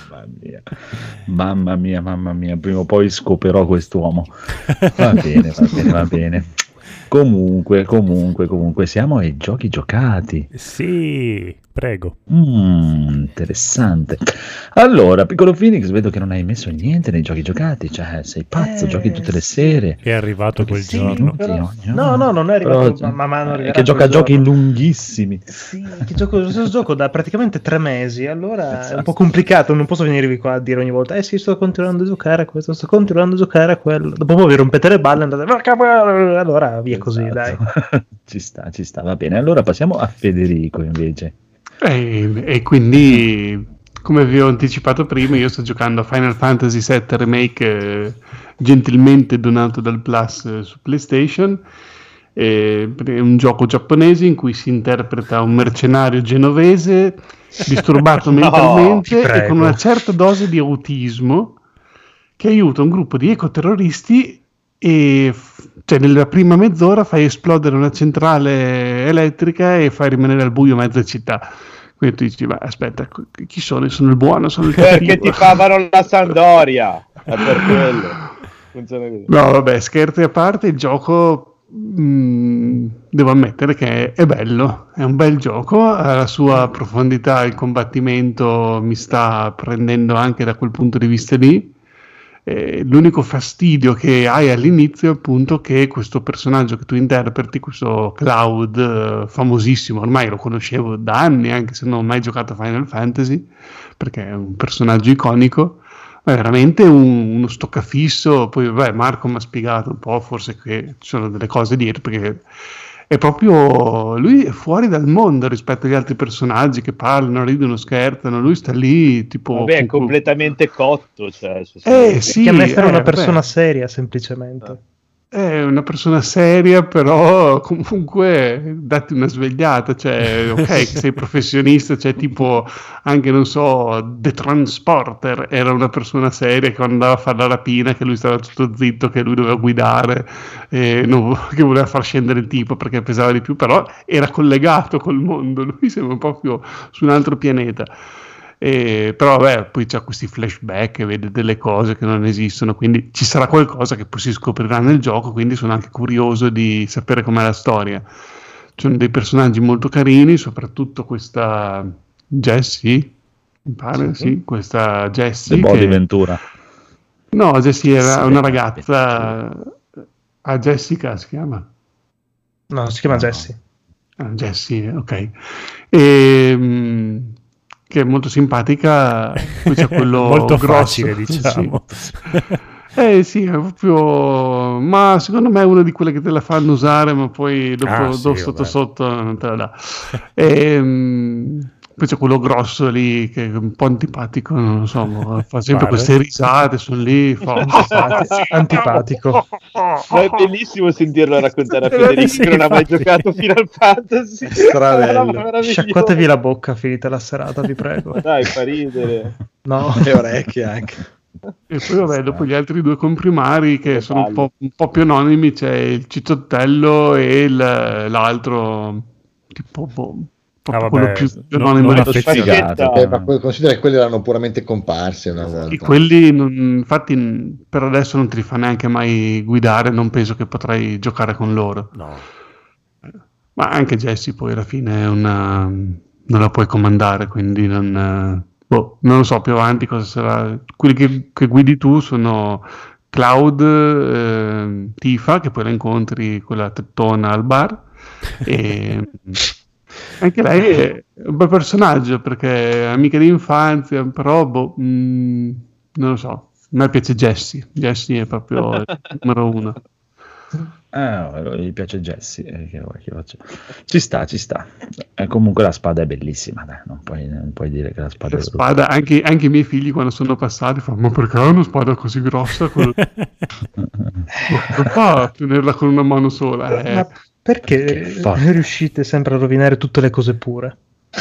Speaker 4: Mamma mia, prima o poi scoperò quest'uomo. Va bene. Comunque, siamo ai giochi giocati.
Speaker 1: Sì, prego.
Speaker 4: Interessante. Allora, piccolo Phoenix, vedo che non hai messo niente nei giochi giocati, cioè sei pazzo, giochi tutte le sere.
Speaker 1: È arrivato quel giorno.
Speaker 8: Però... No, non è arrivato, però, ma non
Speaker 4: che gioca a giochi lunghissimi.
Speaker 8: Sì, che gioco da praticamente 3 mesi, allora è un po' complicato, non posso venirvi qua a dire ogni volta sì, sto continuando a giocare a questo, sto continuando a giocare a quello. Dopo voi vi rompete le balle e andate allora via così, dai.
Speaker 4: ci sta, va bene. Allora passiamo a Federico invece.
Speaker 7: E quindi, come vi ho anticipato prima, io sto giocando a Final Fantasy VII Remake, gentilmente donato dal Plus su PlayStation. È un gioco giapponese in cui si interpreta un mercenario genovese disturbato mentalmente e con una certa dose di autismo, che aiuta un gruppo di ecoterroristi e cioè nella prima mezz'ora fai esplodere una centrale elettrica e fai rimanere al buio mezza città. Quindi tu dici, ma aspetta, chi sono? Sono il buono, sono il cattivo.
Speaker 5: Perché ti favano la Sampdoria, è per quello. Funziona così.
Speaker 7: No, vabbè, scherzi a parte, il gioco devo ammettere che è bello, è un bel gioco, ha la sua profondità, il combattimento mi sta prendendo anche da quel punto di vista lì. L'unico fastidio che hai all'inizio è appunto che questo personaggio che tu interpreti, questo Cloud famosissimo, ormai lo conoscevo da anni anche se non ho mai giocato a Final Fantasy, perché è un personaggio iconico, è veramente uno stoccafisso. Poi vabbè, Marco mi ha spiegato un po', forse che ci sono delle cose dietro, perché è proprio, lui è fuori dal mondo rispetto agli altri personaggi che parlano, ridono, scherzano, lui sta lì tipo...
Speaker 5: Vabbè, è completamente cotto, cioè...
Speaker 7: Sì,
Speaker 8: chiama essere una persona seria, semplicemente.
Speaker 7: È una persona seria, però comunque datti una svegliata, cioè ok che sei professionista, cioè tipo anche non so The Transporter era una persona seria che andava a fare la rapina, che lui stava tutto zitto, che lui doveva guidare, che voleva far scendere il tipo perché pesava di più, però era collegato col mondo, lui sembra proprio su un altro pianeta. Però vabbè, poi c'ha questi flashback e vede delle cose che non esistono, quindi ci sarà qualcosa che poi si scoprirà nel gioco, quindi sono anche curioso di sapere com'è la storia. Ci sono dei personaggi molto carini, soprattutto questa Jessie, mi pare, sì, questa Jessie
Speaker 4: The Body Ventura.
Speaker 7: No, Jessie era una ragazza, Jessica si chiama?
Speaker 8: No, si chiama Jessie.
Speaker 7: Jessie, ok. Che è molto simpatica, poi c'è quello
Speaker 1: molto
Speaker 7: grosso,
Speaker 1: facile, diciamo.
Speaker 7: Sì. Sì, è proprio, ma secondo me è una di quelle che te la fanno usare, ma poi dopo sotto non te la dà. Poi c'è quello grosso lì che è un po' antipatico, non lo so, fa sempre queste risate, sono lì,
Speaker 8: antipatico.
Speaker 5: No, è bellissimo sentirlo raccontare a Federico che non ha mai giocato Final Fantasy.
Speaker 8: Sciacquatevi la bocca, finita la serata, vi prego.
Speaker 5: Dai, fa ridere.
Speaker 8: No,
Speaker 3: le orecchie anche.
Speaker 7: E poi vabbè, dopo gli altri due comprimari che sono un po' più anonimi, c'è il cicciottello e l'altro tipo quello più anonimo di
Speaker 2: ma considera che quelli erano puramente comparse una volta.
Speaker 7: E quelli infatti per adesso non ti li fa neanche mai guidare, non penso che potrai giocare con loro.
Speaker 1: No.
Speaker 7: Ma anche Jessie poi alla fine non la puoi comandare, quindi non lo so più avanti cosa sarà. Quelli che guidi tu sono Cloud, Tifa, che poi la incontri, quella tettona al bar, e anche lei è un bel personaggio perché è amica di infanzia, però non lo so, a me piace Jessie è proprio il numero uno.
Speaker 4: Gli piace Jessie, ci sta. Comunque la spada è bellissima, dai. Non puoi dire che la spada è
Speaker 7: spada, anche i miei figli quando sono passati fanno: ma perché ha una spada così grossa? Non fa a tenerla con una mano sola.
Speaker 8: Ma perché riuscite sempre a rovinare tutte le cose pure?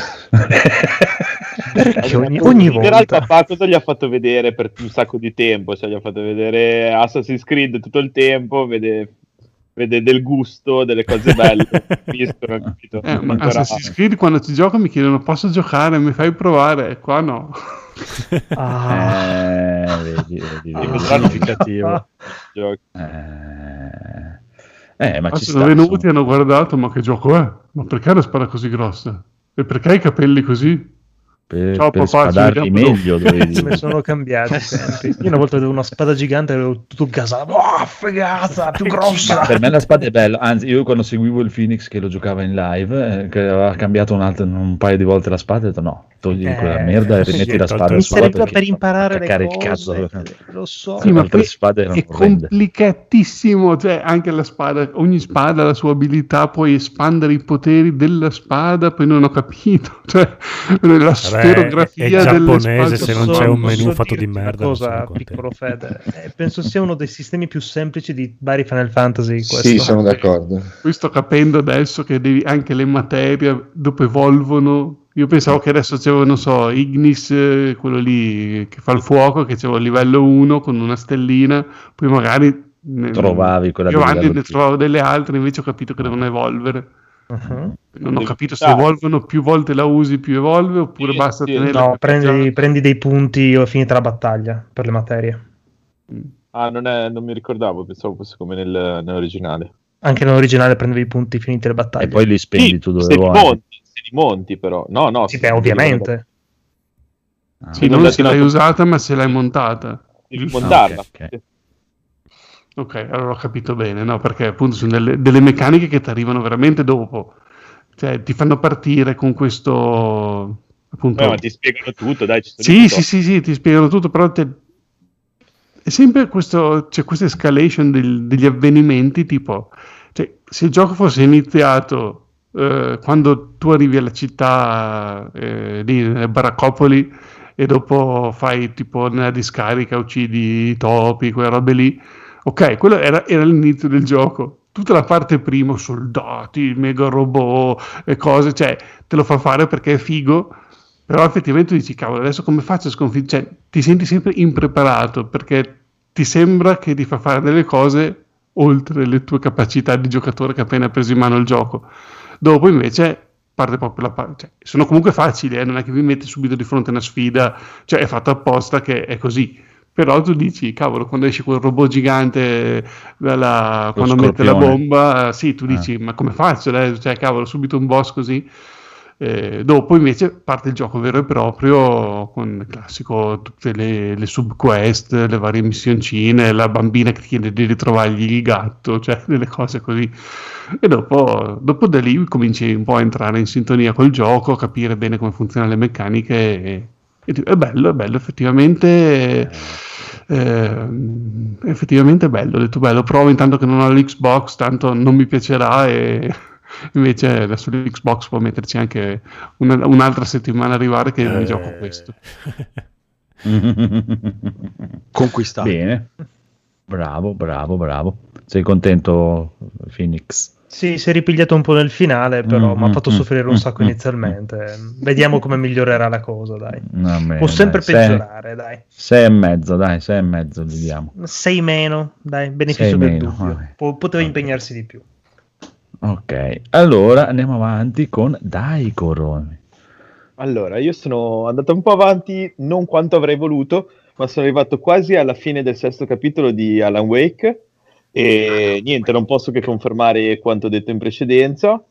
Speaker 8: Perché ogni volta?
Speaker 5: In realtà papà cosa gli ha fatto vedere per un sacco di tempo? Cioè, gli ha fatto vedere Assassin's Creed tutto il tempo, vede del gusto, delle cose belle.
Speaker 7: Ma Assassin's Creed quando ci gioco mi chiedono: posso giocare? Mi fai provare? Qua no.
Speaker 4: Vedi, significativo. Ma ci
Speaker 7: sono venuti e hanno guardato: ma che gioco è? Ma perché la spada così grossa? E perché hai i capelli così?
Speaker 4: Ciao papà, spadarli meglio.
Speaker 8: Come sono cambiati sempre. Io una volta avevo una spada gigante e avevo tutto gasato. Fregata, più grossa.
Speaker 4: Per me la spada è bella. Anzi, io quando seguivo il Phoenix che lo giocava in live, che aveva cambiato un paio di volte la spada, ho detto no, togli quella merda e rimetti la spada.
Speaker 8: Mi serve per imparare le cose. Lo so.
Speaker 7: Sì, ma poi è complicatissimo. Cioè, anche la spada, ogni spada ha la sua abilità, puoi espandere i poteri della spada. Poi non ho capito. Cioè, la sferografia
Speaker 1: è giapponese, se non c'è un menu fatto di merda.
Speaker 8: Cosa, piccolo Fede, penso sia uno dei sistemi più semplici di vari Final Fantasy. Questo.
Speaker 2: Sì, sono d'accordo.
Speaker 7: Poi sto capendo adesso che anche le materie dopo evolvono Io pensavo che adesso c'avevo, non so, Ignis, quello lì che fa il fuoco, che c'avevo il livello 1 con una stellina, poi magari
Speaker 4: trovavi quella
Speaker 7: più avanti ne trovavo delle altre, invece ho capito che devono evolvere. Non ho capito se evolvono, più volte la usi più evolve, oppure basta tenerla.
Speaker 8: No, prendi dei punti o finita la battaglia per le materie.
Speaker 5: Non mi ricordavo, pensavo fosse come nell'originale.
Speaker 8: Anche nell'originale prendevi i punti finite le battaglie.
Speaker 4: E poi li spendi tu dove vuoi.
Speaker 5: Se li monti però. No.
Speaker 8: Sì, beh, ovviamente.
Speaker 7: Sì, non se l'hai usata, ma se l'hai montata.
Speaker 5: Devi montarla.
Speaker 7: Ok, allora ho capito bene, no? Perché appunto sono delle meccaniche che ti arrivano veramente dopo. Cioè, ti fanno partire con questo... appunto...
Speaker 5: ma ti spiegano tutto, dai.
Speaker 7: Sì, ti spiegano tutto, però è sempre questa escalation degli avvenimenti, tipo... Cioè, se il gioco fosse iniziato quando tu arrivi alla città lì, nelle baraccopoli, e dopo fai tipo nella discarica, uccidi i topi, quelle robe lì, ok, quello era l'inizio del gioco. Tutta la parte prima, soldati, mega robot e cose, cioè te lo fa fare perché è figo, però effettivamente dici, cavolo, adesso come faccio a sconfiggere? Cioè, ti senti sempre impreparato perché ti sembra che ti fa fare delle cose oltre le tue capacità di giocatore che ha appena preso in mano il gioco. Dopo invece parte proprio la parte, cioè, sono comunque facili, non è che vi metti subito di fronte a una sfida, cioè è fatto apposta che è così. Però tu dici, cavolo, quando esce quel robot gigante quando mette la bomba, sì, tu dici, ma come faccio? Cioè, cavolo, subito un boss così. Dopo invece parte il gioco vero e proprio con il classico, tutte le subquest, le varie missioncine, la bambina che ti chiede di ritrovargli il gatto, cioè delle cose così. E dopo da lì cominci un po' a entrare in sintonia col gioco, a capire bene come funzionano le meccaniche e è bello, effettivamente. Effettivamente è bello, ho detto bello, provo intanto che non ho l'Xbox, tanto non mi piacerà, e invece adesso l'Xbox può metterci anche un'altra settimana arrivare che mi gioco questo.
Speaker 3: Conquistato.
Speaker 4: Bene, bravo. Sei contento, Phoenix?
Speaker 8: Sì, si è ripigliato un po' nel finale, però mi ha fatto soffrire un sacco inizialmente. Vediamo come migliorerà la cosa, dai. Può sempre peggiorare, dai.
Speaker 4: 6,5, dai, 6,5 gli diamo.
Speaker 8: 6 meno, dai, beneficio del dubbio. Poteva impegnarsi di più.
Speaker 4: Ok, allora andiamo avanti con Daikoro.
Speaker 5: Allora, io sono andato un po' avanti, non quanto avrei voluto, ma sono arrivato quasi alla fine del 6º capitolo di Alan Wake. E niente, non posso che confermare quanto detto in precedenza,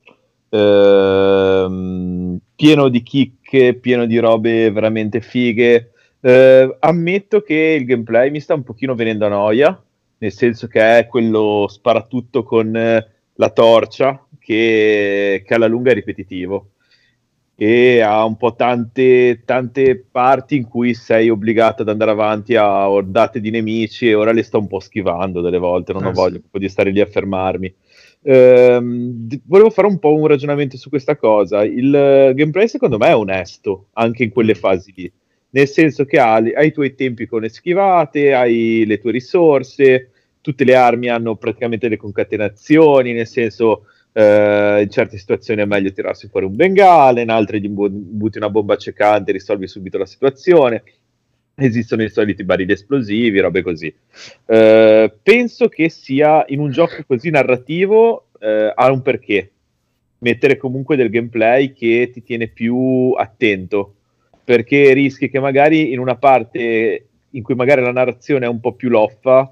Speaker 5: pieno di chicche, pieno di robe veramente fighe. Ammetto che il gameplay mi sta un pochino venendo a noia, nel senso che è quello sparatutto con la torcia che alla lunga è ripetitivo e ha un po' tante parti in cui sei obbligato ad andare avanti a ordate di nemici e ora le sto un po' schivando delle volte, non ho voglia proprio di stare lì a fermarmi. Volevo fare un po' un ragionamento su questa cosa. Il gameplay secondo me è onesto anche in quelle fasi lì, nel senso che hai i tuoi tempi con le schivate, hai le tue risorse, tutte le armi hanno praticamente le concatenazioni, nel senso in certe situazioni è meglio tirarsi fuori un bengala, in altre butti una bomba accecante e risolvi subito la situazione. Esistono i soliti barili esplosivi, robe così. Penso che sia in un gioco così narrativo ha un perché mettere comunque del gameplay che ti tiene più attento, perché rischi che magari in una parte in cui magari la narrazione è un po' più loffa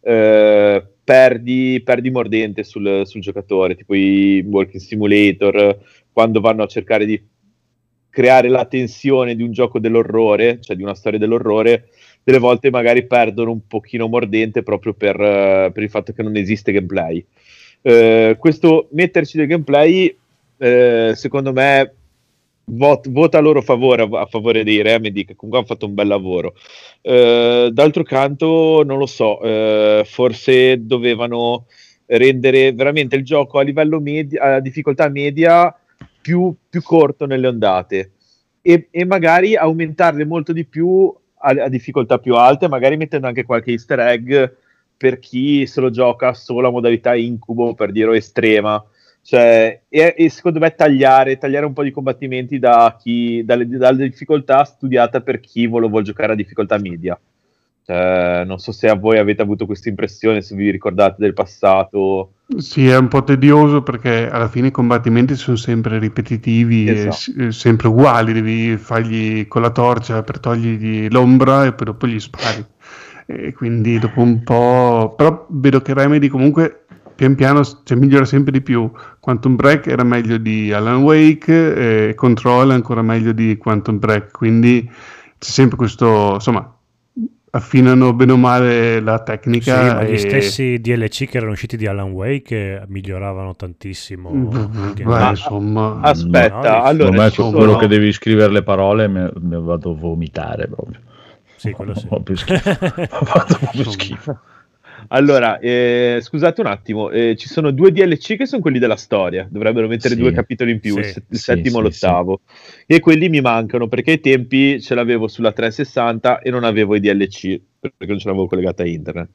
Speaker 5: perdi mordente sul giocatore, tipo i Walking Simulator, quando vanno a cercare di creare la tensione di un gioco dell'orrore, cioè di una storia dell'orrore, delle volte magari perdono un pochino mordente proprio per il fatto che non esiste gameplay. Questo metterci del gameplay secondo me vota a loro favore, a favore dei Remedy, che comunque hanno fatto un bel lavoro. D'altro canto non lo so, forse dovevano rendere veramente il gioco a livello a difficoltà media più corto nelle ondate e magari aumentarle molto di più a difficoltà più alte, magari mettendo anche qualche easter egg per chi se lo gioca solo a modalità incubo, per dire, o estrema, Cioè, e secondo me tagliare un po' di combattimenti dalle difficoltà studiata per chi vuole giocare a difficoltà media. Non so se a voi avete avuto questa impressione, se vi ricordate del passato.
Speaker 7: Sì, è un po' tedioso perché alla fine i combattimenti sono sempre ripetitivi,
Speaker 5: Esatto.
Speaker 7: e sempre uguali, devi fargli con la torcia per togliergli l'ombra e poi dopo gli spari. E quindi dopo un po'... Però vedo che Remedy comunque pian piano migliora sempre di più. Quantum Break era meglio di Alan Wake, e Control è ancora meglio di Quantum Break, quindi c'è sempre questo, insomma, affinano bene o male la tecnica.
Speaker 1: Sì, ma gli stessi DLC che erano usciti di Alan Wake miglioravano tantissimo.
Speaker 7: Insomma,
Speaker 5: aspetta, allora
Speaker 4: quello che devi scrivere le parole mi vado a vomitare proprio.
Speaker 1: Sì, quello sì.
Speaker 4: Proprio schifo.
Speaker 5: Allora, scusate un attimo, ci sono 2 DLC che sono quelli della storia, dovrebbero mettere 2 capitoli in più, il settimo e l'8º, e quelli mi mancano perché ai tempi ce l'avevo sulla 360 e non avevo i DLC, perché non ce l'avevo collegata a internet.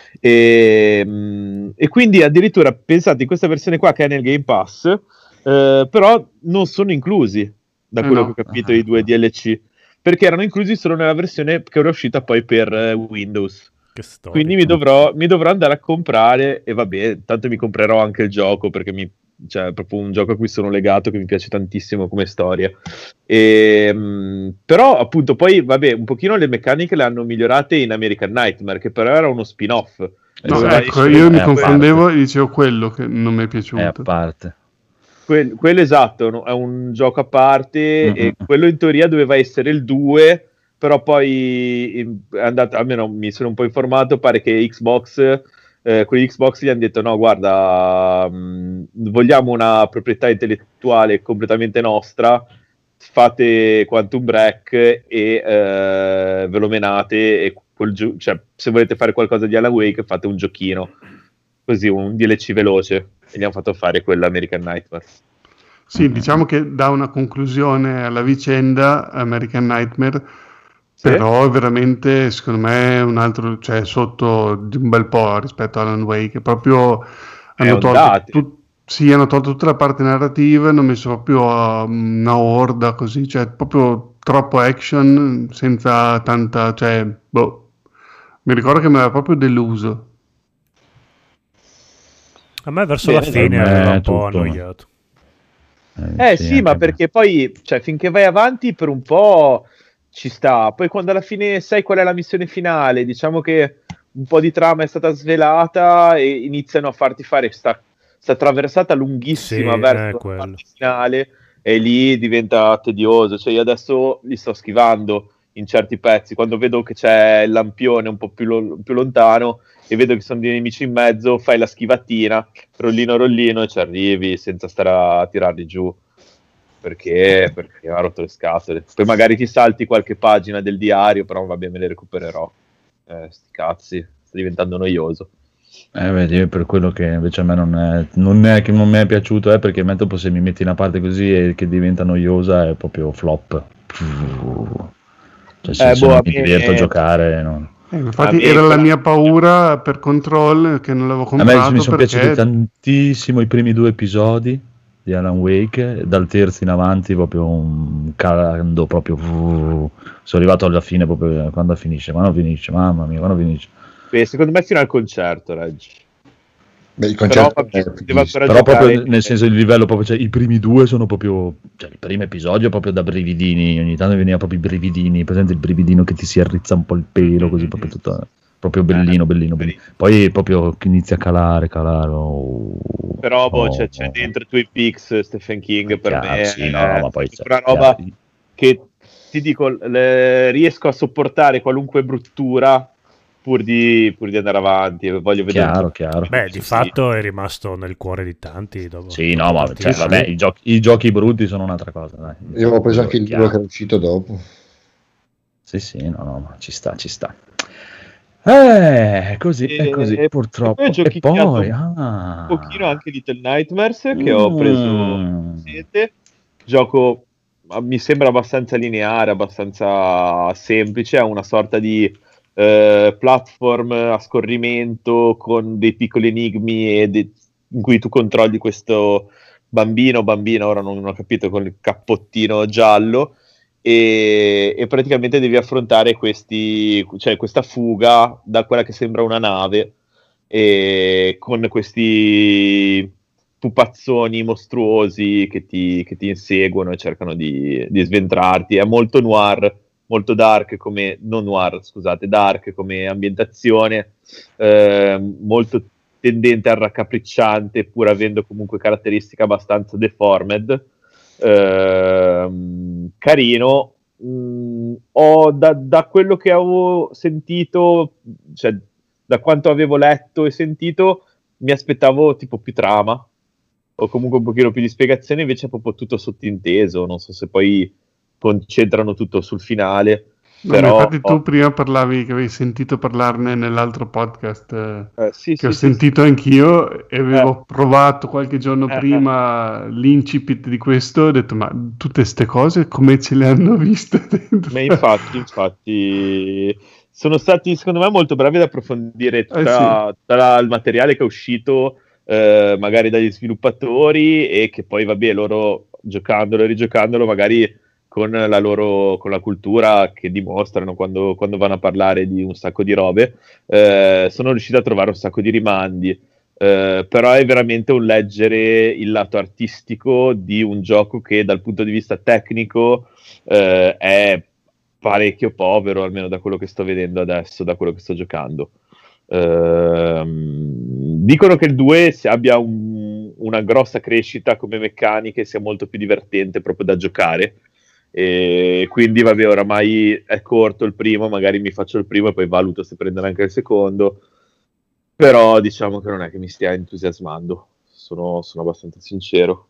Speaker 5: E quindi addirittura, pensate, in questa versione qua che è nel Game Pass, però non sono inclusi, da quello che ho capito, i 2 DLC, perché erano inclusi solo nella versione che era uscita poi per Windows. Quindi mi dovrò andare a comprare, e vabbè, tanto mi comprerò anche il gioco perché è proprio un gioco a cui sono legato, che mi piace tantissimo come storia. Però appunto poi vabbè, un pochino le meccaniche le hanno migliorate in American Nightmare, che però era uno spin-off.
Speaker 7: No, ecco, io mi confondevo e dicevo quello che non mi è piaciuto.
Speaker 4: È a parte.
Speaker 5: Quello esatto, è un gioco a parte, e quello in teoria doveva essere il 2, però poi è andato, almeno mi sono un po' informato, pare che Xbox, quelli di Xbox gli hanno detto no, guarda, vogliamo una proprietà intellettuale completamente nostra, fate Quantum Break e ve lo menate, e cioè, se volete fare qualcosa di Alan Wake fate un giochino, così, un DLC veloce, e gli hanno fatto fare quella American Nightmare.
Speaker 7: Sì, diciamo che dà una conclusione alla vicenda American Nightmare, però veramente secondo me è un altro, cioè sotto di un bel po' rispetto a Alan Wake, proprio hanno tolto tutta la parte narrativa, hanno messo proprio una orda così, cioè proprio troppo action senza tanta, cioè mi ricordo che mi aveva proprio deluso.
Speaker 1: A me verso la fine aveva un po' annoiato.
Speaker 5: Sì, ma perché poi, cioè, finché vai avanti per un po' ci sta, poi quando alla fine sai qual è la missione finale, diciamo che un po' di trama è stata svelata e iniziano a farti fare sta traversata lunghissima verso la parte finale, e lì diventa tedioso. Cioè, io adesso li sto schivando in certi pezzi, quando vedo che c'è il lampione un po' più lontano e vedo che sono dei nemici in mezzo, fai la schivatina, rollino e ci arrivi senza stare a tirarli giù, perché ha rotto le scatole. Poi magari ti salti qualche pagina del diario, però vabbè, me le recupererò. Sti cazzi, sta diventando noioso.
Speaker 4: Vedi, per quello che invece a me non è che non mi è piaciuto, perché dopo se mi metti una parte così e che diventa noiosa è proprio flop. Cioè, se non mi diverto a giocare, no.
Speaker 7: Infatti era la mia paura per Control, che non l'avevo comprato.
Speaker 4: A me mi sono piaciuti tantissimo i primi 2 episodi di Alan Wake, dal terzo in avanti proprio calando, proprio sono arrivato alla fine proprio quando finisce, mamma mia, quando finisce.
Speaker 5: Beh, secondo me fino al concerto, Reggi.
Speaker 2: Beh, il concerto
Speaker 4: però proprio nel senso, il livello proprio, cioè, i primi 2 sono proprio, cioè, il primo episodio proprio da brividini, ogni tanto mi veniva proprio i brividini, presente il brividino che ti si arrizza un po' il pelo, così proprio tutto, proprio bellino. Poi proprio inizia a calare.
Speaker 5: Però c'è dentro Twin Peaks, Stephen King, per me
Speaker 4: sì, ma poi
Speaker 5: è una roba che ti dico, riesco a sopportare qualunque bruttura pur di andare avanti, voglio vedere.
Speaker 4: Chiaro.
Speaker 1: Beh, di fatto è rimasto nel cuore di tanti dopo.
Speaker 4: Sì, no, ma vabbè, i giochi brutti sono un'altra cosa, dai.
Speaker 2: Io avevo preso anche il libro che è uscito dopo.
Speaker 4: Sì, no, ma ci sta. È così, purtroppo.
Speaker 5: E poi un pochino anche Little Nightmares, che ho preso 7. Gioco mi sembra abbastanza lineare, abbastanza semplice, è una sorta di platform a scorrimento con dei piccoli enigmi e in cui tu controlli questo bambino, ora non ho capito, con il cappottino giallo, e praticamente devi affrontare questa fuga da quella che sembra una nave, e con questi pupazzoni mostruosi che ti inseguono e cercano di sventrarti. È molto noir, molto dark come dark come ambientazione, molto tendente al raccapricciante, pur avendo comunque caratteristiche abbastanza deformed. Carino. Da quello che avevo sentito, cioè da quanto avevo letto e sentito, mi aspettavo tipo più trama o comunque un pochino più di spiegazione, invece è proprio tutto sottinteso. Non so se poi concentrano tutto sul finale. Però,
Speaker 7: infatti tu prima parlavi che avevi sentito parlarne nell'altro podcast che ho sentito anch'io, e avevo provato qualche giorno prima l'incipit di questo, e ho detto: ma tutte ste cose come ce le hanno viste dentro?
Speaker 5: Ma infatti sono stati secondo me molto bravi ad approfondire tra il materiale che è uscito magari dagli sviluppatori, e che poi vabbè, loro giocandolo e rigiocandolo magari con la cultura che dimostrano quando vanno a parlare di un sacco di robe, sono riusciti a trovare un sacco di rimandi, però è veramente un leggere il lato artistico di un gioco che dal punto di vista tecnico è parecchio povero, almeno da quello che sto vedendo adesso, da quello che sto giocando. Dicono che il 2 abbia una grossa crescita come meccaniche, sia molto più divertente proprio da giocare, e quindi vabbè, oramai è corto il primo, magari mi faccio il primo e poi valuto se prendere anche il secondo, però diciamo che non è che mi stia entusiasmando, sono abbastanza sincero.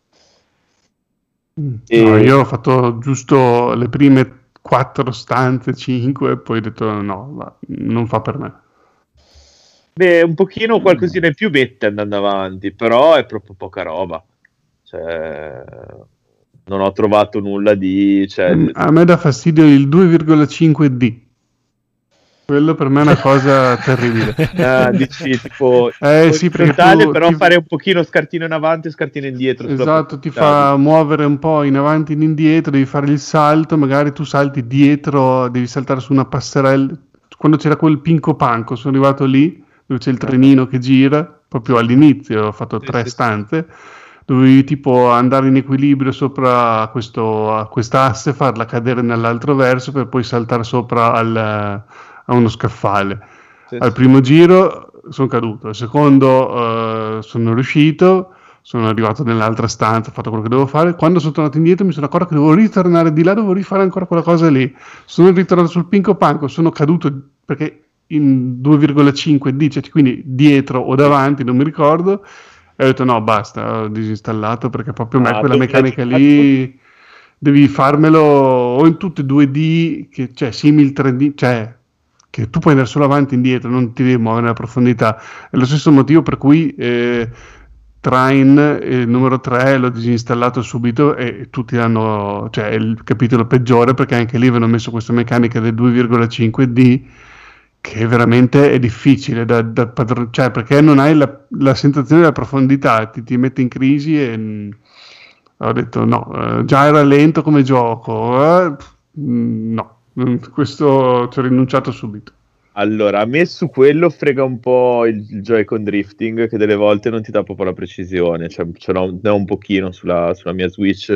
Speaker 7: No, io ho fatto giusto le prime 4 stanze, 5, e poi ho detto no, non fa per me.
Speaker 5: Beh, un pochino qualcosina in più mette andando avanti, però è proprio poca roba, cioè non ho trovato nulla di...
Speaker 7: A me dà fastidio il 2,5D. Quello per me è una cosa terribile.
Speaker 5: Dici tipo
Speaker 7: sì,
Speaker 5: totale, però fare un pochino scartino in avanti e scartino indietro.
Speaker 7: Esatto, ti fa muovere un po' in avanti e in indietro, devi fare il salto, magari tu salti dietro, devi saltare su una passerella. Quando c'era quel Pinco Panco, sono arrivato lì, dove c'è il trenino che gira, proprio all'inizio, ho fatto 3 stanze. Dovevi tipo andare in equilibrio sopra quest'asse, farla cadere nell'altro verso per poi saltare sopra a uno scaffale. Al primo giro sono caduto, al secondo sono riuscito, sono arrivato nell'altra stanza, ho fatto quello che dovevo fare. Quando sono tornato indietro mi sono accorto che dovevo ritornare di là, dovevo rifare ancora quella cosa lì. Sono ritornato sul Pinco Panco, sono caduto perché in 2,5D, cioè quindi dietro o davanti, non mi ricordo. E ho detto no, basta, ho disinstallato, perché proprio quella meccanica lì devi farmelo o in tutte 2D, cioè simil 3D, cioè che tu puoi andare solo avanti e indietro, non ti devi muovere nella profondità. È lo stesso motivo per cui Trine, il numero 3, l'ho disinstallato subito, e tutti hanno, cioè è il capitolo peggiore, perché anche lì avevano messo questa meccanica del 2,5D, che veramente è difficile cioè perché non hai la sensazione della profondità, ti mette in crisi, e ho detto no, già era lento come gioco, no, questo ci ho rinunciato subito.
Speaker 5: Allora, a me su quello frega un po' il Joy-Con drifting, che delle volte non ti dà proprio la precisione, cioè ce l'ho un pochino sulla mia Switch,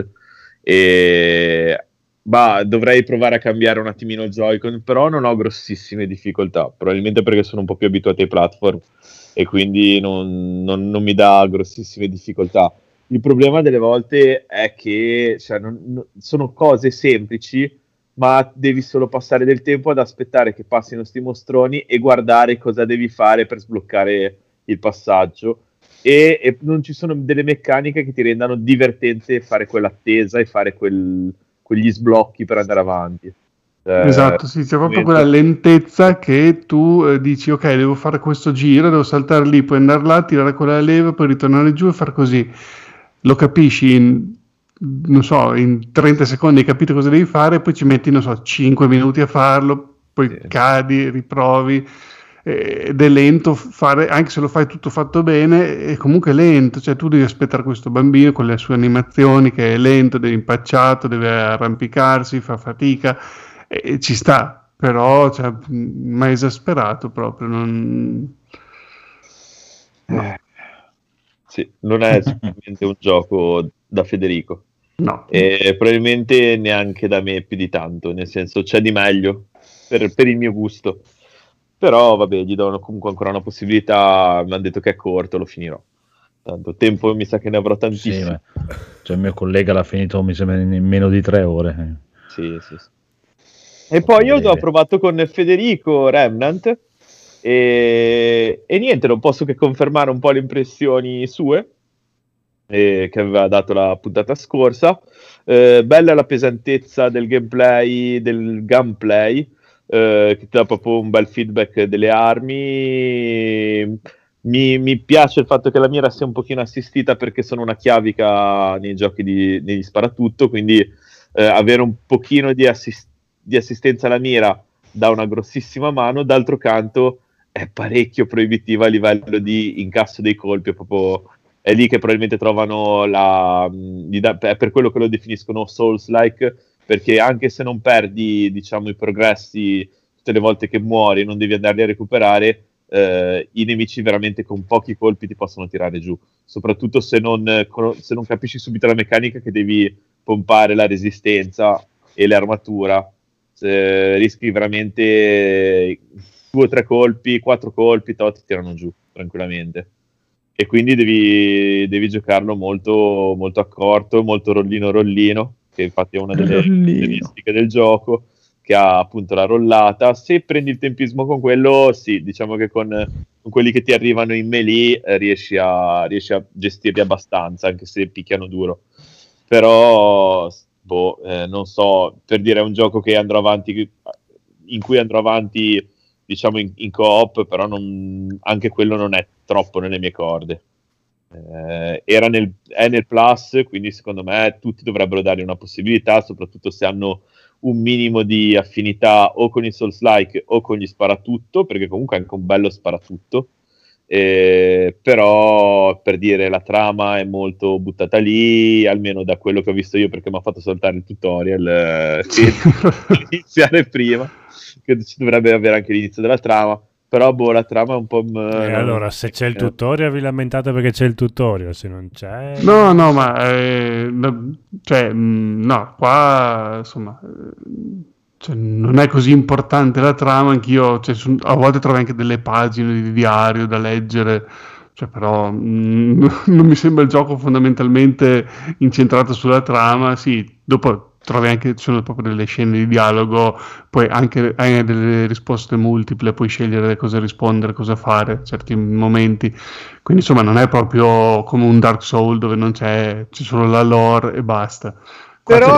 Speaker 5: e dovrei provare a cambiare un attimino il Joy-Con, però non ho grossissime difficoltà, probabilmente perché sono un po' più abituato ai platform e quindi non mi dà grossissime difficoltà. Il problema delle volte è che sono cose semplici, ma devi solo passare del tempo ad aspettare che passino sti mostroni e guardare cosa devi fare per sbloccare il passaggio, e non ci sono delle meccaniche che ti rendano divertente fare quell'attesa e fare quegli sblocchi per andare avanti.
Speaker 7: Esatto, sì, c'è proprio quella lentezza che tu dici ok, devo fare questo giro, devo saltare lì, poi andare là, tirare quella leva, poi ritornare giù e far così. Lo capisci in 30 secondi, hai capito cosa devi fare, poi ci metti 5 minuti a farlo, poi cadi, riprovi. ed è lento fare, anche se lo fai tutto fatto bene, è comunque lento, cioè tu devi aspettare questo bambino con le sue animazioni che è lento, deve impacciato, deve arrampicarsi, fa fatica, e ci sta, però cioè, mi ha esasperato proprio, non...
Speaker 5: Sì, non è sicuramente un gioco da Federico.
Speaker 7: No.
Speaker 5: E probabilmente neanche da me più di tanto, nel senso c'è di meglio per il mio gusto. Però vabbè, gli do comunque ancora una possibilità, mi hanno detto che è corto, lo finirò. Tanto tempo mi sa che ne avrò tantissimo.
Speaker 4: Sì, cioè il mio collega l'ha finito mi sembra in meno di 3 ore.
Speaker 5: Sì. E poi io ho provato con Federico Remnant e niente, non posso che confermare un po' le impressioni sue che aveva dato la puntata scorsa. Bella la pesantezza del gameplay, che ti dà proprio un bel feedback delle armi. Mi piace il fatto che la mira sia un pochino assistita, perché sono una chiavica nei giochi negli sparatutto, quindi avere un pochino di assistenza alla mira dà una grossissima mano. D'altro canto è parecchio proibitiva a livello di incasso dei colpi, è lì che probabilmente trovano è per quello che lo definiscono Souls-like, perché anche se non perdi, diciamo, i progressi tutte le volte che muori, non devi andarli a recuperare, i nemici veramente con pochi colpi ti possono tirare giù, soprattutto se non capisci subito la meccanica che devi pompare la resistenza e l'armatura. Rischi veramente 2 o 3 colpi, 4 colpi, ti tirano giù tranquillamente. E quindi devi giocarlo molto, molto accorto, molto rollino, che infatti è una delle caratteristiche del gioco, che ha appunto la rollata. Se prendi il tempismo con quello, sì, diciamo che con quelli che ti arrivano in melee riesci a gestirli abbastanza, anche se picchiano duro. Però, non so, per dire, è un gioco che in cui andrò avanti, diciamo, in co-op, però anche quello non è troppo nelle mie corde. È nel Plus, quindi secondo me tutti dovrebbero dargli una possibilità, soprattutto se hanno un minimo di affinità o con i Souls-like o con gli sparatutto, perché comunque è anche un bello sparatutto. Però, per dire, la trama è molto buttata lì, almeno da quello che ho visto io, perché mi ha fatto saltare il tutorial iniziare prima, che ci dovrebbe avere anche l'inizio della trama. Però la trama è un po'...
Speaker 1: allora, se c'è il tutorial vi lamentate perché c'è il tutorial, se non c'è...
Speaker 7: No, ma... no, qua, insomma... Cioè, non è così importante la trama, anch'io... a volte trovo anche delle pagine di diario da leggere, però non mi sembra il gioco fondamentalmente incentrato sulla trama. Sì, dopo... trovi anche, ci sono proprio delle scene di dialogo, poi anche hai delle risposte multiple, puoi scegliere cosa rispondere, cosa fare in certi momenti, quindi insomma non è proprio come un Dark Souls dove non c'è solo la lore e basta.
Speaker 5: Però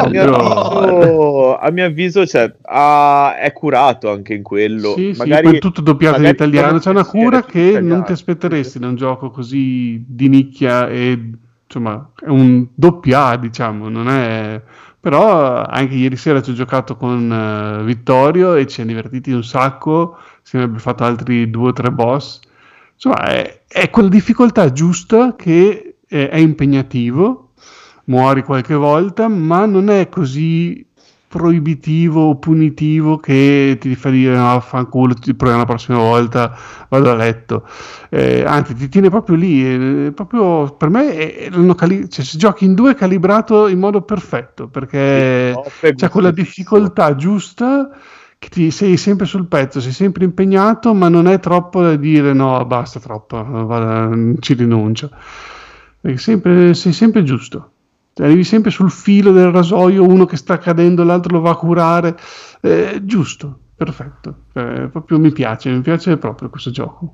Speaker 5: a mio avviso è curato anche in quello.
Speaker 7: Sì, magari, poi tutto doppiato in italiano, c'è una cura che non ti aspetteresti da un gioco così di nicchia, e insomma è un doppia A, diciamo, non è... Però anche ieri sera ci ho giocato con Vittorio e ci siamo divertiti un sacco, si abbiamo fatto altri 2 o 3 boss. Insomma, è quella difficoltà giusta, che è impegnativo, muori qualche volta, ma non è così proibitivo o punitivo che ti fa dire no, fanculo, ti proviamo la prossima volta, vado a letto. Anzi, ti tiene proprio lì, proprio per me se giochi in 2 è calibrato in modo perfetto, perché c'è quella difficoltà giusta, che sei sempre sul pezzo, sei sempre impegnato, ma non è troppo da dire no, basta, troppo, ci rinuncio, perché sei sempre giusto. Arrivi sempre sul filo del rasoio, uno che sta cadendo, l'altro lo va a curare, giusto, perfetto, proprio mi piace proprio questo gioco.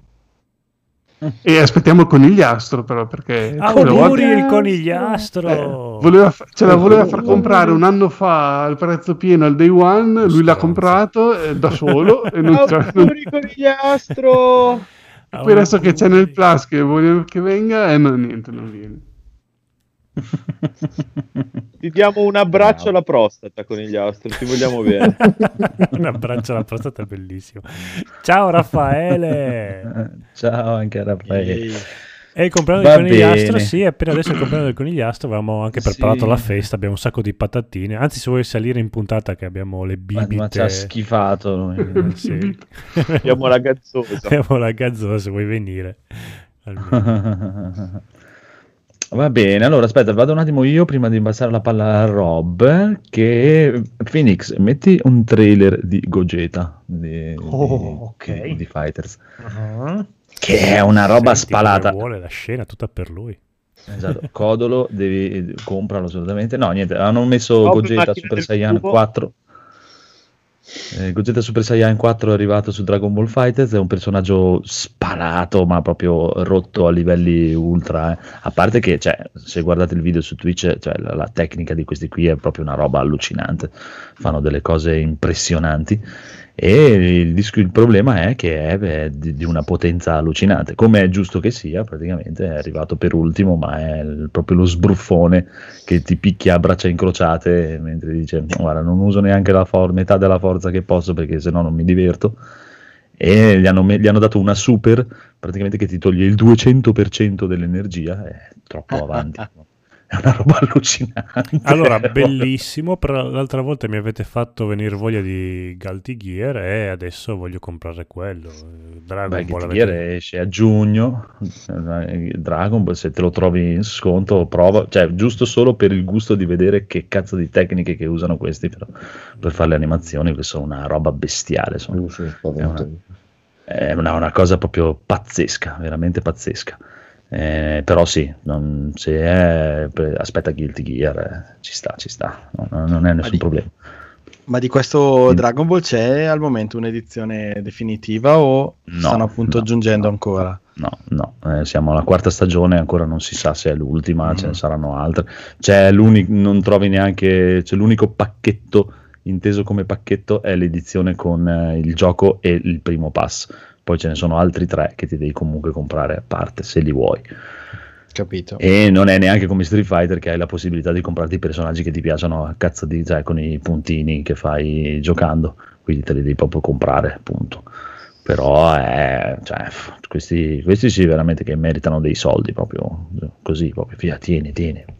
Speaker 7: E aspettiamo il conigliastro, però, perché
Speaker 1: auguri il conigliastro,
Speaker 7: ce la voleva far comprare un anno fa al prezzo pieno al day one, lui l'ha comprato da solo e non
Speaker 5: auguri il conigliastro.
Speaker 7: E poi adesso che c'è nel Plus che voglio che venga, no, niente, non viene.
Speaker 5: Ti diamo un abbraccio alla prostata, Conigliastro, ti vogliamo bene.
Speaker 1: Un abbraccio alla prostata è bellissimo. Ciao Raffaele!
Speaker 4: Ciao anche a Raffaele.
Speaker 1: E il compleanno del Conigliastro, sì, appena adesso il compleanno del Conigliastro, avevamo anche preparato la festa, abbiamo un sacco di patatine, anzi se vuoi salire in puntata che abbiamo le bibite.
Speaker 4: Ma ci ha schifato.
Speaker 1: Sì.
Speaker 5: Abbiamo la gazzosa.
Speaker 1: Abbiamo la gazzosa, vuoi venire?
Speaker 4: Va bene, allora aspetta, vado un attimo io prima di passare la palla a Rob, che Phoenix, metti un trailer di Gogeta, di Fighters, che è una roba spalata.
Speaker 1: Vuole la scena tutta per lui.
Speaker 4: Esatto, Codolo, compralo assolutamente. No, niente, hanno messo Gogeta Super Saiyan 4. Gogeta Super Saiyan 4 è arrivato su Dragon Ball FighterZ, è un personaggio sparato ma proprio rotto a livelli ultra, a parte che se guardate il video su Twitch, la tecnica di questi qui è proprio una roba allucinante, fanno delle cose impressionanti e il problema è che è di una potenza allucinante, come è giusto che sia, praticamente è arrivato per ultimo, ma è proprio lo sbruffone che ti picchia a braccia incrociate mentre dice guarda non uso neanche la metà della forza che posso perché sennò non mi diverto, e gli hanno dato una super praticamente che ti toglie il 200% dell'energia, è troppo avanti. È una roba allucinante.
Speaker 1: Allora, bellissimo, però l'altra volta mi avete fatto venire voglia di Guilty Gear e adesso voglio comprare quello.
Speaker 4: Dragon Ball Gear esce a giugno, Dragon Ball, se te lo trovi in sconto prova, giusto solo per il gusto di vedere che cazzo di tecniche che usano questi per fare le animazioni, che sono una roba bestiale, è una cosa proprio pazzesca, veramente pazzesca. Però sì, aspetta Guilty Gear, ci sta, non è nessun problema.
Speaker 3: Ma di questo Dragon Ball c'è al momento un'edizione definitiva o stanno appunto aggiungendo ancora?
Speaker 4: No, siamo alla 4ª stagione, ancora non si sa se è l'ultima, ce ne saranno altre. Non trovi neanche, c'è l'unico pacchetto, inteso come pacchetto, è l'edizione con il gioco e il primo pass. Poi ce ne sono altri 3 che ti devi comunque comprare a parte se li vuoi.
Speaker 3: Capito.
Speaker 4: E non è neanche come Street Fighter che hai la possibilità di comprarti i personaggi che ti piacciono a cazzo di con i puntini che fai giocando, quindi te li devi proprio comprare, appunto. Però questi sì veramente che meritano dei soldi, proprio così, proprio via, tieni.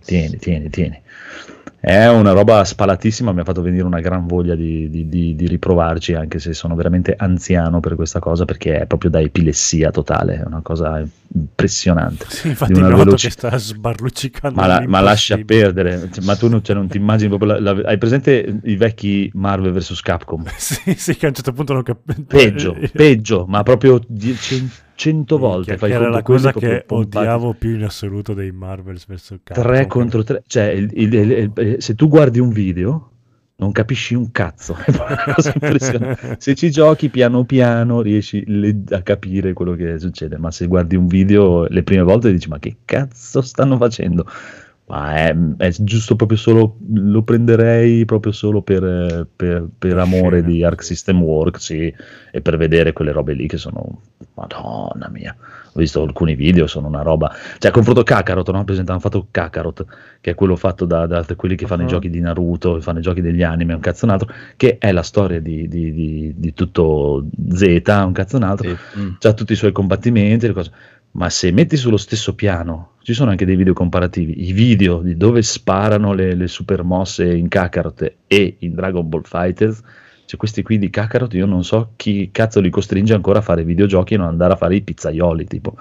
Speaker 4: È una roba spalatissima, mi ha fatto venire una gran voglia di riprovarci, anche se sono veramente anziano per questa cosa, perché è proprio da epilessia totale, è una cosa impressionante.
Speaker 1: Sì, infatti noto che sta sbarluccicando.
Speaker 4: Ma lascia perdere, ma tu non ti immagini proprio, hai presente i vecchi Marvel vs Capcom?
Speaker 1: Sì, che a un certo punto non capisco.
Speaker 4: Peggio, ma proprio 100 volte.
Speaker 1: Che era la cosa che odiavo più in assoluto dei Marvel vs Capcom.
Speaker 4: 3 contro 3, se tu guardi un video non capisci un cazzo, è una cosa impressionante. Se ci giochi piano piano riesci a capire quello che succede, ma se guardi un video le prime volte dici ma che cazzo stanno facendo? Ma è giusto proprio solo, lo prenderei proprio solo per amore di Arc System Works, sì, e per vedere quelle robe lì che sono, madonna mia, ho visto alcuni video, sono una roba, confronto Kakarot, no? Hanno fatto Kakarot, che è quello fatto da quelli che fanno i giochi di Naruto, fanno i giochi degli anime, un cazzo un altro, che è la storia di tutto Z, un cazzo un altro, c'ha tutti i suoi combattimenti, le cose. Ma se metti sullo stesso piano, ci sono anche dei video comparativi, i video di dove sparano le super mosse in Kakarot e in Dragon Ball FighterZ, questi qui di Kakarot io non so chi cazzo li costringe ancora a fare videogiochi e non andare a fare i pizzaioli, tipo.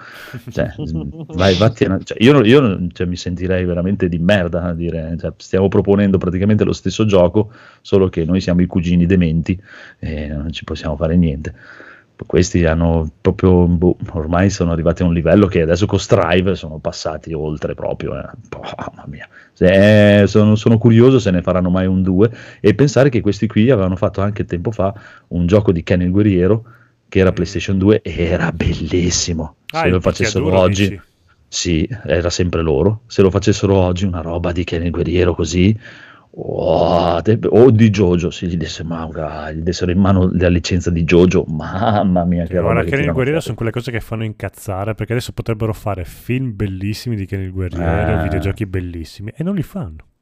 Speaker 4: Io mi sentirei veramente di merda a dire, stiamo proponendo praticamente lo stesso gioco, solo che noi siamo i cugini dementi e non ci possiamo fare niente. Questi hanno proprio ormai sono arrivati a un livello che adesso con Strive sono passati oltre proprio, mamma mia. Sono curioso se ne faranno mai un 2, e pensare che questi qui avevano fatto anche tempo fa un gioco di Ken il Guerriero che era PlayStation 2 e era bellissimo. Se lo facessero oggi, dici? Sì, era sempre loro. Se lo facessero oggi una roba di Ken il Guerriero così, o di JoJo, se gli dessero in mano la licenza di JoJo, mamma mia che roba.
Speaker 1: Ora Ken il Guerriero sono quelle cose che fanno incazzare, perché adesso potrebbero fare film bellissimi di Ken il Guerriero, videogiochi bellissimi, e non li fanno.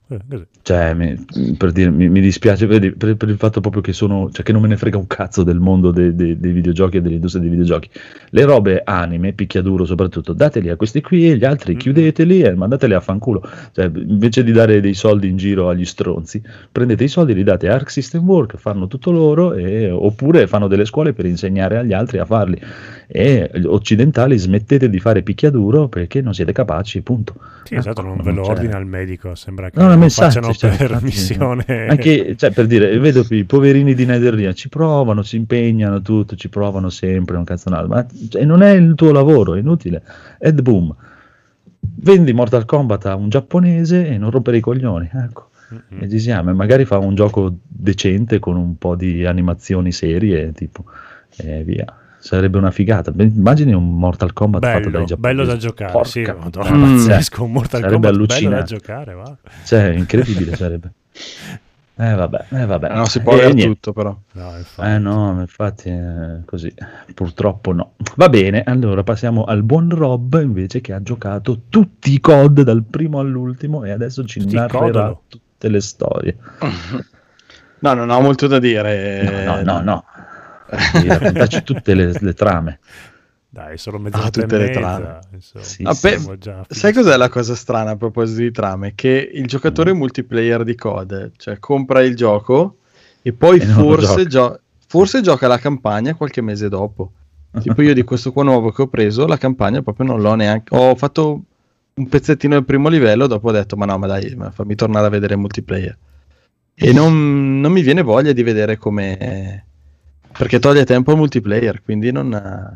Speaker 4: Cioè, per dire, mi dispiace per il fatto proprio che che non me ne frega un cazzo del mondo dei videogiochi e dell'industria dei videogiochi. Le robe anime, picchiaduro soprattutto, dateli a questi qui e gli altri chiudeteli e mandateli a fanculo. Cioè, invece di dare dei soldi in giro agli stronzi, prendete i soldi, li date a Arc System Works, fanno tutto loro, oppure fanno delle scuole per insegnare agli altri a farli. E occidentali, smettete di fare picchiaduro perché non siete capaci, punto.
Speaker 1: Sì, esatto, non ve lo ordina il medico, sembra che non facciano per missione.
Speaker 4: Anche, cioè, per dire, vedo qui i poverini di NetherRealm ci provano, si impegnano tutto, ci provano sempre, un cazzonato, ma non è il tuo lavoro, è inutile. Ed boom, vendi Mortal Kombat a un giapponese e non rompere i coglioni, ecco. E ci siamo, e magari fa un gioco decente con un po' di animazioni serie, tipo, e via. Sarebbe una figata. Immagini un Mortal Kombat fatto dai giapponesi.
Speaker 1: Bello da giocare.
Speaker 4: Porca,
Speaker 1: sì, pazzesco, un Mortal
Speaker 4: sarebbe
Speaker 1: Kombat
Speaker 4: allucinante.
Speaker 1: bello da giocare, va.
Speaker 4: Cioè, incredibile sarebbe. Vabbè.
Speaker 3: No, si può avere tutto, però.
Speaker 4: No, infatti così. Purtroppo no. Va bene, allora passiamo al buon Rob, invece, che ha giocato tutti i COD dal primo all'ultimo e adesso ci narrerà tutte le storie.
Speaker 3: No, non ho molto da dire.
Speaker 4: No. Devi raccontarci tutte le trame.
Speaker 1: Dai, solo mezz'oretta
Speaker 3: tutte le trame.
Speaker 4: Sì,
Speaker 3: sai cos'è la cosa strana a proposito di trame? Che il giocatore multiplayer di COD, cioè, compra il gioco e poi forse gioca la campagna qualche mese dopo. Tipo io di questo qua nuovo che ho preso, la campagna proprio non l'ho neanche... Ho fatto un pezzettino del primo livello, dopo ho detto ma dai, fammi tornare a vedere il multiplayer. E non mi viene voglia di vedere come... Perché toglie tempo al multiplayer, quindi non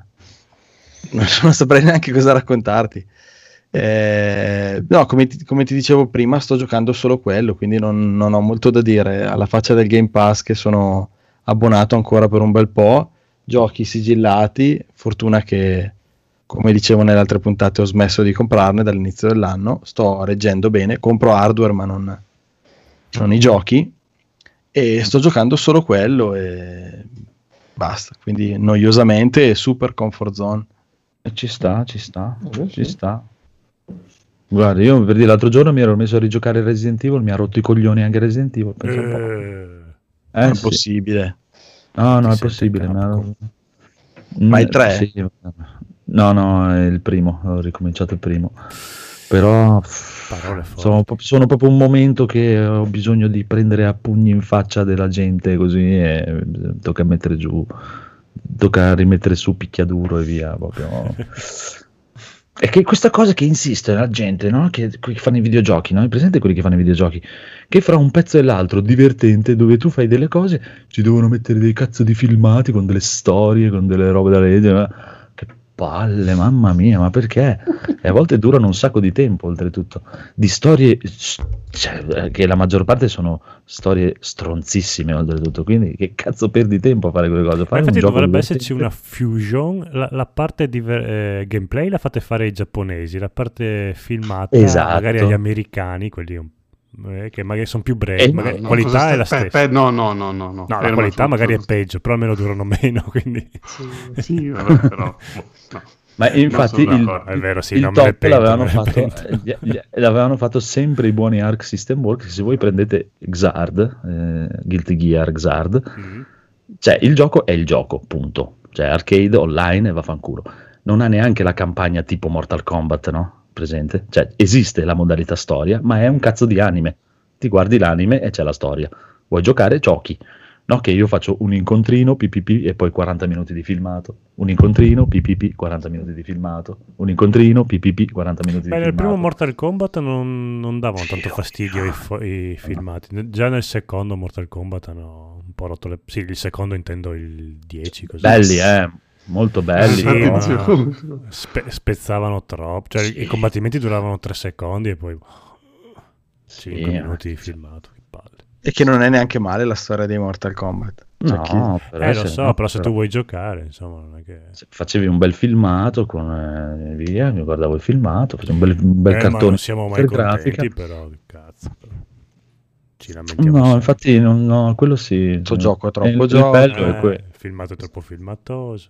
Speaker 3: saprei neanche cosa raccontarti. No, come ti dicevo prima, sto giocando solo quello, quindi non ho molto da dire. Alla faccia del Game Pass, che sono abbonato ancora per un bel po', giochi sigillati, fortuna che, come dicevo nelle altre puntate, ho smesso di comprarne dall'inizio dell'anno, sto reggendo bene, compro hardware ma non i giochi, e sto giocando solo quello e basta, quindi noiosamente super comfort zone.
Speaker 4: Ci sta. Guarda, io per dire, l'altro giorno mi ero messo a rigiocare Resident Evil, mi ha rotto i coglioni anche Resident Evil.
Speaker 3: È impossibile.
Speaker 4: No, è possibile.
Speaker 3: Ma il 3?
Speaker 4: Sì. No, è il primo, ho ricominciato il primo. Però sono proprio un momento che ho bisogno di prendere a pugni in faccia della gente, così, e tocca rimettere su picchiaduro e via, proprio. È che questa cosa che insiste la gente, no? Che fanno i videogiochi, no? È presente quelli che fanno i videogiochi? Che fra un pezzo e l'altro, divertente, dove tu fai delle cose, ci devono mettere dei cazzo di filmati con delle storie, con delle robe da leggere. Che palle, mamma mia, ma perché? E a volte durano un sacco di tempo, oltretutto. Di storie, cioè, che la maggior parte sono storie stronzissime, oltretutto. Quindi che cazzo perdi tempo a fare quelle cose? Fai
Speaker 1: infatti
Speaker 4: un gioco
Speaker 1: dovrebbe esserci una fusion, la parte di gameplay la fate fare ai giapponesi, la parte filmata magari agli americani, quelli che magari sono più brevi, magari la qualità è la stessa.
Speaker 7: No,
Speaker 1: la qualità magari è peggio, però almeno durano meno, quindi
Speaker 7: sì, vabbè, però no.
Speaker 4: Ma infatti
Speaker 1: è vero, sì,
Speaker 4: il top l'avevano fatto sempre i buoni Arc System Works. Se voi prendete Xrd, Guilty Gear Xrd, cioè il gioco è il gioco, punto. Cioè arcade, online e vaffanculo. Non ha neanche la campagna tipo Mortal Kombat, no? Presente? Cioè esiste la modalità storia, ma è un cazzo di anime. Ti guardi l'anime e c'è la storia. Vuoi giocare? Giochi. No, che io faccio un incontrino, PPP, e poi 40 minuti di filmato. Un incontrino, PPP, 40 minuti di filmato. Un incontrino, PPP, 40 minuti di filmato.
Speaker 1: Nel primo Mortal Kombat non davano tanto fastidio i filmati. Già nel secondo Mortal Kombat hanno un po' rotto le... Sì, il secondo intendo il 10. Così.
Speaker 4: Belli, molto belli.
Speaker 1: Sì, spezzavano troppo. Cioè, i combattimenti duravano 3 secondi e poi 5 minuti di filmato. Che palle.
Speaker 3: E che non è neanche male la storia dei Mortal Kombat.
Speaker 4: No,
Speaker 1: però se tu vuoi giocare, insomma, non è che...
Speaker 4: Se facevi un bel filmato con via, mi guardavo il filmato, facevo un bel cartone.
Speaker 1: Ma non siamo mai contenti, però che cazzo. Ci lamentiamo.
Speaker 4: No, infatti quello sì.
Speaker 3: Questo gioco è troppo gioco.
Speaker 1: Il filmato è troppo filmatoso.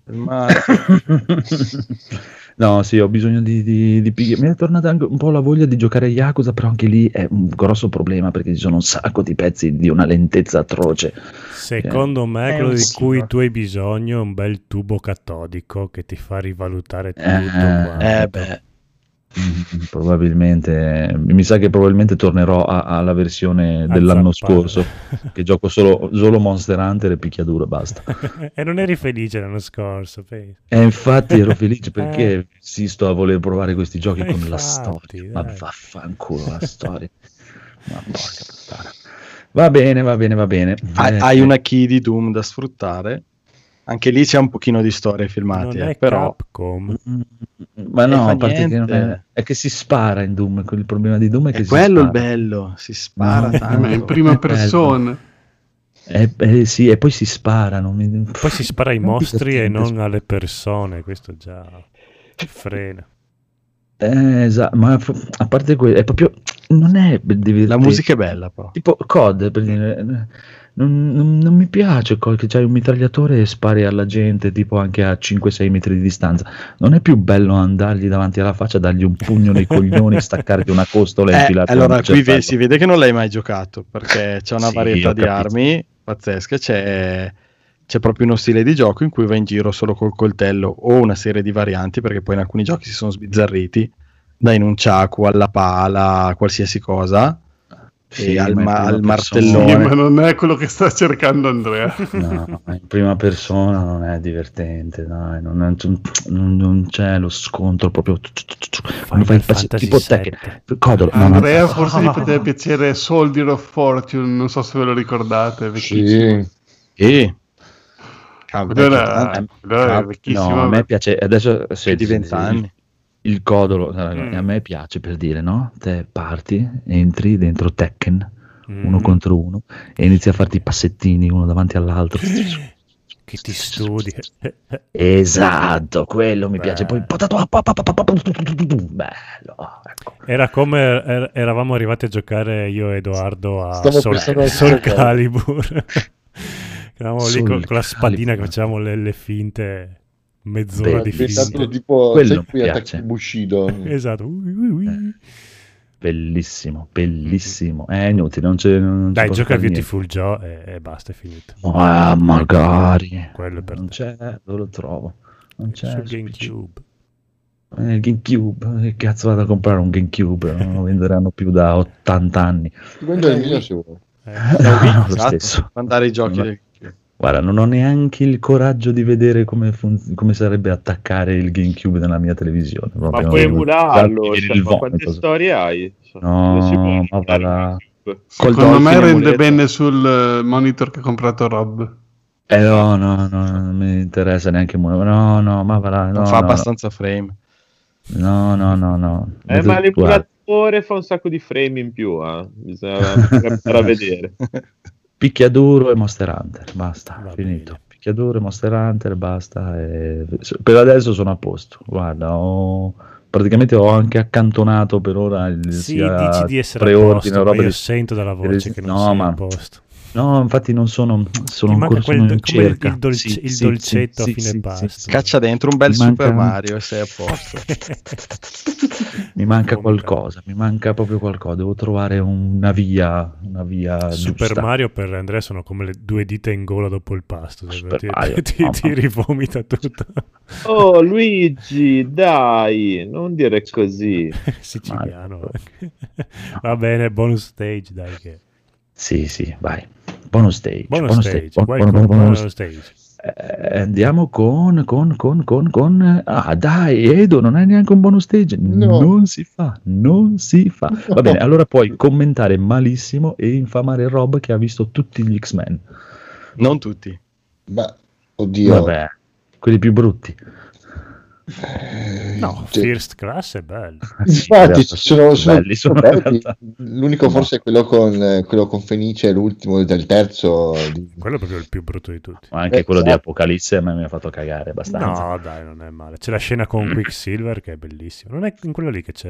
Speaker 4: No, sì, ho bisogno di piglia. Mi è tornata anche un po' la voglia di giocare a Yakuza, però anche lì è un grosso problema perché ci sono un sacco di pezzi di una lentezza atroce.
Speaker 1: Secondo me quello di cui tu hai bisogno è un bel tubo catodico che ti fa rivalutare tutto.
Speaker 4: Probabilmente mi sa che probabilmente tornerò alla versione dell'anno scorso che gioco solo Monster Hunter e picchiaduro e basta.
Speaker 1: E non eri felice l'anno scorso?
Speaker 4: Infatti ero felice perché insisto a voler provare questi giochi con la storia, ma vaffanculo la storia, ma porca puttana. Va bene.
Speaker 3: Hai una key di Doom da sfruttare. Anche lì c'è un pochino di storie filmate,
Speaker 1: non è
Speaker 3: però
Speaker 1: Capcom.
Speaker 4: Ma no, a parte che non è che si spara in Doom, il problema di Doom è che
Speaker 3: è quello il bello, si spara tanto.
Speaker 7: Ma in prima persona.
Speaker 4: Sì, e poi si sparano.
Speaker 1: Poi si spara ai mostri e non alle persone, questo già frena.
Speaker 4: Esatto, ma a parte quello, è proprio non è
Speaker 3: la musica è bella, però.
Speaker 4: Tipo COD, per dire, non mi piace che c'hai un mitragliatore e spari alla gente tipo anche a 5-6 metri di distanza. Non è più bello andargli davanti alla faccia, dargli un pugno nei coglioni, staccargli una costola e infilarti.
Speaker 3: Allora qui si vede che non l'hai mai giocato, perché c'è una varietà di armi pazzesca. C'è proprio uno stile di gioco in cui vai in giro solo col coltello o una serie di varianti, perché poi in alcuni giochi si sono sbizzarriti, dai in un ciacu alla pala, qualsiasi cosa. Sì, al martellone.
Speaker 7: Sì, ma non è quello che sta cercando Andrea.
Speaker 4: No, in prima persona non è divertente, dai, non c'è lo scontro proprio. Quando fai il passo, tipo Codolo.
Speaker 7: Andrea forse gli poteva piacere Soldier of Fortune, non so se ve lo ricordate.
Speaker 2: Sì.
Speaker 7: Vecchissimo.
Speaker 4: No, a me piace adesso
Speaker 3: se di 20 anni.
Speaker 4: Il codolo, a me piace, per dire, no? Te parti, entri dentro Tekken, uno contro uno, e inizi a farti i passettini uno davanti all'altro.
Speaker 1: Che ti studi.
Speaker 4: Esatto, quello mi piace. Poi bello, ecco.
Speaker 1: Era come eravamo arrivati a giocare io e Edoardo a Soul Calibur. Eravamo lì con la spadina che facevamo le finte. Mezz'ora di film
Speaker 2: tipo qui attacchi Bushido.
Speaker 1: Esatto.
Speaker 4: Bellissimo. È inutile, non
Speaker 1: dai, gioca a Beautiful Joe e basta, è finito.
Speaker 4: Magari
Speaker 1: quello per
Speaker 4: non c'è, dove lo trovo? Non c'è
Speaker 1: sul GameCube.
Speaker 4: GameCube, che cazzo vado a comprare un GameCube? Non lo venderanno più da 80 anni.
Speaker 2: Quello è il mio, se vuoi.
Speaker 4: Lo stesso.
Speaker 3: Mandare i giochi del
Speaker 4: Guarda, non ho neanche il coraggio di vedere come sarebbe attaccare il GameCube nella mia televisione.
Speaker 5: Ma puoi emularlo, ma quante storie hai?
Speaker 4: No, ma va là.
Speaker 7: Secondo me rende bene sul monitor che ha comprato Rob.
Speaker 4: No, non mi interessa neanche. No, ma va là.
Speaker 3: Non fa abbastanza frame.
Speaker 4: No.
Speaker 5: Ma l'emulatore fa un sacco di frame in più, bisogna capire a vedere.
Speaker 4: Picchiaduro e Monster Hunter, basta, finito. Picchiaduro e Monster Hunter, basta. Per adesso sono a posto. Guarda, praticamente ho anche accantonato per ora
Speaker 1: dici di essere a posto, ma io sento dalla voce che non sei a posto.
Speaker 4: No, infatti non sono ancora in cerca.
Speaker 1: Il dolcetto a fine pasto.
Speaker 3: Caccia dentro un bel Super Mario e sei a posto.
Speaker 4: Mi manca qualcosa, mi manca proprio qualcosa. Devo trovare una via
Speaker 1: Super
Speaker 4: giusta.
Speaker 1: Mario per Andrea sono come le due dita in gola dopo il pasto. Ti rivomita tutto.
Speaker 5: Oh Luigi, dai, non dire così.
Speaker 1: Siciliano. Va bene, bonus stage, dai che...
Speaker 4: Sì, vai. Bonus stage. Andiamo con dai, Edo, non hai neanche un bonus stage? No. Non si fa. Va bene, allora puoi commentare malissimo e infamare Rob che ha visto tutti gli X-Men.
Speaker 3: Non tutti.
Speaker 2: Ma oddio.
Speaker 4: Vabbè, quelli più brutti.
Speaker 1: No, First Class è bello.
Speaker 2: Infatti sono belli. L'unico forse è quello con Fenice, l'ultimo del terzo.
Speaker 1: Quello è proprio il più brutto di tutti.
Speaker 4: Ma anche quello di Apocalisse a me mi ha fatto cagare abbastanza.
Speaker 1: No, dai, non è male. C'è la scena con Quicksilver che è bellissima. Non è in quello lì che c'è.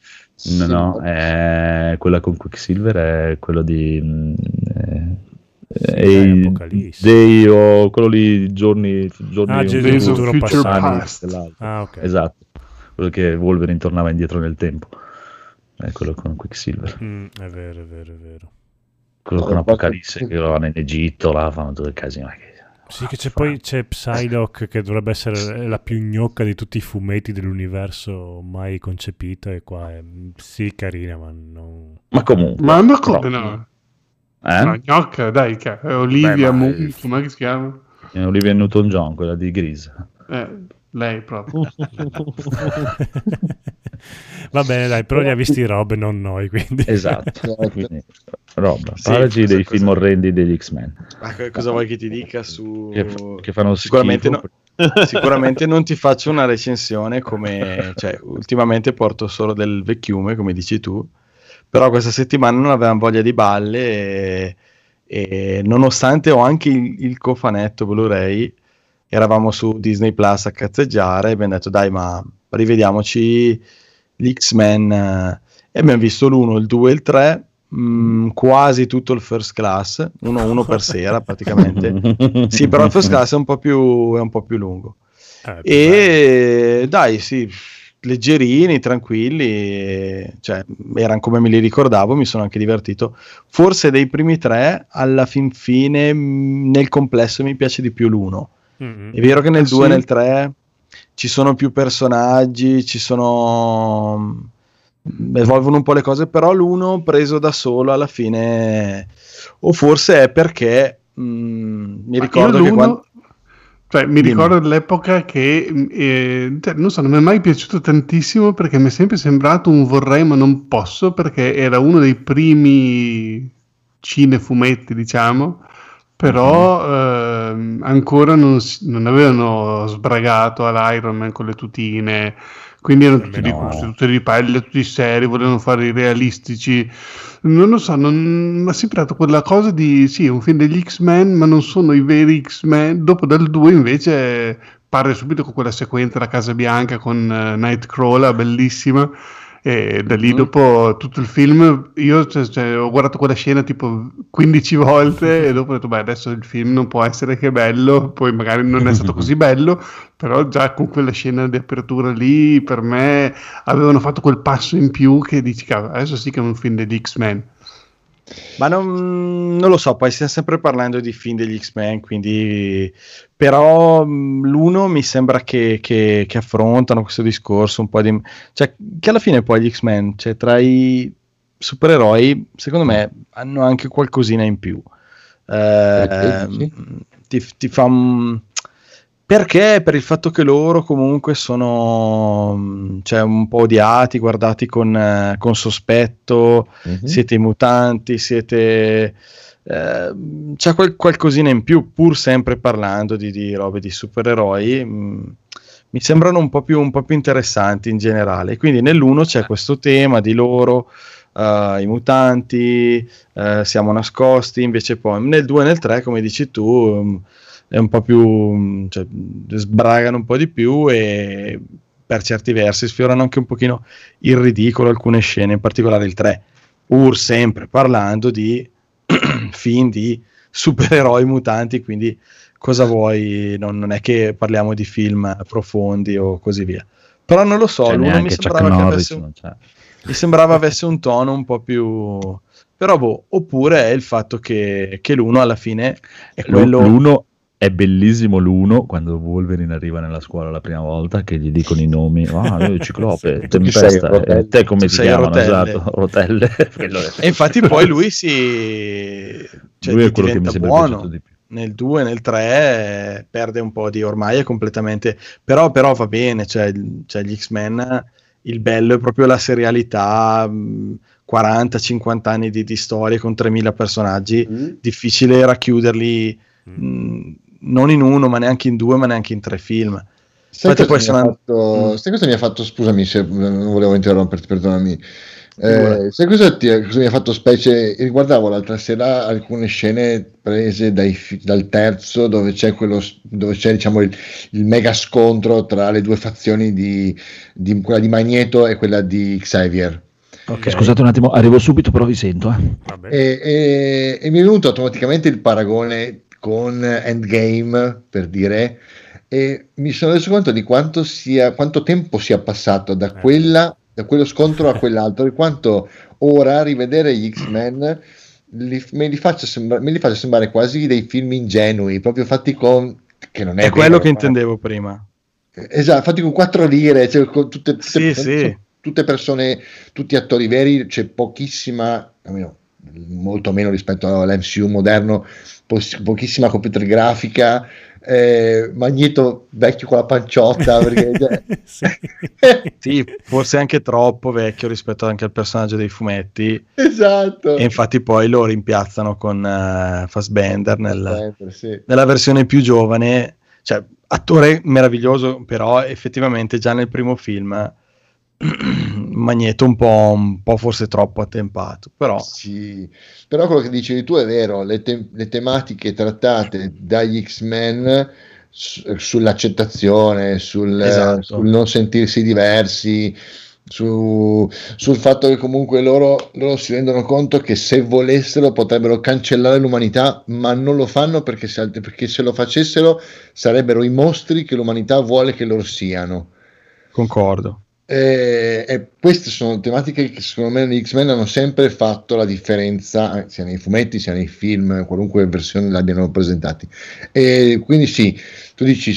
Speaker 4: Sì. No, quella con Quicksilver è quello di quello lì giorni
Speaker 1: Days of Future Past.
Speaker 4: Okay. Esatto, quello che Wolverine tornava indietro nel tempo, è quello con Quicksilver.
Speaker 1: È vero.
Speaker 4: Quello con Apocalisse che lo vanno in Egitto, là fanno tutto il casino.
Speaker 1: Sì, che c'è Psylocke che dovrebbe essere la più gnocca di tutti i fumetti dell'universo mai concepita, e qua è sì carina, ma non...
Speaker 4: Ma comunque...
Speaker 7: Ma come no? Ma gnocca, dai, Olivia Moon, come si chiama?
Speaker 4: Olivia Newton-John, quella di Grease.
Speaker 7: Lei proprio.
Speaker 1: Va bene, dai, però li ha visti Rob, non noi, quindi.
Speaker 4: Esatto. Quindi, Rob, parlaci dei film orrendi degli X-Men.
Speaker 3: Cosa vuoi che ti dica su...
Speaker 4: Che fanno
Speaker 3: sicuramente sicuramente non ti faccio una recensione come... Cioè, ultimamente porto solo del vecchiume, come dici tu, però questa settimana non avevamo voglia di balle e nonostante ho anche il cofanetto Blu-ray, eravamo su Disney Plus a cazzeggiare e abbiamo detto dai, ma rivediamoci gli X-Men, e abbiamo visto l'1, il 2 e il 3, quasi tutto il First Class, uno per sera praticamente. Sì, però il First Class è un po' più lungo. E dai, sì, leggerini, tranquilli, cioè erano come me li ricordavo, mi sono anche divertito. Forse dei primi 3 alla fin fine nel complesso mi piace di più l'1. È vero che nel 2 e nel 3 ci sono più personaggi, evolvono un po' le cose, però l'1 preso da solo alla fine, o forse è perché mi ricordo che quando...
Speaker 7: Cioè, mi ricordo dell'epoca che non so, non mi è mai piaciuto tantissimo, perché mi è sempre sembrato un vorrei ma non posso, perché era uno dei primi cinefumetti, diciamo, però ancora non avevano sbragato all'Iron Man con le tutine, quindi erano tutti tutti di pelle, tutti seri, volevano fare i realistici. Non lo so, mi ha sempre dato quella cosa di sì, è un film degli X-Men, ma non sono i veri X-Men. Dopo dal 2 invece parte subito con quella sequenza alla Casa Bianca con Nightcrawler, bellissima. E da lì dopo tutto il film io ho guardato quella scena tipo 15 volte e dopo ho detto beh, adesso il film non può essere che bello, poi magari non è stato così bello, però già con quella scena di apertura lì per me avevano fatto quel passo in più che dici cavolo, adesso sì che è un film degli X-Men.
Speaker 3: Ma non lo so, poi stiamo sempre parlando di film degli X-Men, quindi però l'1 mi sembra che affrontano questo discorso un po' di... cioè che alla fine poi gli X-Men, cioè tra i supereroi, secondo me hanno anche qualcosina in più. Ti fa perché per il fatto che loro comunque sono cioè un po' odiati, guardati con sospetto, siete i mutanti, siete c'è qualcosina in più, pur sempre parlando di robe di supereroi, mi sembrano un po' più interessanti in generale. Quindi nell'1 c'è questo tema di loro, i mutanti, siamo nascosti, invece poi nel 2 e nel 3, come dici tu, è un po' più, cioè, sbragano un po' di più e per certi versi sfiorano anche un pochino il ridicolo alcune scene, in particolare il 3, pur sempre parlando di film di supereroi mutanti, quindi cosa vuoi, non è che parliamo di film profondi o così via. Però non lo so, l'uno mi sembrava avesse un tono un po' più... Però oppure è il fatto che l'uno alla fine è quello...
Speaker 4: L'uno è bellissimo, l'uno, quando Wolverine arriva nella scuola la prima volta, che gli dicono i nomi, Ciclope, Tempesta, te come ti chiamano?
Speaker 3: Rotelle.
Speaker 4: Esatto, Rotelle.
Speaker 3: E infatti poi lui lui è quello che mi sembra buono di più. Nel 2 e nel 3 perde un po' ormai è completamente, però va bene, cioè gli X-Men, il bello è proprio la serialità, 40-50 anni di storie con 3.000 personaggi, difficile racchiuderli non in uno, ma neanche in 2, ma neanche in 3 film.
Speaker 2: Sai cosa mi ha fatto, scusami se non volevo interromperti, perdonami. Sai cosa mi ha fatto specie? Riguardavo l'altra sera alcune scene prese dal terzo, dove c'è diciamo il mega scontro tra le due fazioni di quella di Magneto e quella di Xavier.
Speaker 4: Ok, scusate un attimo, arrivo subito, però vi sento.
Speaker 2: E mi è venuto automaticamente il paragone con Endgame, per dire, e mi sono reso conto di quanto tempo sia passato da quello scontro a quell'altro, e quanto ora rivedere gli X-Men me li faccia sembrare quasi dei film ingenui, proprio fatti con... che non è
Speaker 3: quello che intendevo prima.
Speaker 2: Esatto, fatti con 4 lire, cioè con tutte persone, tutti attori veri, c'è pochissima, molto meno rispetto all'MCU moderno, pochissima computer grafica, Magneto vecchio con la panciotta, perché,
Speaker 3: sì, forse anche troppo vecchio rispetto anche al personaggio dei fumetti.
Speaker 2: Esatto.
Speaker 3: E infatti poi lo rimpiazzano con Fassbender nella versione più giovane, cioè attore meraviglioso, però effettivamente già nel primo film Magneto un po' forse troppo attempato, però
Speaker 2: sì, però quello che dicevi tu è vero, le tematiche trattate dagli X-Men sull'accettazione, sul non sentirsi diversi, sul fatto che comunque loro si rendono conto che se volessero potrebbero cancellare l'umanità, ma non lo fanno perché se lo facessero sarebbero i mostri che l'umanità vuole che loro siano.
Speaker 3: Concordo.
Speaker 2: E queste sono tematiche che secondo me negli X-Men hanno sempre fatto la differenza, sia nei fumetti sia nei film, qualunque versione l'abbiano presentati. E quindi sì, tu dici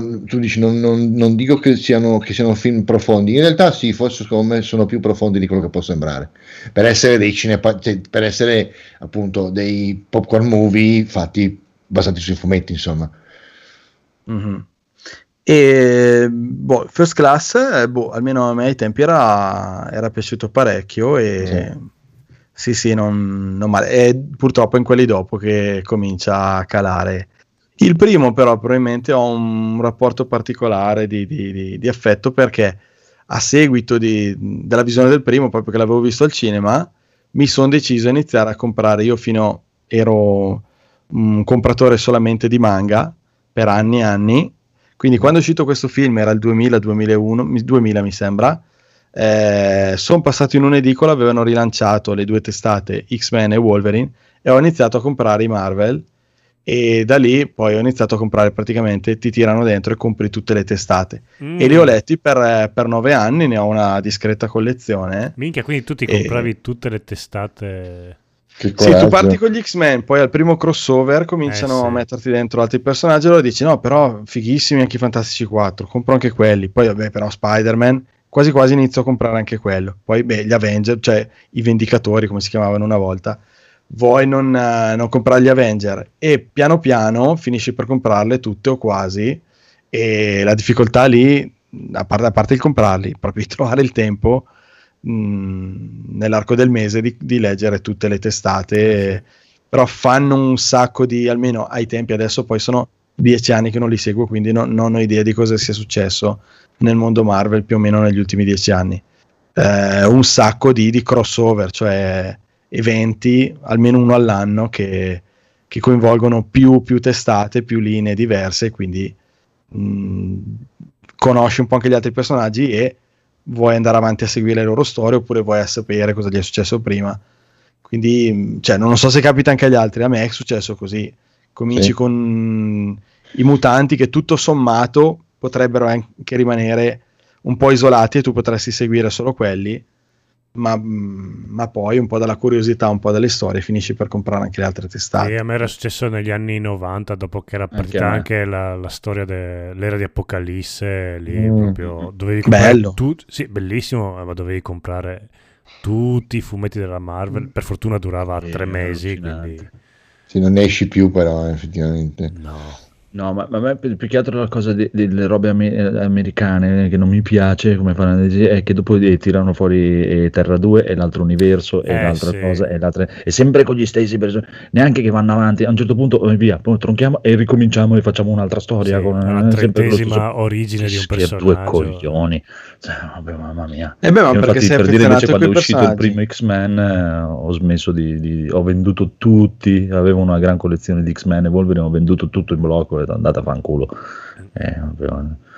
Speaker 2: non dico che siano film profondi, in realtà sì, forse secondo me sono più profondi di quello che può sembrare, per essere per essere appunto dei popcorn movie basati sui fumetti, insomma.
Speaker 3: Mm-hmm. E First Class, almeno a me ai tempi era piaciuto parecchio, e sì, non male. E purtroppo in quelli dopo che comincia a calare. Il primo però probabilmente ho un rapporto particolare di affetto, perché a seguito della visione del primo, proprio che l'avevo visto al cinema, mi sono deciso a iniziare a comprare. Io ero un compratore solamente di manga per anni e anni. Quindi quando è uscito questo film era il 2000 mi sembra, sono passato in un'edicola, avevano rilanciato le 2 testate X-Men e Wolverine, e ho iniziato a comprare i Marvel, e da lì poi ho iniziato a comprare, praticamente ti tirano dentro e compri tutte le testate, e li ho letti per 9 anni, ne ho una discreta collezione.
Speaker 1: Minchia, quindi tu ti compravi tutte le testate...
Speaker 3: Sì, tu parti con gli X-Men, poi al primo crossover cominciano a metterti dentro altri personaggi, e allora dici no, però fighissimi anche i Fantastici 4, compro anche quelli. Poi vabbè, però Spider-Man quasi quasi inizio a comprare anche quello. Poi gli Avenger, cioè i Vendicatori come si chiamavano una volta, vuoi non comprare gli Avenger, e piano piano finisci per comprarle tutte o quasi, e la difficoltà lì, a parte il comprarli, proprio di trovare il tempo nell'arco del mese di leggere tutte le testate, però fanno un sacco almeno ai tempi, adesso poi sono 10 anni che non li seguo, quindi non ho idea di cosa sia successo nel mondo Marvel più o meno negli ultimi 10 anni. Un sacco di crossover, cioè eventi, almeno uno all'anno, che coinvolgono più testate, più linee diverse, quindi conosci un po' anche gli altri personaggi e vuoi andare avanti a seguire le loro storie, oppure vuoi sapere cosa gli è successo prima. Quindi non so se capita anche agli altri, a me è successo così. Cominci con i mutanti che tutto sommato potrebbero anche rimanere un po' isolati e tu potresti seguire solo quelli, ma poi un po' dalla curiosità, un po' dalle storie, finisci per comprare anche le altre testate.
Speaker 1: Sì, a me era successo negli anni 90, dopo che era partita anche la storia dell'era di Apocalisse, lì proprio dovevi comprare sì, bellissimo, ma dovevi comprare tutti i fumetti della Marvel. Per fortuna durava 3 mesi, quindi
Speaker 2: sì, non ne esci più, però effettivamente
Speaker 4: no, ma a me più che altro la cosa delle robe americane che non mi piace come fanno, è che dopo tirano fuori Terra 2 e l'altro universo e l'altra cosa e sempre con gli stessi personaggi, neanche che vanno avanti. A un certo punto via, poi tronchiamo e ricominciamo e facciamo un'altra storia con
Speaker 1: la 30ª origine di un personaggio.
Speaker 4: 2 coglioni, vabbè, mamma mia.
Speaker 3: Ma perché
Speaker 4: per dire, invece, quando è uscito il primo X-Men ho smesso ho venduto tutti, avevo una gran collezione di X-Men e Wolverine, ho venduto tutto in blocco, è andata a fanculo.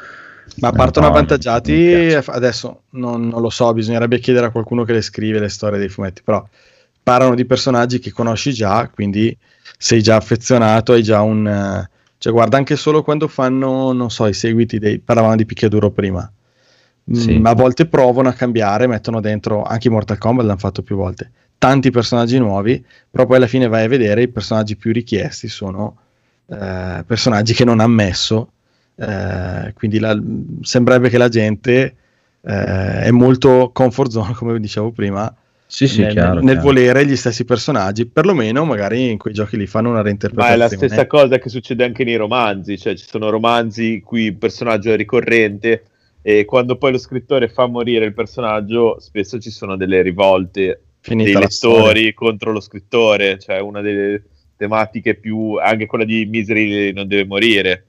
Speaker 3: Ma partono avvantaggiati, adesso non lo so, bisognerebbe chiedere a qualcuno che le scrive le storie dei fumetti, però parlano di personaggi che conosci già, quindi sei già affezionato, hai già un... cioè guarda, anche solo quando fanno, non so, i seguiti parlavamo di picchiaduro prima, sì. A volte provano a cambiare, mettono dentro, anche i Mortal Kombat l'hanno fatto più volte, tanti personaggi nuovi, però poi alla fine vai a vedere i personaggi più richiesti sono personaggi che non ha messo, quindi sembrerebbe che la gente è molto comfort zone, come dicevo prima, nel volere gli stessi personaggi, perlomeno magari in quei giochi li fanno una reinterpretazione.
Speaker 5: Ma è la stessa cosa che succede anche nei romanzi, cioè ci sono romanzi in cui il personaggio è ricorrente e quando poi lo scrittore fa morire il personaggio spesso ci sono delle rivolte dei lettori contro lo scrittore, cioè una delle tematiche più, anche quella di Misery non deve morire,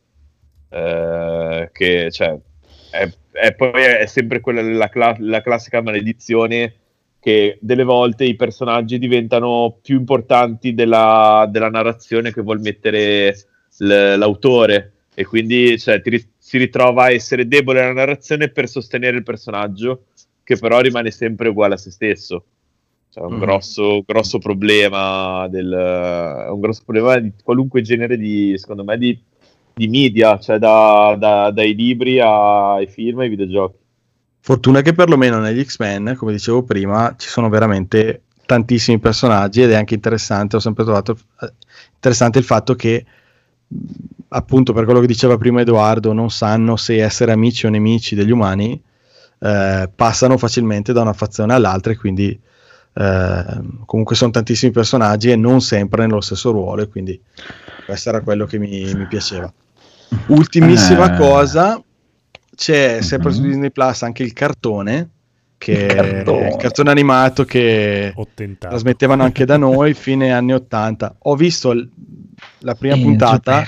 Speaker 5: che cioè poi è sempre quella la classica maledizione che delle volte i personaggi diventano più importanti della narrazione che vuol mettere l'autore, e quindi cioè, si ritrova a essere debole la narrazione per sostenere il personaggio, che però rimane sempre uguale a se stesso. Cioè, un grosso problema un grosso problema di qualunque genere secondo me di media, cioè dai libri ai film ai videogiochi.
Speaker 3: Fortuna che perlomeno negli X-Men, come dicevo prima, ci sono veramente tantissimi personaggi ed è anche interessante, ho sempre trovato interessante il fatto che, appunto per quello che diceva prima Edoardo, non sanno se essere amici o nemici degli umani, passano facilmente da una fazione all'altra e quindi comunque sono tantissimi personaggi e non sempre nello stesso ruolo, e quindi questo era quello che mi piaceva. Ultimissima cosa, c'è sempre su Disney Plus anche il cartone, il cartone animato che trasmettevano anche da noi fine anni 80. Ho visto la prima puntata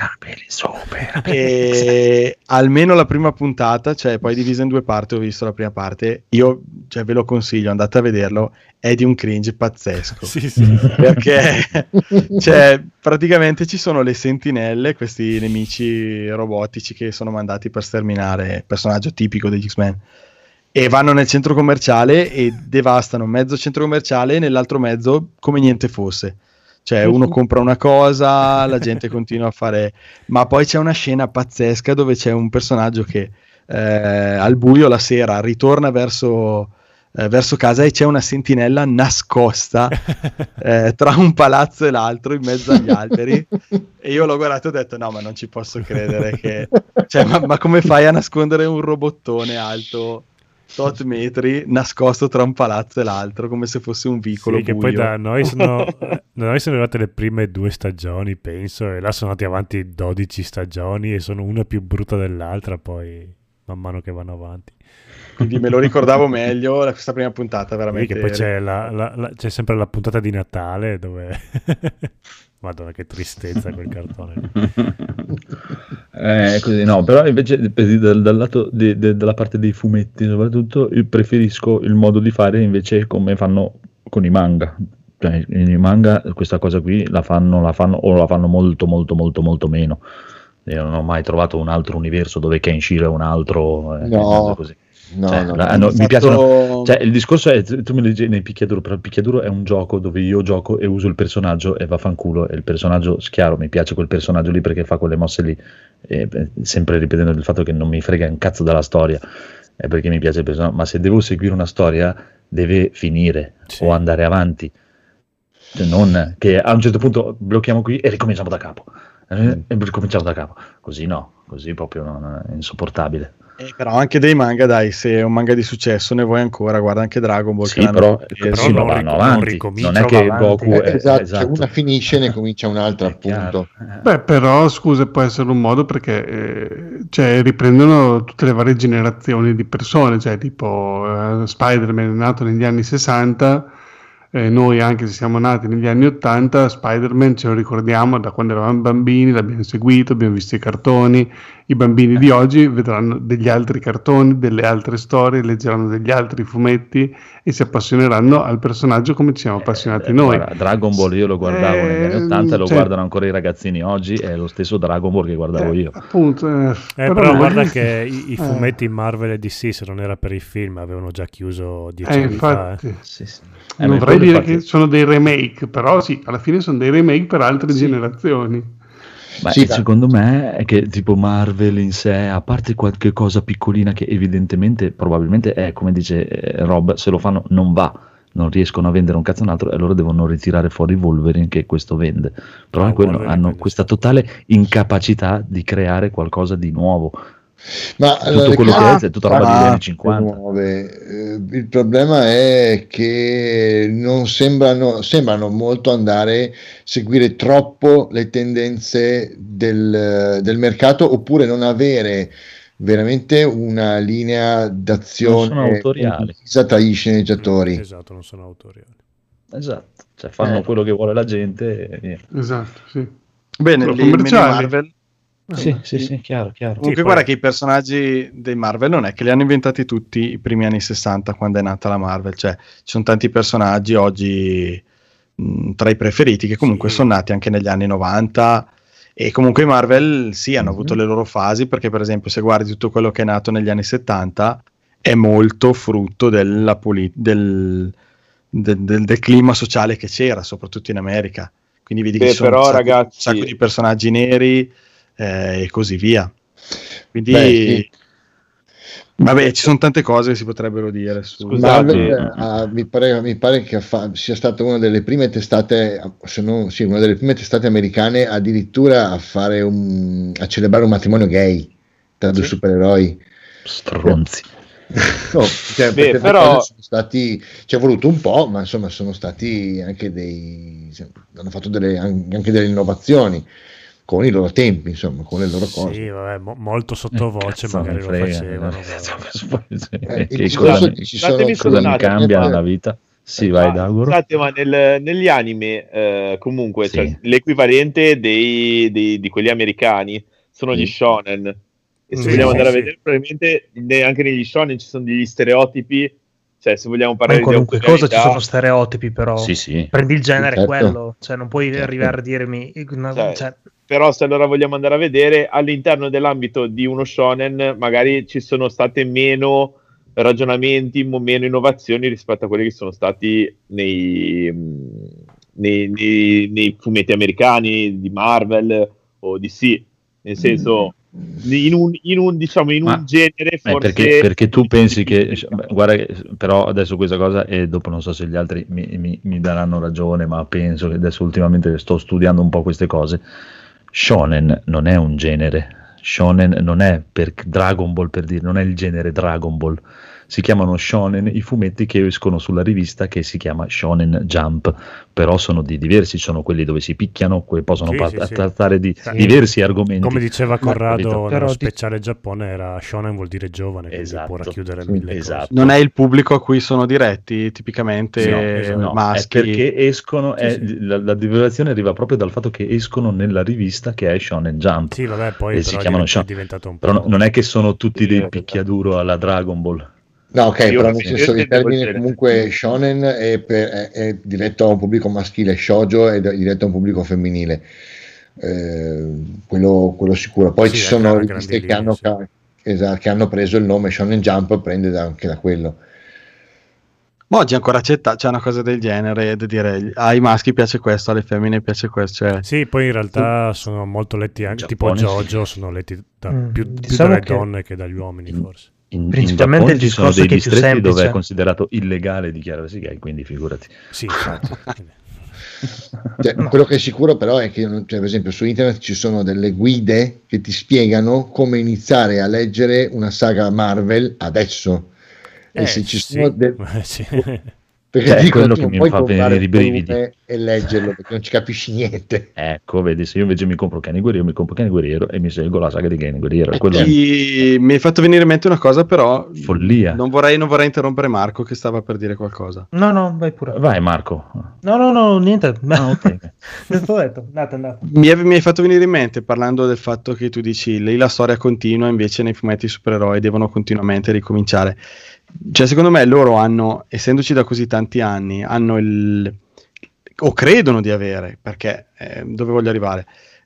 Speaker 3: e almeno la prima puntata, cioè poi divisa in due parti, ho visto la prima parte, io cioè, ve lo consiglio, andate a vederlo, è di un cringe pazzesco. Sì. Perché cioè, praticamente ci sono le sentinelle, questi nemici robotici che sono mandati per sterminare il personaggio tipico degli X-Men, e vanno nel centro commerciale e devastano mezzo centro commerciale e nell'altro mezzo come niente fosse. Cioè uno compra una cosa, la gente continua a fare... Ma poi c'è una scena pazzesca dove c'è un personaggio che al buio la sera ritorna verso casa e c'è una sentinella nascosta tra un palazzo e l'altro in mezzo agli alberi, e io l'ho guardato e ho detto no, ma non ci posso credere che... Cioè, ma come fai a nascondere un robottone alto tot metri nascosto tra un palazzo e l'altro come se fosse un vicolo buio?
Speaker 1: Che poi da noi sono arrivate le prime 2 stagioni, penso, e là sono andati avanti 12 stagioni e sono una più brutta dell'altra poi man mano che vanno avanti.
Speaker 3: Quindi me lo ricordavo meglio questa prima puntata, veramente.
Speaker 1: Che poi c'è sempre la puntata di Natale dove Madonna, che tristezza quel cartone.
Speaker 4: Così, no, però invece dal lato della parte dei fumetti soprattutto, io preferisco il modo di fare invece come fanno con i manga. Cioè, i manga questa cosa qui la fanno molto meno. Io non ho mai trovato un altro universo dove Kenshiro è un altro, così. Mi piacciono, cioè, il discorso è, tu me lo dici nei picchiaduro, però il picchiaduro è un gioco dove io gioco e uso il personaggio e vaffanculo, e il personaggio chiaro, mi piace quel personaggio lì perché fa quelle mosse lì, sempre ripetendo il fatto che non mi frega un cazzo dalla storia, è perché mi piace il personaggio, ma se devo seguire una storia deve finire o andare avanti, cioè, non che a un certo punto blocchiamo qui e ricominciamo da capo, così no, così proprio non è insopportabile.
Speaker 3: Però anche dei manga, dai, se è un manga di successo ne vuoi ancora, guarda anche Dragon Ball.
Speaker 4: Sì, però vanno avanti, non è che Goku
Speaker 2: esatto. Una finisce e ne comincia un'altra, appunto.
Speaker 7: Beh, però scusa, può essere un modo perché cioè, riprendono tutte le varie generazioni di persone, cioè tipo Spider-Man è nato negli anni 60, noi anche se siamo nati negli anni 80, Spider-Man ce lo ricordiamo da quando eravamo bambini, l'abbiamo seguito, abbiamo visto i cartoni. I bambini di oggi vedranno degli altri cartoni, delle altre storie, leggeranno degli altri fumetti, e e si appassioneranno al personaggio come ci siamo appassionati noi.
Speaker 4: Guarda, Dragon Ball io lo guardavo negli anni 80 e lo guardano ancora i ragazzini oggi, è lo stesso Dragon Ball che guardavo io.
Speaker 7: Appunto,
Speaker 1: però guarda che i fumetti Marvel e DC, se non era per i film, avevano già chiuso 10 anni
Speaker 7: infatti,
Speaker 1: fa.
Speaker 7: Sì. Non vorrei dire che sono dei remake, però sì, alla fine sono dei remake per altre generazioni.
Speaker 4: Beh, secondo me è che tipo Marvel in sé, a parte qualche cosa piccolina che evidentemente probabilmente è, come dice Rob, se lo fanno non va, non riescono a vendere un cazzo un altro e allora devono ritirare fuori Wolverine, che questo vende, però hanno questa totale incapacità di creare qualcosa di nuovo.
Speaker 2: Ma
Speaker 4: tutto quello che è tutta roba degli anni 50.
Speaker 2: Il problema è che non sembrano molto seguire troppo le tendenze del mercato, oppure non avere veramente una linea d'azione condivisa tra gli sceneggiatori.
Speaker 1: Esatto, non sono autoriali.
Speaker 4: Esatto, cioè fanno quello che vuole la gente e via.
Speaker 7: Esatto, sì.
Speaker 3: Bene, lì Marvel.
Speaker 4: Sì, chiaro.
Speaker 3: Comunque guarda che i personaggi dei Marvel non è che li hanno inventati tutti i primi anni 60 quando è nata la Marvel, cioè ci sono tanti personaggi oggi tra i preferiti che comunque sono nati anche negli anni 90 e comunque i Marvel hanno avuto le loro fasi, perché per esempio se guardi tutto quello che è nato negli anni 70 è molto frutto del clima sociale che c'era, soprattutto in America, quindi vedi che ci sono un sacco di personaggi neri e così via, quindi vabbè, ci sono tante cose che si potrebbero dire su
Speaker 2: Marvel. Mi pare che sia stata una delle prime testate, una delle prime testate americane addirittura a celebrare un matrimonio gay tra due supereroi.
Speaker 4: Stronzi.
Speaker 2: No, però sono stati, ci è voluto un po', ma insomma sono stati anche hanno fatto anche delle innovazioni con i loro tempi, insomma, con le loro cose.
Speaker 1: Sì, vabbè, molto sottovoce magari lo facevano.
Speaker 4: Cosa mi cambia nella vita? Sì, vai Dauro.
Speaker 5: Scusate, ma negli anime comunque cioè, l'equivalente di quelli americani sono gli shonen. E se vogliamo andare a vedere, probabilmente anche negli shonen ci sono degli stereotipi. Cioè, se vogliamo parlare
Speaker 8: di qualunque cosa ci sono stereotipi, però prendi il genere,
Speaker 2: certo.
Speaker 8: Quello, cioè non puoi arrivare a dirmi
Speaker 5: però se allora vogliamo andare a vedere all'interno dell'ambito di uno shonen magari ci sono state meno ragionamenti, meno innovazioni rispetto a quelli che sono stati nei fumetti americani di Marvel o DC, nel senso in un genere forse
Speaker 4: perché tu pensi che guarda, però adesso questa cosa, e dopo non so se gli altri mi daranno ragione, ma penso che adesso ultimamente sto studiando un po' queste cose. Shonen non è un genere, shonen non è per Dragon Ball, per dire, non è il genere Dragon Ball, si chiamano shonen i fumetti che escono sulla rivista che si chiama Shonen Jump, però sono diversi, sono quelli dove si picchiano, possono trattare di diversi argomenti.
Speaker 1: Come diceva Corrado nello speciale Giappone, era shonen vuol dire giovane, quindi può racchiudere mille cose.
Speaker 3: Non è il pubblico a cui sono diretti tipicamente maschi,
Speaker 4: è perché escono, la divulgazione arriva proprio dal fatto che escono nella rivista che è Shonen Jump.
Speaker 1: Sì, vabbè, poi
Speaker 4: si chiamano
Speaker 1: è diventato un po'.
Speaker 4: Però non è che sono tutti dei picchiaduro alla Dragon Ball.
Speaker 2: No, ok, però nel senso di termine comunque shonen è diretto a un pubblico maschile, shoujo è diretto a un pubblico femminile, quello sicuro. Poi ci sono riviste che hanno preso il nome Shonen Jump, prende anche da quello.
Speaker 3: Ma oggi ancora c'è una cosa del genere, da dire ai maschi piace questo, alle femmine piace questo. Cioè.
Speaker 1: Sì, poi in realtà sono molto letti anche, tipo JoJo, sono letti più dalle donne che dagli uomini, forse.
Speaker 4: Principalmente in Giappone ci sono dei distretti dove è considerato illegale dichiararsi gay, quindi figurati.
Speaker 1: Sì, infatti.
Speaker 2: Quello che è sicuro però è che per esempio su internet ci sono delle guide che ti spiegano come iniziare a leggere una saga Marvel adesso. E se ci sono perché dico
Speaker 4: quello che mi fa venire i brividi
Speaker 2: e leggerlo perché non ci capisci niente.
Speaker 4: Ecco, vedi, se io invece mi compro Kenny Guerriero, mi compro Kenny Guerriero e mi seguo la saga di Kenny Guerriero.
Speaker 3: Mi hai fatto venire in mente una cosa, però
Speaker 4: follia.
Speaker 3: Non vorrei interrompere Marco che stava per dire qualcosa.
Speaker 8: No, vai pure.
Speaker 4: Vai Marco.
Speaker 8: No, niente.
Speaker 4: Okay.
Speaker 3: Mi hai fatto venire in mente, parlando del fatto che tu dici lì la storia continua, invece nei fumetti supereroi devono continuamente ricominciare. Cioè, secondo me loro hanno, essendoci da così tanti anni, hanno o credono di avere, perché dove voglio arrivare?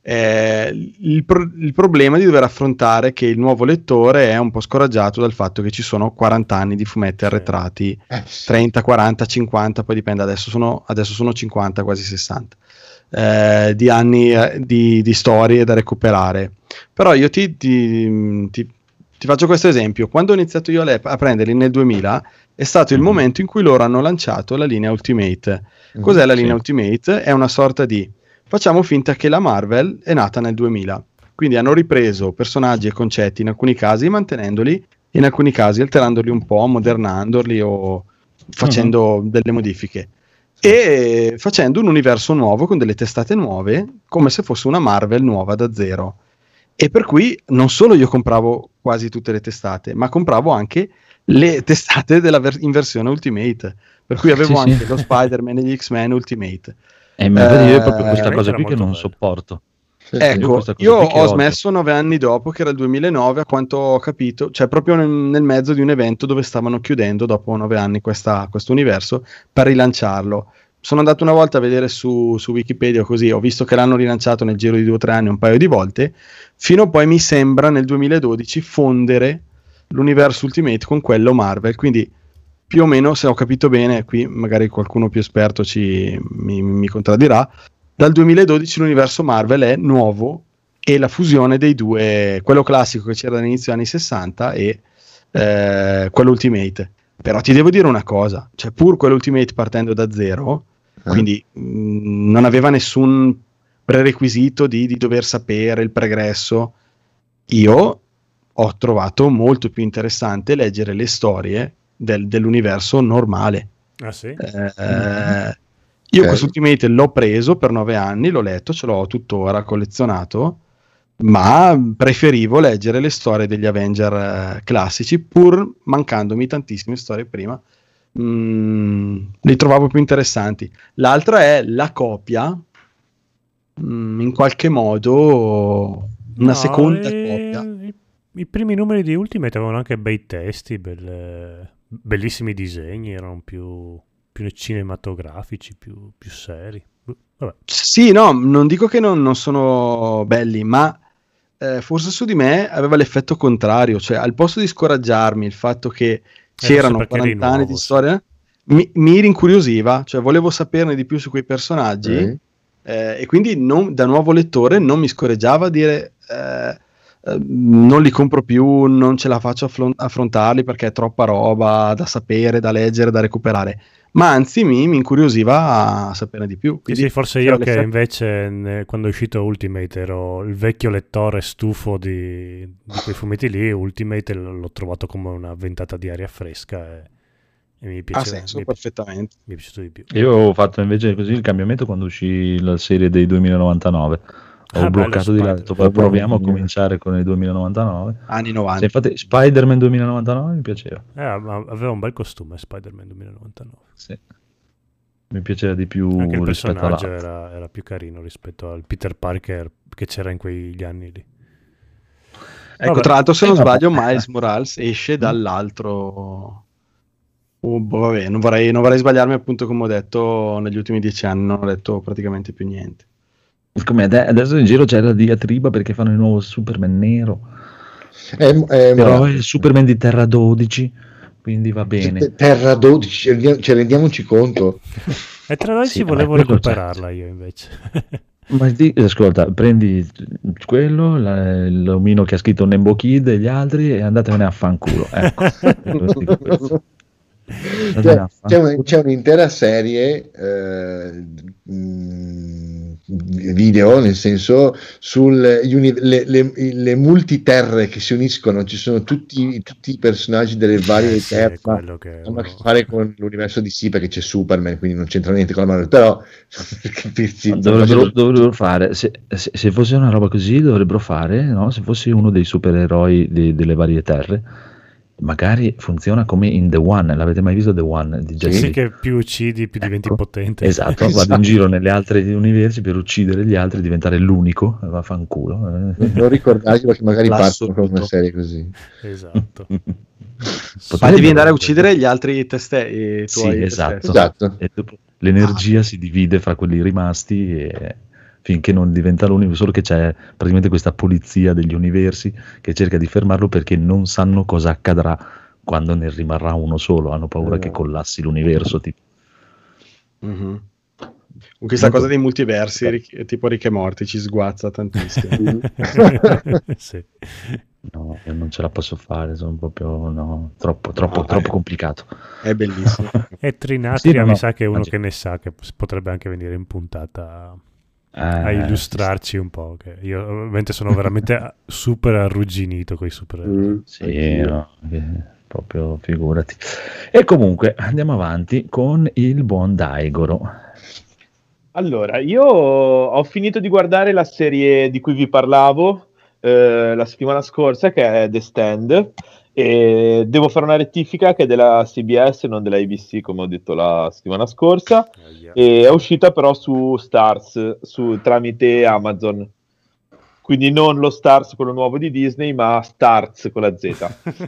Speaker 3: Il problema di dover affrontare che il nuovo lettore è un po' scoraggiato dal fatto che ci sono 40 anni di fumetti arretrati, 30, 40, 50, poi dipende, adesso sono 50, quasi 60 di anni di storie da recuperare. Però io ti faccio questo esempio: quando ho iniziato io a prenderli nel 2000 è stato il momento in cui loro hanno lanciato la linea Ultimate. Cos'è la linea Ultimate? È una sorta di, facciamo finta che la Marvel è nata nel 2000, quindi hanno ripreso personaggi e concetti in alcuni casi mantenendoli, in alcuni casi alterandoli un po', modernandoli o facendo delle modifiche e facendo un universo nuovo con delle testate nuove, come se fosse una Marvel nuova da zero. E per cui non solo io compravo quasi tutte le testate, ma compravo anche le testate in versione Ultimate, per cui avevo anche lo Spider-Man e gli X-Men Ultimate.
Speaker 4: E io è proprio questa cosa qui che non sopporto.
Speaker 3: Ecco, io ho smesso 9 anni dopo, che era il 2009, a quanto ho capito, cioè proprio nel mezzo di un evento dove stavano chiudendo dopo 9 anni questo universo per rilanciarlo. Sono andato una volta a vedere su Wikipedia, così ho visto che l'hanno rilanciato nel giro di 2 o 3 anni un paio di volte, fino a poi mi sembra nel 2012 fondere l'universo Ultimate con quello Marvel, quindi più o meno, se ho capito bene, qui magari qualcuno più esperto mi contraddirà, dal 2012 l'universo Marvel è nuovo e la fusione dei due, quello classico che c'era all'inizio degli anni 60 e quello Ultimate. Però ti devo dire una cosa, cioè pur quello Ultimate partendo da zero, quindi non aveva nessun prerequisito di dover sapere il pregresso, io ho trovato molto più interessante leggere le storie dell'universo normale. Io questo Ultimate l'ho preso per 9 anni, l'ho letto, ce l'ho tuttora collezionato, ma preferivo leggere le storie degli Avenger classici, pur mancandomi tantissime storie prima. Li trovavo più interessanti. L'altra è la copia, in qualche modo una seconda copia.
Speaker 1: I primi numeri di Ultimate avevano anche bei testi, bellissimi disegni, erano più cinematografici, più seri. Vabbè.
Speaker 3: Sì, no, non dico che non sono belli, ma forse su di me aveva l'effetto contrario, cioè al posto di scoraggiarmi il fatto che c'erano 40 anni di storia, mi rincuriosiva, cioè volevo saperne di più su quei personaggi, e quindi da nuovo lettore non mi scorreggiava a dire non li compro più, non ce la faccio affrontarli perché è troppa roba da sapere, da leggere, da recuperare, ma anzi mi incuriosiva a saperne di più.
Speaker 1: Sì, forse io che invece quando è uscito Ultimate ero il vecchio lettore stufo di quei fumetti lì, Ultimate l'ho trovato come una ventata di aria fresca e mi piace.
Speaker 3: Ha senso, perfettamente.
Speaker 1: Mi è piaciuto di più.
Speaker 4: Io ho fatto invece così il cambiamento quando uscì la serie dei 2099. Ho bloccato di lato, proviamo a cominciare con il 2099.
Speaker 3: Anni 90.
Speaker 4: Sì, infatti Spider-Man 2099 mi piaceva.
Speaker 1: Aveva un bel costume Spider-Man 2099.
Speaker 4: Sì. Mi piaceva di più.
Speaker 1: Anche il personaggio era più carino rispetto al Peter Parker che c'era in quegli anni lì.
Speaker 3: Ecco, tra l'altro, se non sbaglio, Miles Morales esce dall'altro. Vabbè, non vorrei sbagliarmi, appunto, come ho detto, negli ultimi 10 anni non ho letto praticamente più niente.
Speaker 4: Come adesso in giro c'è la diatriba perché fanno il nuovo Superman nero, però è il Superman di Terra 12, quindi va bene.
Speaker 2: Terra 12, cioè rendiamoci conto.
Speaker 1: E Terra 12 volevo recuperarla io invece.
Speaker 4: Ma ascolta, prendi quello, l'omino che ha scritto Nembo Kid e gli altri e andatevene a fanculo. Ecco.
Speaker 2: C'è un'intera serie video, nel senso, le multiterre che si uniscono, ci sono tutti i personaggi delle varie terre, hanno a che fare con l'universo DC, perché c'è Superman, quindi non c'entra niente con la Marvel, però per capirsi,
Speaker 4: dovrebbero fare, se fosse una roba così dovrebbero fare, no? Se fossi uno dei supereroi delle varie terre, magari funziona come in The One. L'avete mai visto The One? Di
Speaker 1: sì, che più uccidi più diventi potente.
Speaker 4: Esatto, vado in giro nelle altre universi per uccidere gli altri, diventare l'unico, vaffanculo.
Speaker 2: Non ricordarglielo che magari partono con una serie così.
Speaker 1: Esatto.
Speaker 3: Ma devi andare a uccidere gli altri tuoi.
Speaker 4: Sì, esatto. E dopo l'energia si divide fra quelli rimasti e finché non diventa l'unico, solo che c'è praticamente questa polizia degli universi che cerca di fermarlo perché non sanno cosa accadrà quando ne rimarrà uno solo, hanno paura che collassi l'universo tipo.
Speaker 3: Mm-hmm. Con questa cosa dei multiversi tipo Rick e Morty ci sguazza tantissimo.
Speaker 1: Sì.
Speaker 4: No, io non ce la posso fare, sono proprio troppo complicato.
Speaker 3: È bellissimo.
Speaker 1: E Trinatria mi sa che è uno che ne sa, che potrebbe anche venire in puntata a illustrarci un po', che io ovviamente sono veramente super arrugginito con i supereroi.
Speaker 4: Proprio figurati. E comunque andiamo avanti con il buon Daigoro.
Speaker 5: Allora, io ho finito di guardare la serie di cui vi parlavo la settimana scorsa, che è The Stand, e devo fare una rettifica che è della CBS, non della ABC, come ho detto la settimana scorsa, e è uscita però su Starz, tramite Amazon. Quindi non lo Starz, quello nuovo di Disney, ma Starz con la Z.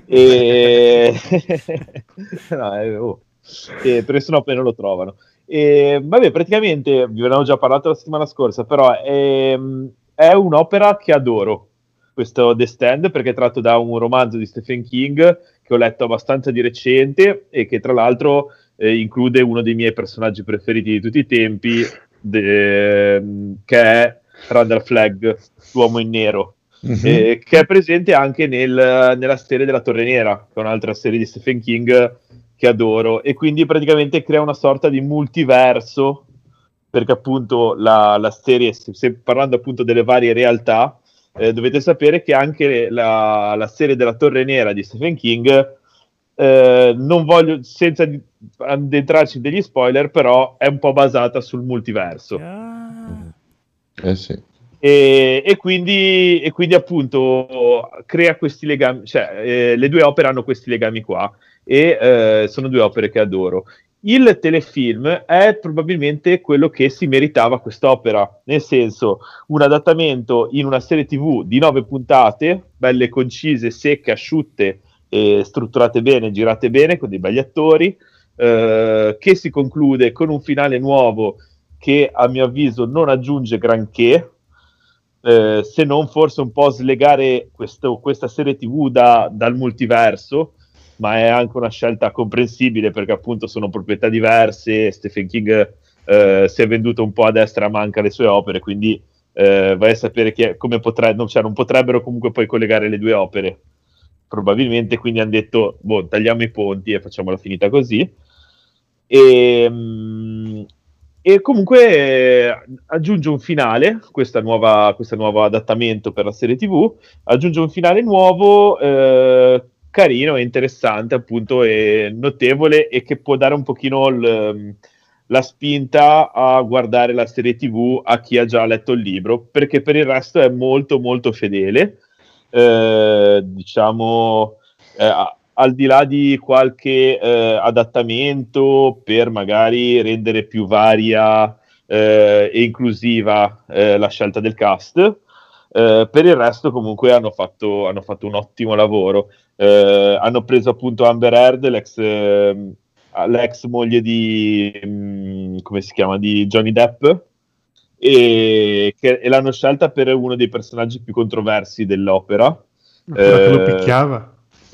Speaker 5: Perché sennò poi non lo trovano. Vabbè, praticamente vi avevo già parlato la settimana scorsa, però è un'opera che adoro, questo The Stand, perché è tratto da un romanzo di Stephen King che ho letto abbastanza di recente e che tra l'altro include uno dei miei personaggi preferiti di tutti i tempi, che è Randall Flagg, l'uomo in nero, che è presente anche nella serie della Torre Nera, che è un'altra serie di Stephen King che adoro, e quindi praticamente crea una sorta di multiverso, perché appunto la serie, parlando appunto delle varie realtà, dovete sapere che anche la serie della Torre Nera di Stephen King, non voglio, senza addentrarci in degli spoiler, però è un po' basata sul multiverso.
Speaker 2: Sì.
Speaker 5: E quindi appunto crea questi legami, cioè le due opere hanno questi legami qua, e sono due opere che adoro. Il telefilm è probabilmente quello che si meritava quest'opera, nel senso, un adattamento in una serie TV di 9 puntate, belle concise, secche, asciutte, strutturate bene, girate bene, con dei begli attori, che si conclude con un finale nuovo che a mio avviso non aggiunge granché, se non forse un po' slegare questa serie TV dal multiverso, ma è anche una scelta comprensibile perché appunto sono proprietà diverse. Stephen King si è venduto un po' a destra a manca le sue opere, quindi vai a sapere come non potrebbero comunque poi collegare le due opere probabilmente, quindi hanno detto tagliamo i ponti e facciamola finita così. E comunque aggiunge un finale, questo nuovo adattamento per la serie TV, aggiunge un finale nuovo, carino e interessante, appunto, e notevole, e che può dare un pochino la spinta a guardare la serie TV a chi ha già letto il libro, perché per il resto è molto molto fedele, diciamo, al di là di qualche adattamento per magari rendere più varia e inclusiva la scelta del cast, per il resto comunque hanno fatto un ottimo lavoro. Hanno preso appunto Amber Heard, l'ex moglie di come si chiama, di Johnny Depp, e l'hanno scelta per uno dei personaggi più controversi dell'opera,
Speaker 7: quella che lo picchiava.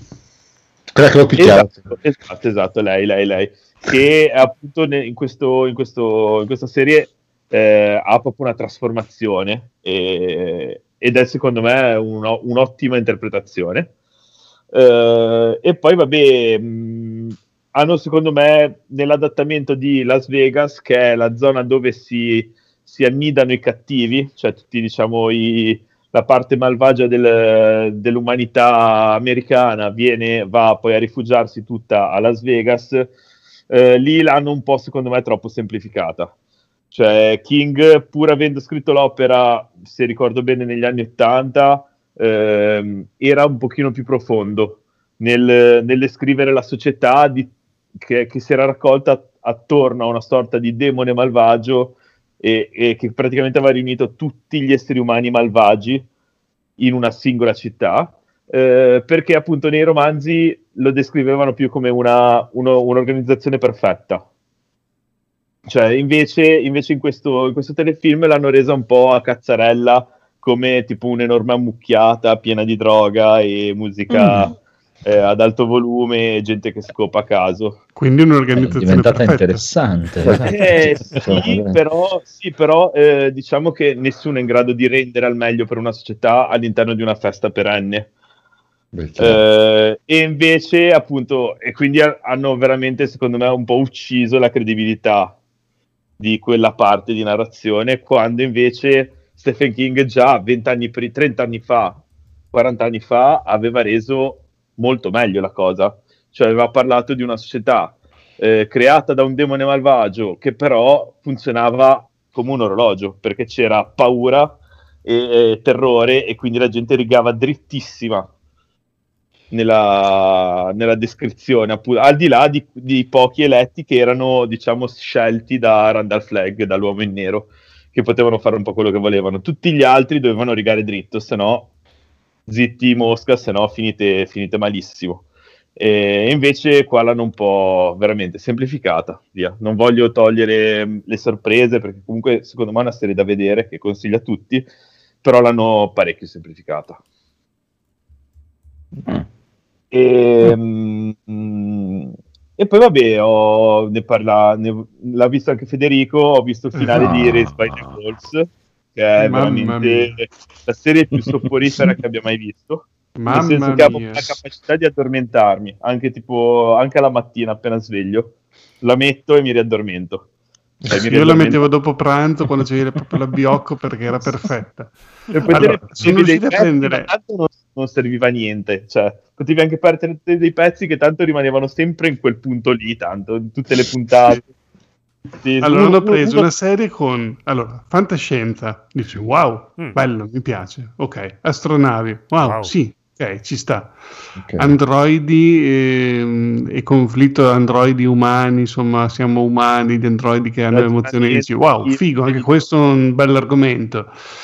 Speaker 5: Esatto, lei che appunto in questa serie ha proprio una trasformazione, ed è secondo me un'ottima interpretazione. E poi vabbè, hanno secondo me nell'adattamento di Las Vegas, che è la zona dove si annidano i cattivi, cioè tutti, diciamo, la parte malvagia dell'umanità americana va poi a rifugiarsi tutta a Las Vegas. Lì l'hanno un po', secondo me, troppo semplificata. Cioè King, pur avendo scritto l'opera, se ricordo bene, negli anni 80, era un pochino più profondo nel descrivere la società che si era raccolta attorno a una sorta di demone malvagio e che praticamente aveva riunito tutti gli esseri umani malvagi in una singola città, perché appunto nei romanzi lo descrivevano più come un'organizzazione perfetta. Cioè invece in questo telefilm l'hanno resa un po' a cazzarella, come tipo un'enorme ammucchiata piena di droga e musica ad alto volume e gente che scopa a caso.
Speaker 7: Quindi un'organizzazione
Speaker 4: è diventata
Speaker 7: perfetta.
Speaker 4: Interessante.
Speaker 5: Sì, però diciamo che nessuno è in grado di rendere al meglio per una società all'interno di una festa perenne. E invece appunto, e quindi hanno veramente, secondo me, un po' ucciso la credibilità di quella parte di narrazione, quando invece Stephen King già 30 anni fa, 40 anni fa aveva reso molto meglio la cosa. Cioè aveva parlato di una società creata da un demone malvagio che però funzionava come un orologio, perché c'era paura e terrore, e quindi la gente rigava drittissima nella descrizione, appunto, al di là di pochi eletti che erano, diciamo, scelti da Randall Flagg, dall'uomo in nero, che potevano fare un po' quello che volevano. Tutti gli altri dovevano rigare dritto, se no zitti mosca, se no finite malissimo. E invece qua l'hanno un po' veramente semplificata, via. Non voglio togliere le sorprese, perché comunque secondo me è una serie da vedere che consiglio a tutti, però l'hanno parecchio semplificata. E poi vabbè, l'ha visto anche Federico, ho visto il finale di Raised by the Wolves, che è veramente la serie più soporifera che abbia mai visto. Nel senso che avevo la capacità di addormentarmi anche alla mattina appena sveglio, la metto e mi riaddormento.
Speaker 7: Io la mettevo dopo pranzo, quando c'era proprio la biocco, perché era perfetta.
Speaker 5: Allora, sono riuscito a prendere, tanto non serviva a niente, cioè potevi anche perdere dei pezzi che tanto rimanevano sempre in quel punto lì, tanto in tutte le puntate.
Speaker 7: Allora hanno preso una serie con fantascienza, dici wow, bello, mi piace, ok, astronavi, wow. Sì, ok, ci sta. Okay. Androidi e conflitto androidi umani, insomma siamo umani di androidi che hanno emozioni, dici wow, figo, anche questo è un bell'argomento.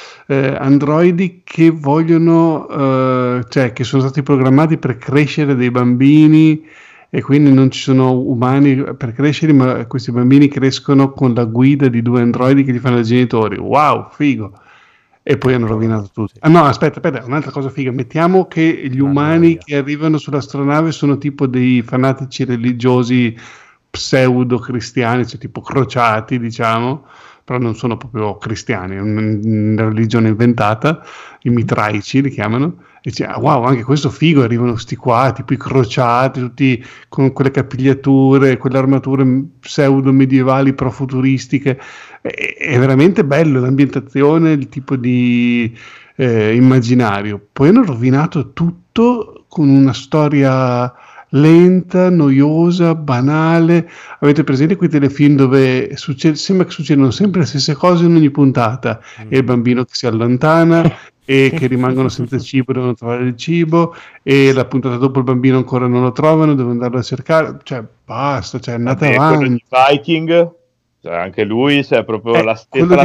Speaker 7: Androidi che vogliono, cioè che sono stati programmati per crescere dei bambini, e quindi non ci sono umani per crescere, ma questi bambini crescono con la guida di 2 androidi che gli fanno i genitori. Wow, figo. E poi hanno rovinato tutto. Ah no, aspetta, un'altra cosa figa. Mettiamo che gli umani che arrivano sull'astronave sono tipo dei fanatici religiosi pseudo-cristiani, cioè tipo crociati, diciamo, però non sono proprio cristiani, è una religione inventata, i mitraici li chiamano, e dice, wow, anche questo figo, arrivano sti qua, tipo i crociati, tutti con quelle capigliature, quelle armature pseudo medievali pro-futuristiche, è veramente bello l'ambientazione, il tipo di immaginario. Poi hanno rovinato tutto con una storia lenta, noiosa, banale. Avete presente quei telefilm dove sembra che succedano sempre le stesse cose in ogni puntata, e il bambino che si allontana e che rimangono senza cibo, devono trovare il cibo, e la puntata dopo il bambino ancora non lo trovano, devono andarlo a cercare, cioè basta, cioè andate avanti.
Speaker 5: Viking, cioè, anche lui, cioè, proprio la stessa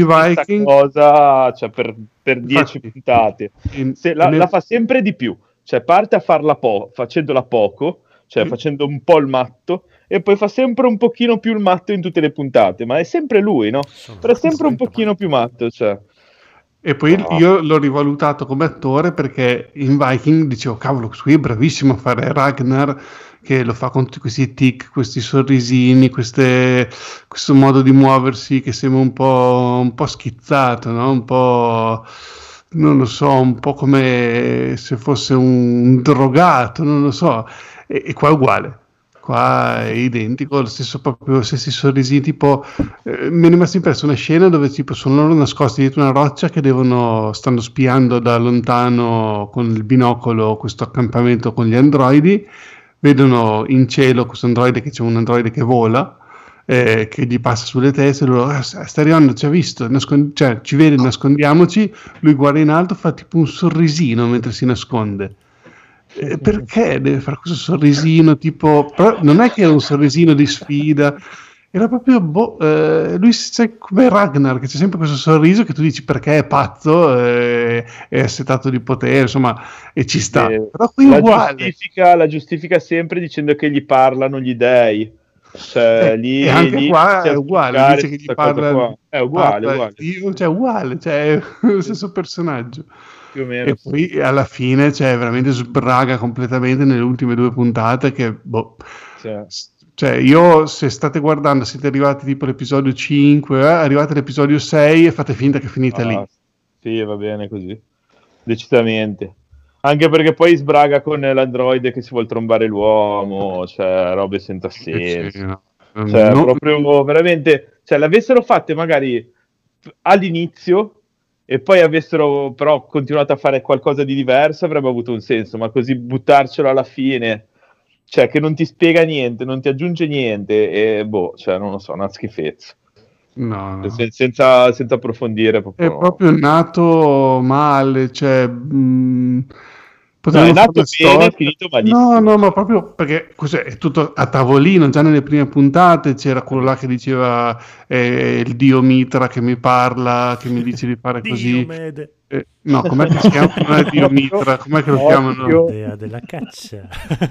Speaker 5: cosa, cioè, per 10 puntate la fa sempre di più, cioè parte a farla facendola poco, cioè facendo un po' il matto, e poi fa sempre un pochino più il matto in tutte le puntate, ma è sempre lui, no? Però è sempre un pochino più matto, cioè.
Speaker 7: E poi io l'ho rivalutato come attore, perché in Viking dicevo, cavolo, lui è bravissimo a fare Ragnar, che lo fa con tutti questi tic, questi sorrisini, questo modo di muoversi che sembra un po' schizzato, no? Un po', non lo so, un po' come se fosse un drogato, non lo so. E qua è uguale, qua è identico, lo stesso, proprio stessi sorrisi, tipo mi è rimasta impressa una scena dove tipo sono loro nascosti dietro una roccia che stanno spiando da lontano con il binocolo questo accampamento con gli androidi, vedono in cielo questo androide, che c'è un androide che vola, che gli passa sulle teste, loro, sta arrivando, ci ha visto, cioè ci vede, nascondiamoci, lui guarda in alto, fa tipo un sorrisino mentre si nasconde. perché deve fare questo sorrisino tipo, però non è che è un sorrisino di sfida, era proprio lui c'è come Ragnar, che c'è sempre questo sorriso che tu dici perché è pazzo, è assetato di potere, insomma, e ci sta, però qui è uguale.
Speaker 5: La giustifica sempre dicendo che gli parlano gli dei, cioè
Speaker 7: e anche qua è uguale, dice che gli parla, è uguale. Uguale, cioè è lo stesso personaggio.
Speaker 5: Più o meno.
Speaker 7: E poi alla fine veramente sbraga completamente nelle ultime 2 puntate che cioè io, se state guardando, siete arrivati tipo all'episodio 5, arrivate all'episodio 6 e fate finta che è finita lì.
Speaker 5: Sì, va bene così, decisamente. Anche perché poi sbraga con l'androide che si vuol trombare l'uomo, cioè robe senza senso.
Speaker 7: Sì, no.
Speaker 5: Cioè, proprio veramente, cioè l'avessero fatte magari all'inizio e poi avessero però continuato a fare qualcosa di diverso, avrebbe avuto un senso, ma così buttarcelo alla fine, cioè che non ti spiega niente, non ti aggiunge niente, e cioè non lo so, una schifezza.
Speaker 7: No.
Speaker 5: Senza approfondire proprio.
Speaker 7: È proprio nato male, cioè
Speaker 5: è nato bene, è finito malissimo.
Speaker 7: No, ma proprio perché è tutto a tavolino. Già nelle prime puntate c'era quello là che diceva il dio Mitra che mi parla, che mi dice di fare così. No, com'è che si chiama? Non è dio Mitra, com'è che lo chiamano?
Speaker 1: Dea della caccia.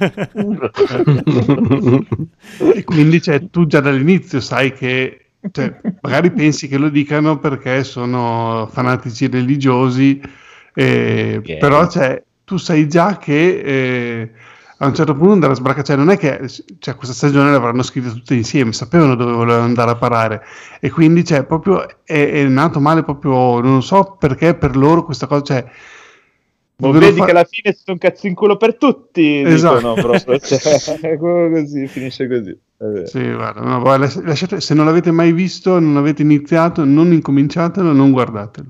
Speaker 7: E quindi tu già dall'inizio sai che, magari pensi che lo dicano perché sono fanatici religiosi, però tu sai già che a un certo punto andare a sbracare, non è che questa stagione l'avranno scritta tutte insieme, sapevano dove volevano andare a parare, e quindi proprio è nato male, proprio non so perché per loro questa cosa,
Speaker 5: vedi che alla fine sono cazzo in culo per tutti,
Speaker 7: esatto.
Speaker 5: Dicono, proprio, così finisce così.
Speaker 7: Sì, guarda, lasciate, se non l'avete mai visto, non avete iniziato, non incominciatelo, non guardatelo.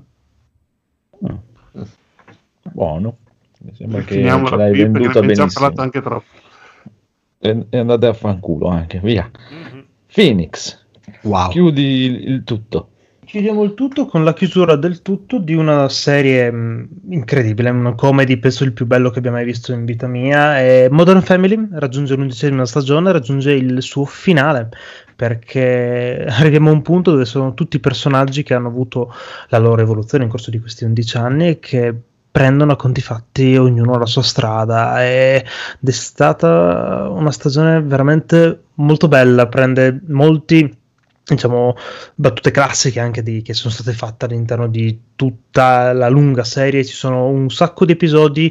Speaker 4: Buono. Mi sembra che
Speaker 7: finiamola
Speaker 4: l'hai
Speaker 7: qui
Speaker 4: venduta
Speaker 7: perché ne abbiamo
Speaker 4: benissimo.
Speaker 7: parlato anche troppo.
Speaker 4: E andate a fanculo anche, via. Phoenix, chiudi il tutto.
Speaker 8: Chiudiamo il tutto con la chiusura del tutto di una serie incredibile, una comedy, penso il più bello che abbia mai visto in vita mia. Modern Family raggiunge l'11ª stagione, raggiunge il suo finale, perché arriviamo a un punto dove sono tutti personaggi che hanno avuto la loro evoluzione in corso di questi 11 anni e che prendono a conti fatti ognuno la sua strada, ed è stata una stagione veramente molto bella, prende molti, diciamo, battute classiche anche che sono state fatte all'interno di tutta la lunga serie. Ci sono un sacco di episodi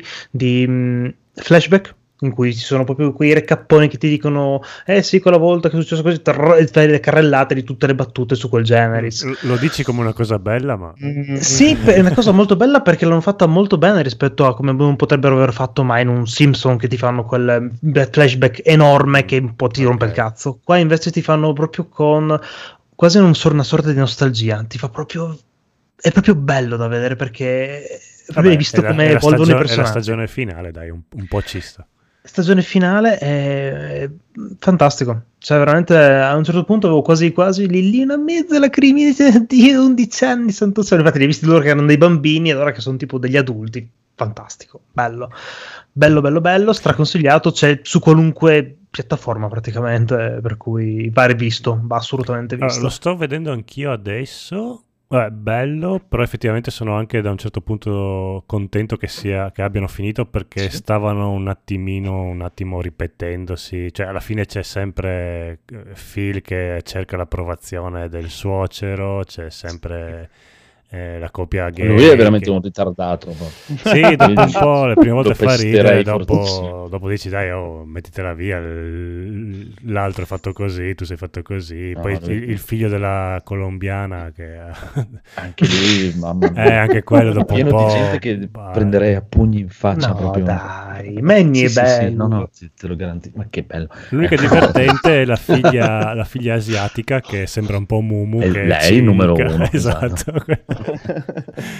Speaker 8: di flashback in cui ci sono proprio quei recapponi che ti dicono sì, quella volta che è successo così, e fai le carrellate di tutte le battute su quel genere.
Speaker 1: Lo dici come una cosa bella, ma
Speaker 8: sì, è una cosa molto bella perché l'hanno fatta molto bene rispetto a come non potrebbero aver fatto mai in un Simpson, che ti fanno quel flashback enorme che un po' ti rompe il cazzo. Qua invece ti fanno proprio con quasi una sorta di nostalgia, ti fa proprio, è proprio bello da vedere, perché hai visto come evolvono i personaggi.
Speaker 1: È la stagione finale, dai, un po' ci sta.
Speaker 8: Stagione finale è fantastico, cioè veramente a un certo punto avevo quasi lì una mezza lacrimina di 11 anni, santo cielo. Infatti li hai visti loro che erano dei bambini e ora che sono tipo degli adulti. Fantastico, bello, straconsigliato, c'è su qualunque piattaforma praticamente, per cui va rivisto, va assolutamente visto.
Speaker 1: Lo sto vedendo anch'io adesso. Bello, però effettivamente sono anche da un certo punto contento che abbiano finito, perché stavano un attimo ripetendosi, cioè alla fine c'è sempre Phil che cerca l'approvazione del suocero, c'è sempre la coppia gay.
Speaker 4: Lui è veramente un ritardato.
Speaker 1: Sì, dopo un po' le prime volte fa ridere, dopo dici dai, mettitela via, l'altro è fatto così, tu sei fatto così. Poi il figlio della colombiana che
Speaker 4: anche lui, mamma mia,
Speaker 1: anche quello dopo un po',
Speaker 4: pieno di gente che prenderei a pugni in faccia.
Speaker 8: No,
Speaker 4: proprio.
Speaker 8: Dai, Manny è bello.
Speaker 4: Sì, te lo garantisco, ma che bello.
Speaker 1: L'unica divertente è la figlia asiatica che sembra un po' Mumu,
Speaker 4: è
Speaker 1: che
Speaker 4: lei il numero uno,
Speaker 1: esatto.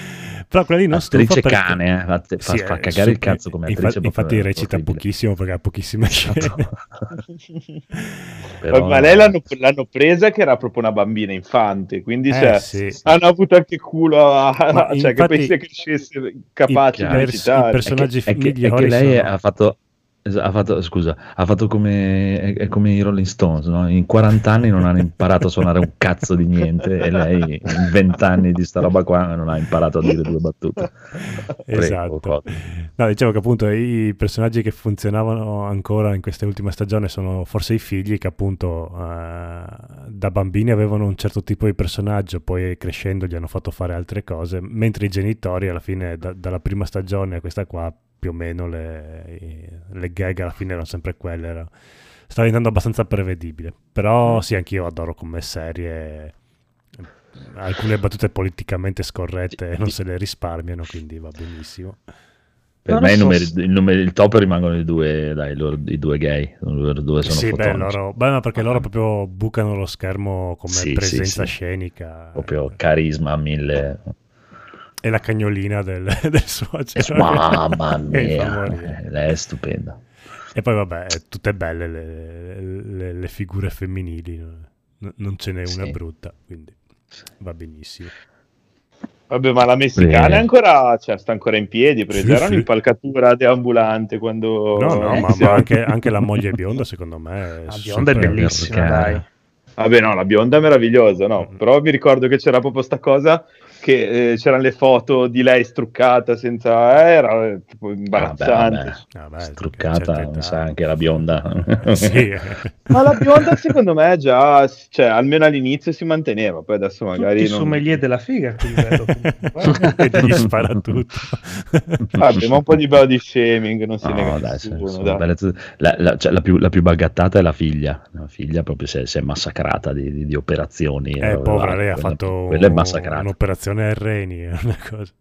Speaker 1: Però quella lì non
Speaker 4: attrice cane, fa cagare il cazzo come attrice.
Speaker 1: Infatti recita pochissimo perché ha pochissime scene.
Speaker 5: Però... Ma lei l'hanno presa che era proprio una bambina infante, quindi hanno avuto anche culo cioè che poi si crescesse capace di recitare.
Speaker 1: I personaggi migliori
Speaker 4: è che lei ha fatto come i Rolling Stones, no? In 40 anni non hanno imparato a suonare un cazzo di niente e lei in 20 anni di sta roba qua non ha imparato a dire 2 battute.
Speaker 1: Esatto. No, dicevo che appunto i personaggi che funzionavano ancora in questa ultima stagione sono forse i figli che appunto da bambini avevano un certo tipo di personaggio, poi crescendo gli hanno fatto fare altre cose, mentre i genitori alla fine dalla prima stagione a questa qua più o meno le gag alla fine erano sempre quelle, stava diventando abbastanza prevedibile, però sì, anch'io adoro come serie, alcune battute politicamente scorrette non se le risparmiano, quindi va benissimo.
Speaker 4: Per me il top rimangono i due gay, loro due sono fotonici.
Speaker 1: Ma perché loro proprio bucano lo schermo come presenza scenica,
Speaker 4: proprio carisma 1000.
Speaker 1: E la cagnolina del suocero.
Speaker 4: Mamma mia, lei è stupenda.
Speaker 1: E poi vabbè, tutte belle le figure femminili, non ce n'è una brutta, quindi va benissimo.
Speaker 5: Vabbè, ma la messicana ancora, sta ancora in piedi, perché era un'impalcatura deambulante quando...
Speaker 1: No, ma anche la moglie bionda secondo me
Speaker 8: la bionda è bellissima, dai.
Speaker 5: Vabbè, no, la bionda è meravigliosa, no? Però mi ricordo che c'era proprio sta cosa che c'erano le foto di lei struccata senza... era tipo imbarazzante.
Speaker 4: Struccata, mi sa anche la bionda.
Speaker 1: Sì.
Speaker 5: Ma la bionda secondo me già, cioè almeno all'inizio si manteneva, poi adesso magari...
Speaker 8: Tutti sommelier della figa,
Speaker 1: e gli spara tutto.
Speaker 5: Vabbè, ma un po' di body shaming non si nega nessuno,
Speaker 4: la più bagattata è la figlia. La figlia proprio si è massacrata di operazioni.
Speaker 1: Povera, lei ha fatto un'operazione ai reni, una cosa.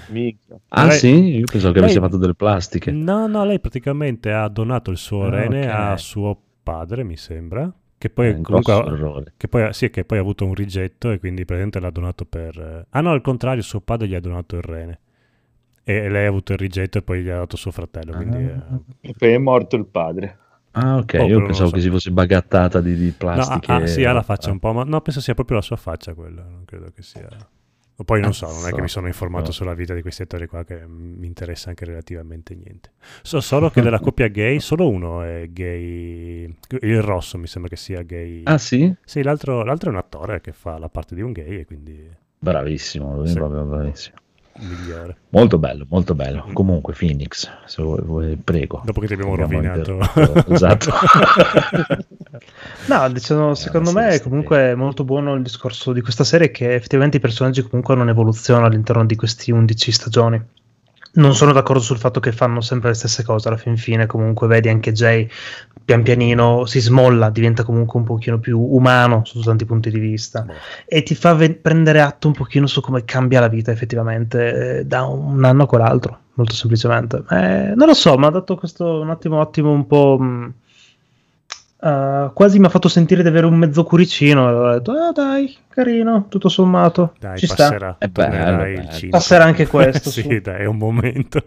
Speaker 4: Sì? Io pensavo che avesse fatto delle plastiche.
Speaker 1: No, lei praticamente ha donato il suo rene a suo padre, mi sembra, che poi comunque che poi ha avuto un rigetto e quindi praticamente l'ha donato per... no, al contrario, suo padre gli ha donato il rene e lei ha avuto il rigetto e poi gli ha dato suo fratello, quindi
Speaker 5: e poi è morto il padre.
Speaker 4: Ok, io pensavo che si fosse bagattata di plastiche.
Speaker 1: No, sì, ha la faccia un po', ma no, penso sia proprio la sua faccia quella, non credo che sia... O poi non so, non è che mi sono informato sulla vita di questi attori qua, che mi interessa anche relativamente niente. So solo che della coppia gay solo uno è gay, il rosso mi sembra che sia gay.
Speaker 4: Ah sì?
Speaker 1: Sì, l'altro è un attore che fa la parte di un gay e quindi...
Speaker 4: Bravissimo, lui proprio bravissimo.
Speaker 1: Migliore.
Speaker 4: Molto bello, molto bello. Comunque Phoenix, se vuoi, prego.
Speaker 1: Dopo che ti abbiamo rovinato.
Speaker 4: Esatto.
Speaker 8: No, diciamo, secondo me è comunque molto buono il discorso di questa serie, che effettivamente i personaggi comunque hanno un'evoluzione all'interno di questi 11 stagioni. Non sono d'accordo sul fatto che fanno sempre le stesse cose, alla fin fine comunque vedi anche Jay pian pianino si smolla, diventa comunque un pochino più umano sotto tanti punti di vista e ti fa prendere atto un pochino su come cambia la vita effettivamente da un anno a quell'altro, molto semplicemente. Non lo so, mi ha dato questo un attimo un po'... quasi mi ha fatto sentire di avere un mezzo cuoricino e ho detto dai, carino, tutto sommato,
Speaker 1: dai,
Speaker 8: ci
Speaker 1: passerà,
Speaker 8: sta.
Speaker 1: Bello.
Speaker 8: Passerà anche questo.
Speaker 1: Sì, dai, è un momento.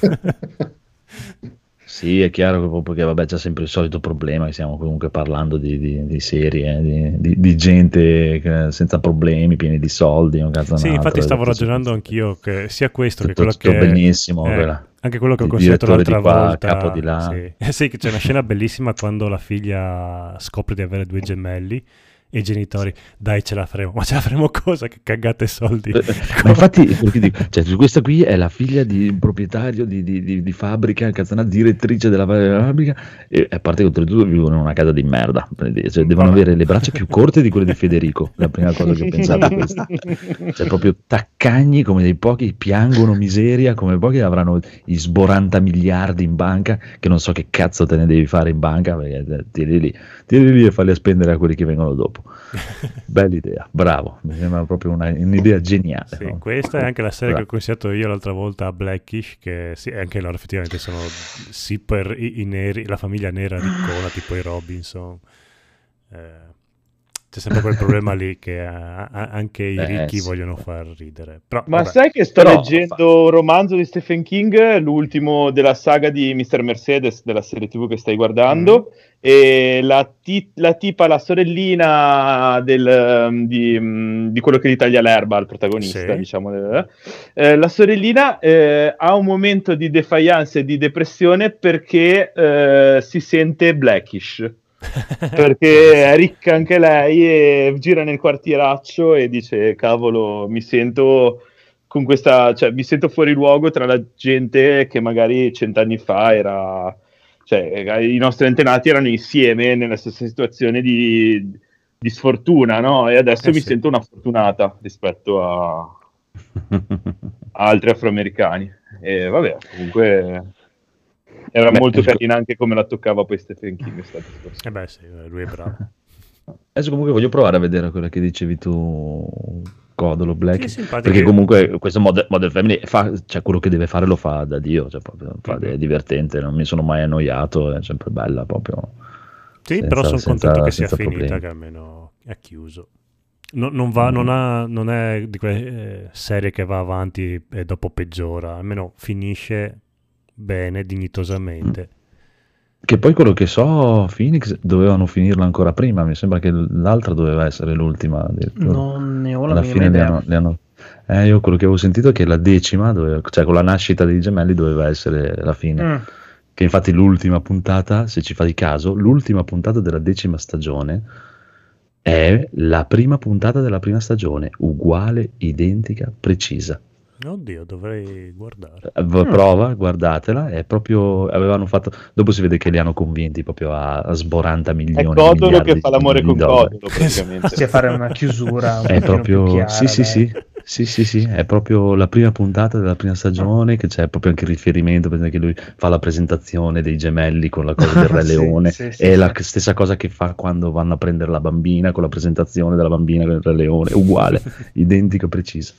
Speaker 4: Sì, è chiaro che vabbè, c'è sempre il solito problema, che stiamo comunque parlando di serie, di gente senza problemi, pieni di soldi.
Speaker 1: Sì, infatti stavo ragionando anch'io che sia questo
Speaker 4: tutto,
Speaker 1: che quello
Speaker 4: tutto benissimo,
Speaker 1: anche quello che ho consigliato l'altra volta,
Speaker 4: capo di là.
Speaker 1: Sì, che c'è una scena bellissima quando la figlia scopre di avere 2 gemelli e i genitori, dai, ce la faremo. Ma ce la faremo cosa? Che cagate soldi.
Speaker 4: Ma infatti, cioè, questa qui è la figlia di un proprietario di fabbrica, direttrice della fabbrica, e a parte che oltretutto vivono in una casa di merda, cioè, devono avere le braccia più corte di quelle di Federico, la prima cosa che ho pensato è questa. Cioè proprio taccagni come dei pochi, piangono miseria come pochi, avranno i sboranta miliardi in banca, che non so che cazzo te ne devi fare in banca, perché tiri lì e falli a spendere a quelli che vengono dopo. Bella idea, bravo, mi sembra proprio un'idea geniale.
Speaker 1: Sì,
Speaker 4: no?
Speaker 1: Questa è anche la serie che ho consigliato io l'altra volta a Blackish, che sì, anche loro effettivamente sono sì per i neri, la famiglia nera riccona tipo i Robinson, c'è sempre quel problema lì che anche i ricchi vogliono far ridere. Però,
Speaker 5: ma sai che sto leggendo un romanzo di Stephen King, l'ultimo della saga di Mr. Mercedes, della serie TV che stai guardando, e la sorellina di quello che gli taglia l'erba al protagonista, diciamo, la sorellina ha un momento di defiance e di depressione perché si sente blackish. Perché è ricca anche lei e gira nel quartieraccio e dice cavolo, mi sento con questa, cioè mi sento fuori luogo tra la gente che magari 100 anni fa era, cioè i nostri antenati erano insieme nella stessa situazione di sfortuna, no? E adesso mi sento una fortunata rispetto a altri afroamericani. E vabbè, comunque era molto carina anche come la toccava poi Stephen King.
Speaker 1: Lui è bravo.
Speaker 4: Adesso comunque voglio provare a vedere quella che dicevi tu, Codolo Black, perché comunque questo Modern Family cioè quello che deve fare lo fa da Dio, cioè proprio è divertente, non mi sono mai annoiato, è sempre bella proprio.
Speaker 1: Sì, però sono contento che sia finita, che almeno è chiuso. Non è di quelle serie che va avanti e dopo peggiora, almeno finisce bene, dignitosamente.
Speaker 4: Che poi quello che so, Phoenix dovevano finirla ancora prima, mi sembra che l'altra doveva essere l'ultima.
Speaker 8: Non ne ho la minima idea.
Speaker 4: Io quello che avevo sentito è che la 10ª, cioè con la nascita dei gemelli, doveva essere la fine. Che infatti l'ultima puntata, se ci fai caso, l'ultima puntata della 10ª stagione è la prima puntata della prima stagione, uguale, identica, precisa.
Speaker 1: Oddio, dovrei guardare.
Speaker 4: Prova, guardatela. È proprio, avevano fatto. Dopo si vede che li hanno convinti proprio a sboranta milioni.
Speaker 5: È Codolo che fa l'amore con Codolo, praticamente.
Speaker 8: Sì, a fare una chiusura.
Speaker 4: È proprio. Sì. È proprio la prima puntata della prima stagione. Che c'è proprio anche il riferimento. Per esempio, che lui fa la presentazione dei gemelli con la cosa del Re Leone. È la stessa cosa che fa quando vanno a prendere la bambina, con la presentazione della bambina con il Re Leone. Uguale, identico, preciso.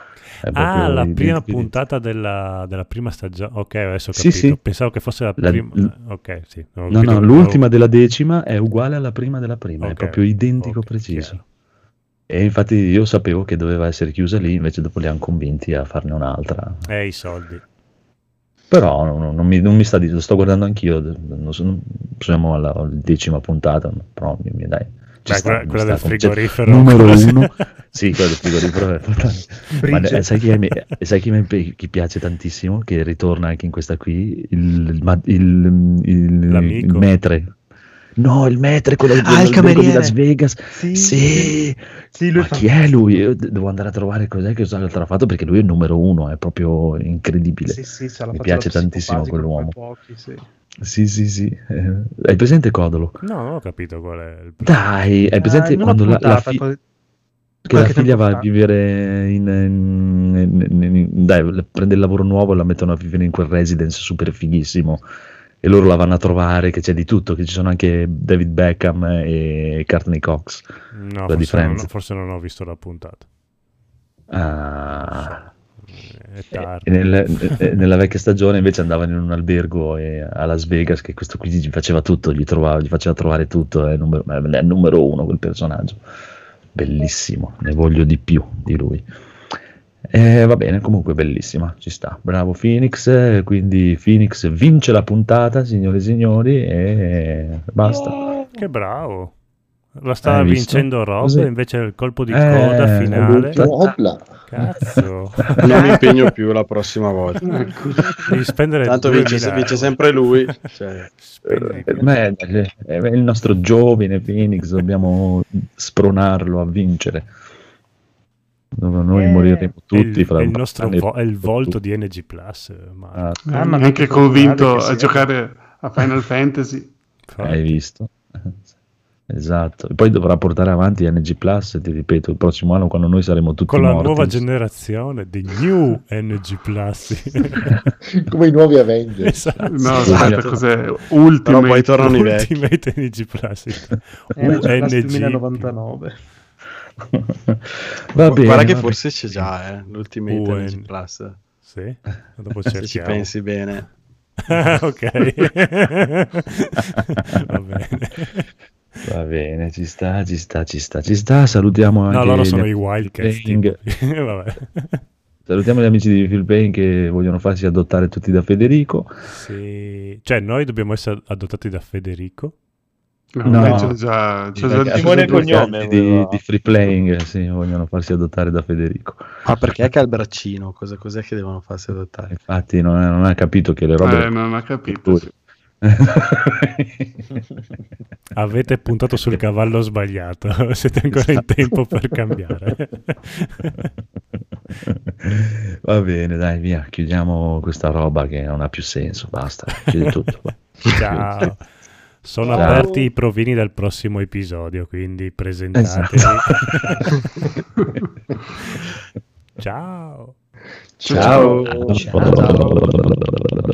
Speaker 1: La prima puntata della prima stagione. Ok, adesso ho capito.
Speaker 4: Sì.
Speaker 1: Pensavo che fosse la prima. Ok, sì.
Speaker 4: No, l'ultima della 10ª è uguale alla prima della prima, è proprio identico, preciso. Chiaro. E infatti io sapevo che doveva essere chiusa lì, invece dopo li hanno convinti a farne un'altra.
Speaker 1: I soldi.
Speaker 4: Però non mi sta dicendo, sto guardando anch'io, siamo alla 10ª puntata, però dai.
Speaker 1: Quella del frigorifero
Speaker 4: numero 1. Sì, quella del frigorifero ma sai chi piace tantissimo, che ritorna anche in questa qui, il Metre. No, il Metre, quello
Speaker 8: il cameriere
Speaker 4: di Las Vegas.
Speaker 8: Sì,
Speaker 4: ma chi è lui? Io devo andare a trovare cos'è che ha fatto, perché lui è il numero 1, è proprio incredibile. Mi piace tantissimo quell'uomo. Sì. Hai presente Codolo?
Speaker 1: No, non ho capito qual è il...
Speaker 4: Dai, hai presente quando la figlia va a vivere dai, prende il lavoro nuovo e la mettono a vivere in quel residence super fighissimo e loro la vanno a trovare, che c'è di tutto, che ci sono anche David Beckham e Courtney Cox.
Speaker 1: No, forse non ho visto la puntata. È tardi.
Speaker 4: Nella vecchia stagione invece andavano in un albergo a Las Vegas, che questo qui gli faceva tutto, gli faceva trovare tutto, è il numero 1 quel personaggio, bellissimo, ne voglio di più di lui. Va bene, comunque bellissima, ci sta, bravo Phoenix. Quindi Phoenix vince la puntata, signore e signori, e basta.
Speaker 1: Che bravo. La stava vincendo Rob, invece il colpo di coda finale. Cazzo.
Speaker 3: Non mi impegno più la prossima volta.
Speaker 1: Devi spendere.
Speaker 3: Tanto vince sempre lui. Cioè.
Speaker 4: È il nostro giovane Phoenix, dobbiamo spronarlo a vincere. Noi moriremo tutti.
Speaker 1: È il volto di NG Plus.
Speaker 7: Anche convinto a giocare a Final Fantasy.
Speaker 4: Hai visto? Esatto, e poi dovrà portare avanti NG Plus, ti ripeto, il prossimo anno, quando noi saremo tutti
Speaker 1: con
Speaker 4: morti.
Speaker 1: La nuova generazione di New NG Plus.
Speaker 2: Come i nuovi Avengers.
Speaker 1: Esatto.
Speaker 7: No, aspetta, cos'è? Ultimate,
Speaker 3: poi tornano i vecchi.
Speaker 1: Ultimate NG Plus.
Speaker 8: NG 2099.
Speaker 3: Va bene, guarda che forse c'è già l'Ultimate NG Plus.
Speaker 1: Sì, dopo
Speaker 3: se ci pensi bene.
Speaker 1: Ok. Va bene.
Speaker 4: Va bene, ci sta. Salutiamo anche...
Speaker 1: No, loro sono i Wildcats.
Speaker 4: Vabbè. Salutiamo gli amici di Phil Payne che vogliono farsi adottare tutti da Federico.
Speaker 1: Sì. Cioè, noi dobbiamo essere adottati da Federico?
Speaker 7: No. C'è già
Speaker 5: il cognome
Speaker 4: di Free Playing, sì, vogliono farsi adottare da Federico.
Speaker 3: Ma perché che ha il braccino? Cos'è che devono farsi adottare?
Speaker 4: Infatti non ha capito che le robe...
Speaker 7: non ha capito, sì.
Speaker 1: Avete puntato sul cavallo sbagliato, siete ancora in tempo per cambiare.
Speaker 4: Va bene, dai, via, chiudiamo questa roba che non ha più senso, basta, chiudi tutto.
Speaker 1: Ciao. Sono aperti i provini del prossimo episodio, quindi presentatevi.
Speaker 7: Ciao.
Speaker 1: Ciao.